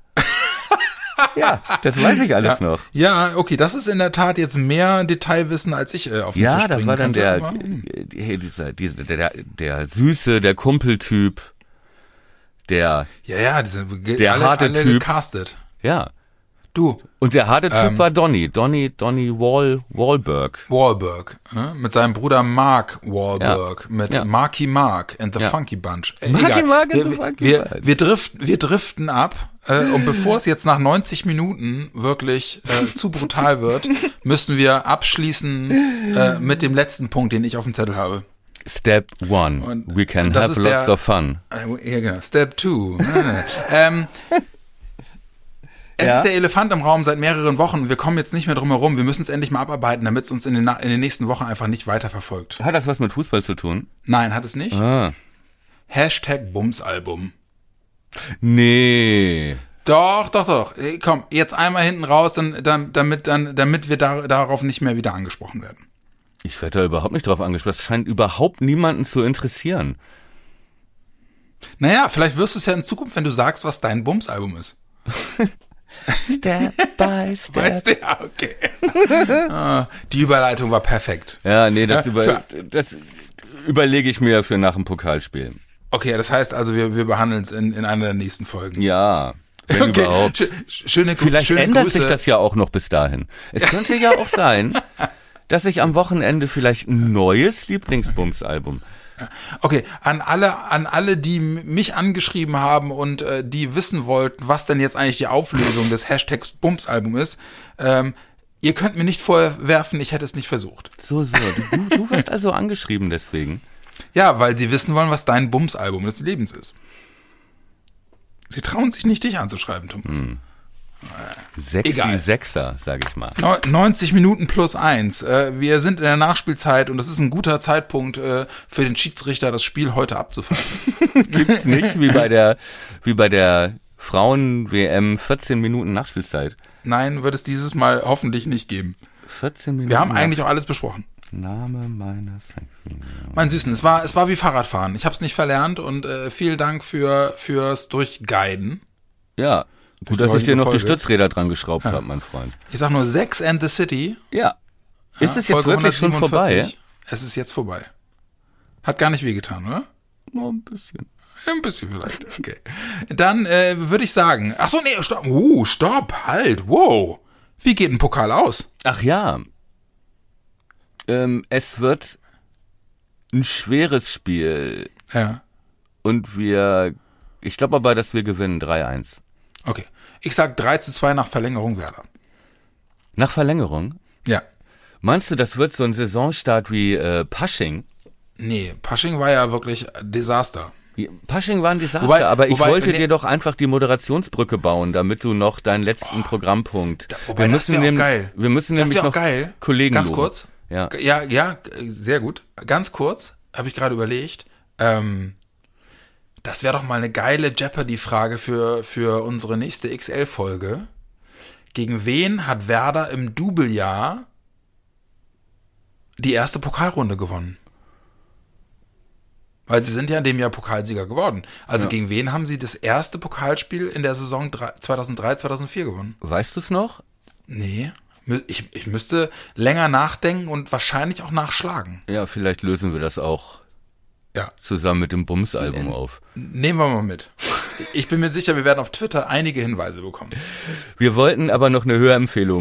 Ja, das weiß ich alles ja, noch. Ja, okay, das ist in der Tat jetzt mehr Detailwissen, als ich äh, auf den ja, Tisch bringen das war dann könnte, der, aber, hm. die, dieser, dieser, der, der, der süße, der Kumpeltyp, der, ja, ja, diese, der alle, harte alle Typ. Gecastet. Ja. Du. Und der harte Typ ähm, war Donny, Donny, Donny Wall, Wahlberg. Wahlberg, ne? Mit seinem Bruder Mark Wahlberg, ja. mit ja. Marky Mark and the ja. Funky Bunch. Äh, Marky egal. Mark and wir, the Funky wir, Bunch. Wir driften, wir driften ab. Äh, und bevor es jetzt nach neunzig Minuten wirklich äh, zu brutal wird, müssen wir abschließen äh, mit dem letzten Punkt, den ich auf dem Zettel habe. Step one, und, we can have lots der, of fun. Äh, ja, genau. Step two. ähm, Es ja? ist der Elefant im Raum seit mehreren Wochen. Wir kommen jetzt nicht mehr drum herum. Wir müssen es endlich mal abarbeiten, damit es uns in den, in den nächsten Wochen einfach nicht weiterverfolgt. Hat das was mit Fußball zu tun? Nein, hat es nicht. Ah. Hashtag Bumsalbum. Nee. Doch, doch, doch. Hey, komm, jetzt einmal hinten raus, dann, dann, damit, dann, damit wir da, darauf nicht mehr wieder angesprochen werden. Ich werde da überhaupt nicht drauf angesprochen. Das scheint überhaupt niemanden zu interessieren. Naja, vielleicht wirst du es ja in Zukunft, wenn du sagst, was dein Bumsalbum ist. Step by step. Weißt du, ja, okay. ah, die Überleitung war perfekt. Ja, nee, das, ja, über, das überlege ich mir für nach dem Pokalspiel. Okay, das heißt also, wir, wir behandeln es in, in einer der nächsten Folgen. Ja, wenn okay. überhaupt. Sch- schöne, Vielleicht schöne ändert Grüße. sich das ja auch noch bis dahin. Es könnte ja auch sein, dass ich am Wochenende vielleicht ein neues Lieblingsbums-Album. Okay, an alle, an alle, die mich angeschrieben haben und äh, die wissen wollten, was denn jetzt eigentlich die Auflösung des Hashtags Bumsalbum ist, ähm, ihr könnt mir nicht vorwerfen, ich hätte es nicht versucht. So, so. Du, du wirst also angeschrieben deswegen. Ja, weil sie wissen wollen, was dein Bumsalbum des Lebens ist. Sie trauen sich nicht, dich anzuschreiben, Thomas. Hm. Sexy Egal. Sechser, sag ich mal. neunzig Minuten plus eins. Wir sind in der Nachspielzeit und das ist ein guter Zeitpunkt für den Schiedsrichter, das Spiel heute abzufangen. Gibt's nicht, wie bei der, wie bei der Frauen-W M vierzehn Minuten Nachspielzeit. Nein, wird es dieses Mal hoffentlich nicht geben. vierzehn Minuten. Wir haben eigentlich auch alles besprochen. Name meines Sexy. Mein Süßen, es war, es war wie Fahrradfahren. Ich habe es nicht verlernt und äh, vielen Dank für fürs Durchguiden. Ja. Gut, dass ich dir noch Folge. die Stützräder dran geschraubt ja. habe, mein Freund. Ich sag nur Sex and the City. Ja. Ist ja, es jetzt wirklich schon vorbei? Es ist jetzt vorbei. Hat gar nicht wehgetan, oder? Nur ein bisschen. Ein bisschen vielleicht, okay. Dann äh, würde ich sagen, ach so, nee, stopp. Uh, stopp, halt, wow. Wie geht ein Pokal aus? Ach ja. Ähm, es wird ein schweres Spiel. Ja. Und wir, ich glaube aber, dass wir gewinnen, drei eins. Okay. Ich sag drei zu zwei nach Verlängerung Werder. Nach Verlängerung? Ja. Meinst du, das wird so ein Saisonstart wie äh, Pasching? Nee, Pasching war ja wirklich Desaster. Pasching war ein Desaster, wobei, aber ich wobei, wollte nee, dir doch einfach die Moderationsbrücke bauen, damit du noch deinen letzten oh, Programmpunkt. Da, wobei, wir das müssen wäre auch geil. Wir müssen das nämlich auch noch geil. Kollegen Ganz loben. kurz. Ja, ja, ja, sehr gut. Ganz kurz, habe ich gerade überlegt. Ähm, das wäre doch mal eine geile Jeopardy-Frage für für unsere nächste X L-Folge. Gegen wen hat Werder im Doublejahr die erste Pokalrunde gewonnen? Weil sie sind ja in dem Jahr Pokalsieger geworden. Also ja. Gegen wen haben sie das erste Pokalspiel in der Saison zweitausenddrei, zweitausendvier gewonnen? Weißt du es noch? Nee. Ich, ich müsste länger nachdenken und wahrscheinlich auch nachschlagen. Ja, vielleicht lösen wir das auch ja. zusammen mit dem Bums-Album auf. Nehmen wir mal mit. Ich bin mir sicher, wir werden auf Twitter einige Hinweise bekommen. Wir wollten aber noch eine Hörempfehlung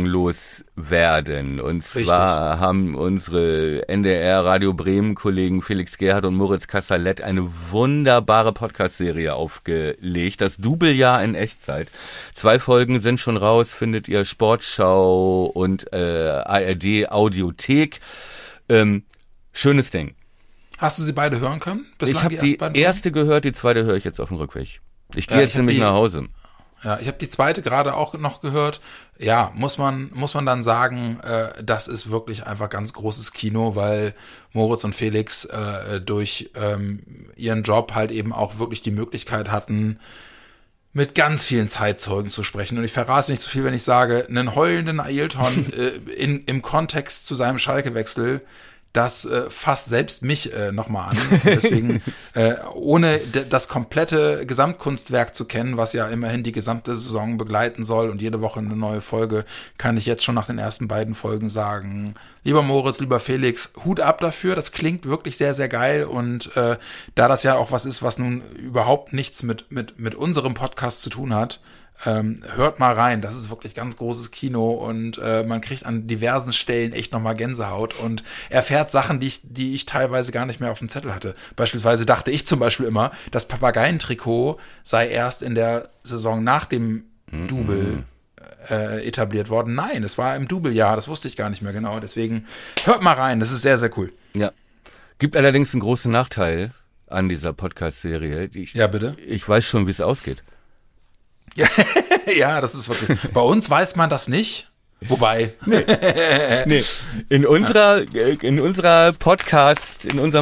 loswerden. Und zwar Richtig. haben unsere N D R Radio Bremen Kollegen Felix Gerhardt und Moritz Kassalet eine wunderbare Podcast-Serie aufgelegt. Das Doublejahr in Echtzeit. Zwei Folgen sind schon raus, findet ihr Sportschau und äh, A R D Audiothek. Ähm, schönes Ding. Hast du sie beide hören können? Bislang ich habe die, die erste gehört, die zweite höre ich jetzt auf dem Rückweg. Ich gehe ja, jetzt nämlich die, nach Hause. Ja, ich habe die zweite gerade auch noch gehört. Ja, muss man muss man dann sagen, äh, das ist wirklich einfach ganz großes Kino, weil Moritz und Felix äh, durch ähm, ihren Job halt eben auch wirklich die Möglichkeit hatten, mit ganz vielen Zeitzeugen zu sprechen. Und ich verrate nicht so viel, wenn ich sage, einen heulenden Ailton äh, in, im Kontext zu seinem Schalke-Wechsel, das äh, fasst selbst mich äh, nochmal an. Deswegen, äh, ohne d- das komplette Gesamtkunstwerk zu kennen, was ja immerhin die gesamte Saison begleiten soll und jede Woche eine neue Folge, kann ich jetzt schon nach den ersten beiden Folgen sagen, lieber Moritz, lieber Felix, Hut ab dafür. Das klingt wirklich sehr, sehr geil. Und äh, da das ja auch was ist, was nun überhaupt nichts mit, mit, mit unserem Podcast zu tun hat, Ähm, hört mal rein, das ist wirklich ganz großes Kino und äh, man kriegt an diversen Stellen echt nochmal Gänsehaut und erfährt Sachen, die ich, die ich teilweise gar nicht mehr auf dem Zettel hatte. Beispielsweise dachte ich zum Beispiel immer, das Papageientrikot sei erst in der Saison nach dem mm-hmm. Double äh, etabliert worden. Nein, es war im Doublejahr, das wusste ich gar nicht mehr genau. Deswegen hört mal rein, das ist sehr, sehr cool. Ja, gibt allerdings einen großen Nachteil an dieser Podcast-Serie. Ich, ja, bitte? Ich weiß schon, wie es ausgeht. Ja, ja, das ist wirklich. Bei uns weiß man das nicht. Wobei. Nee. nee. In unserer, in unserer Podcast, in unserem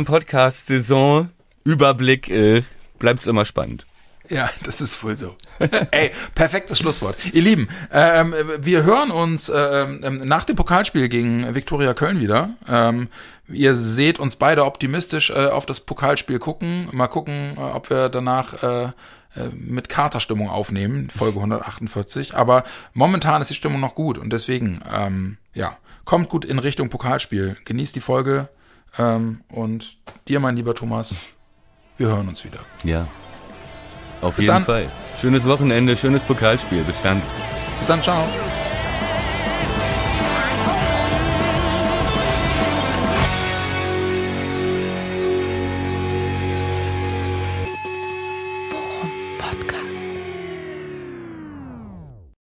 Podcast-Saison-Überblick äh, bleibt es immer spannend. Ja, das ist wohl so. Ey, perfektes Schlusswort. Ihr Lieben, ähm, wir hören uns ähm, nach dem Pokalspiel gegen Viktoria Köln wieder. Ähm, ihr seht uns beide optimistisch äh, auf das Pokalspiel gucken. Mal gucken, äh, ob wir danach äh, mit Katerstimmung aufnehmen, Folge hundertachtundvierzig, aber momentan ist die Stimmung noch gut und deswegen, ähm, ja, kommt gut in Richtung Pokalspiel, genießt die Folge ähm, und dir, mein lieber Thomas, wir hören uns wieder. Ja, auf Bis jeden dann. Fall. Schönes Wochenende, schönes Pokalspiel, bis dann. Bis dann, ciao.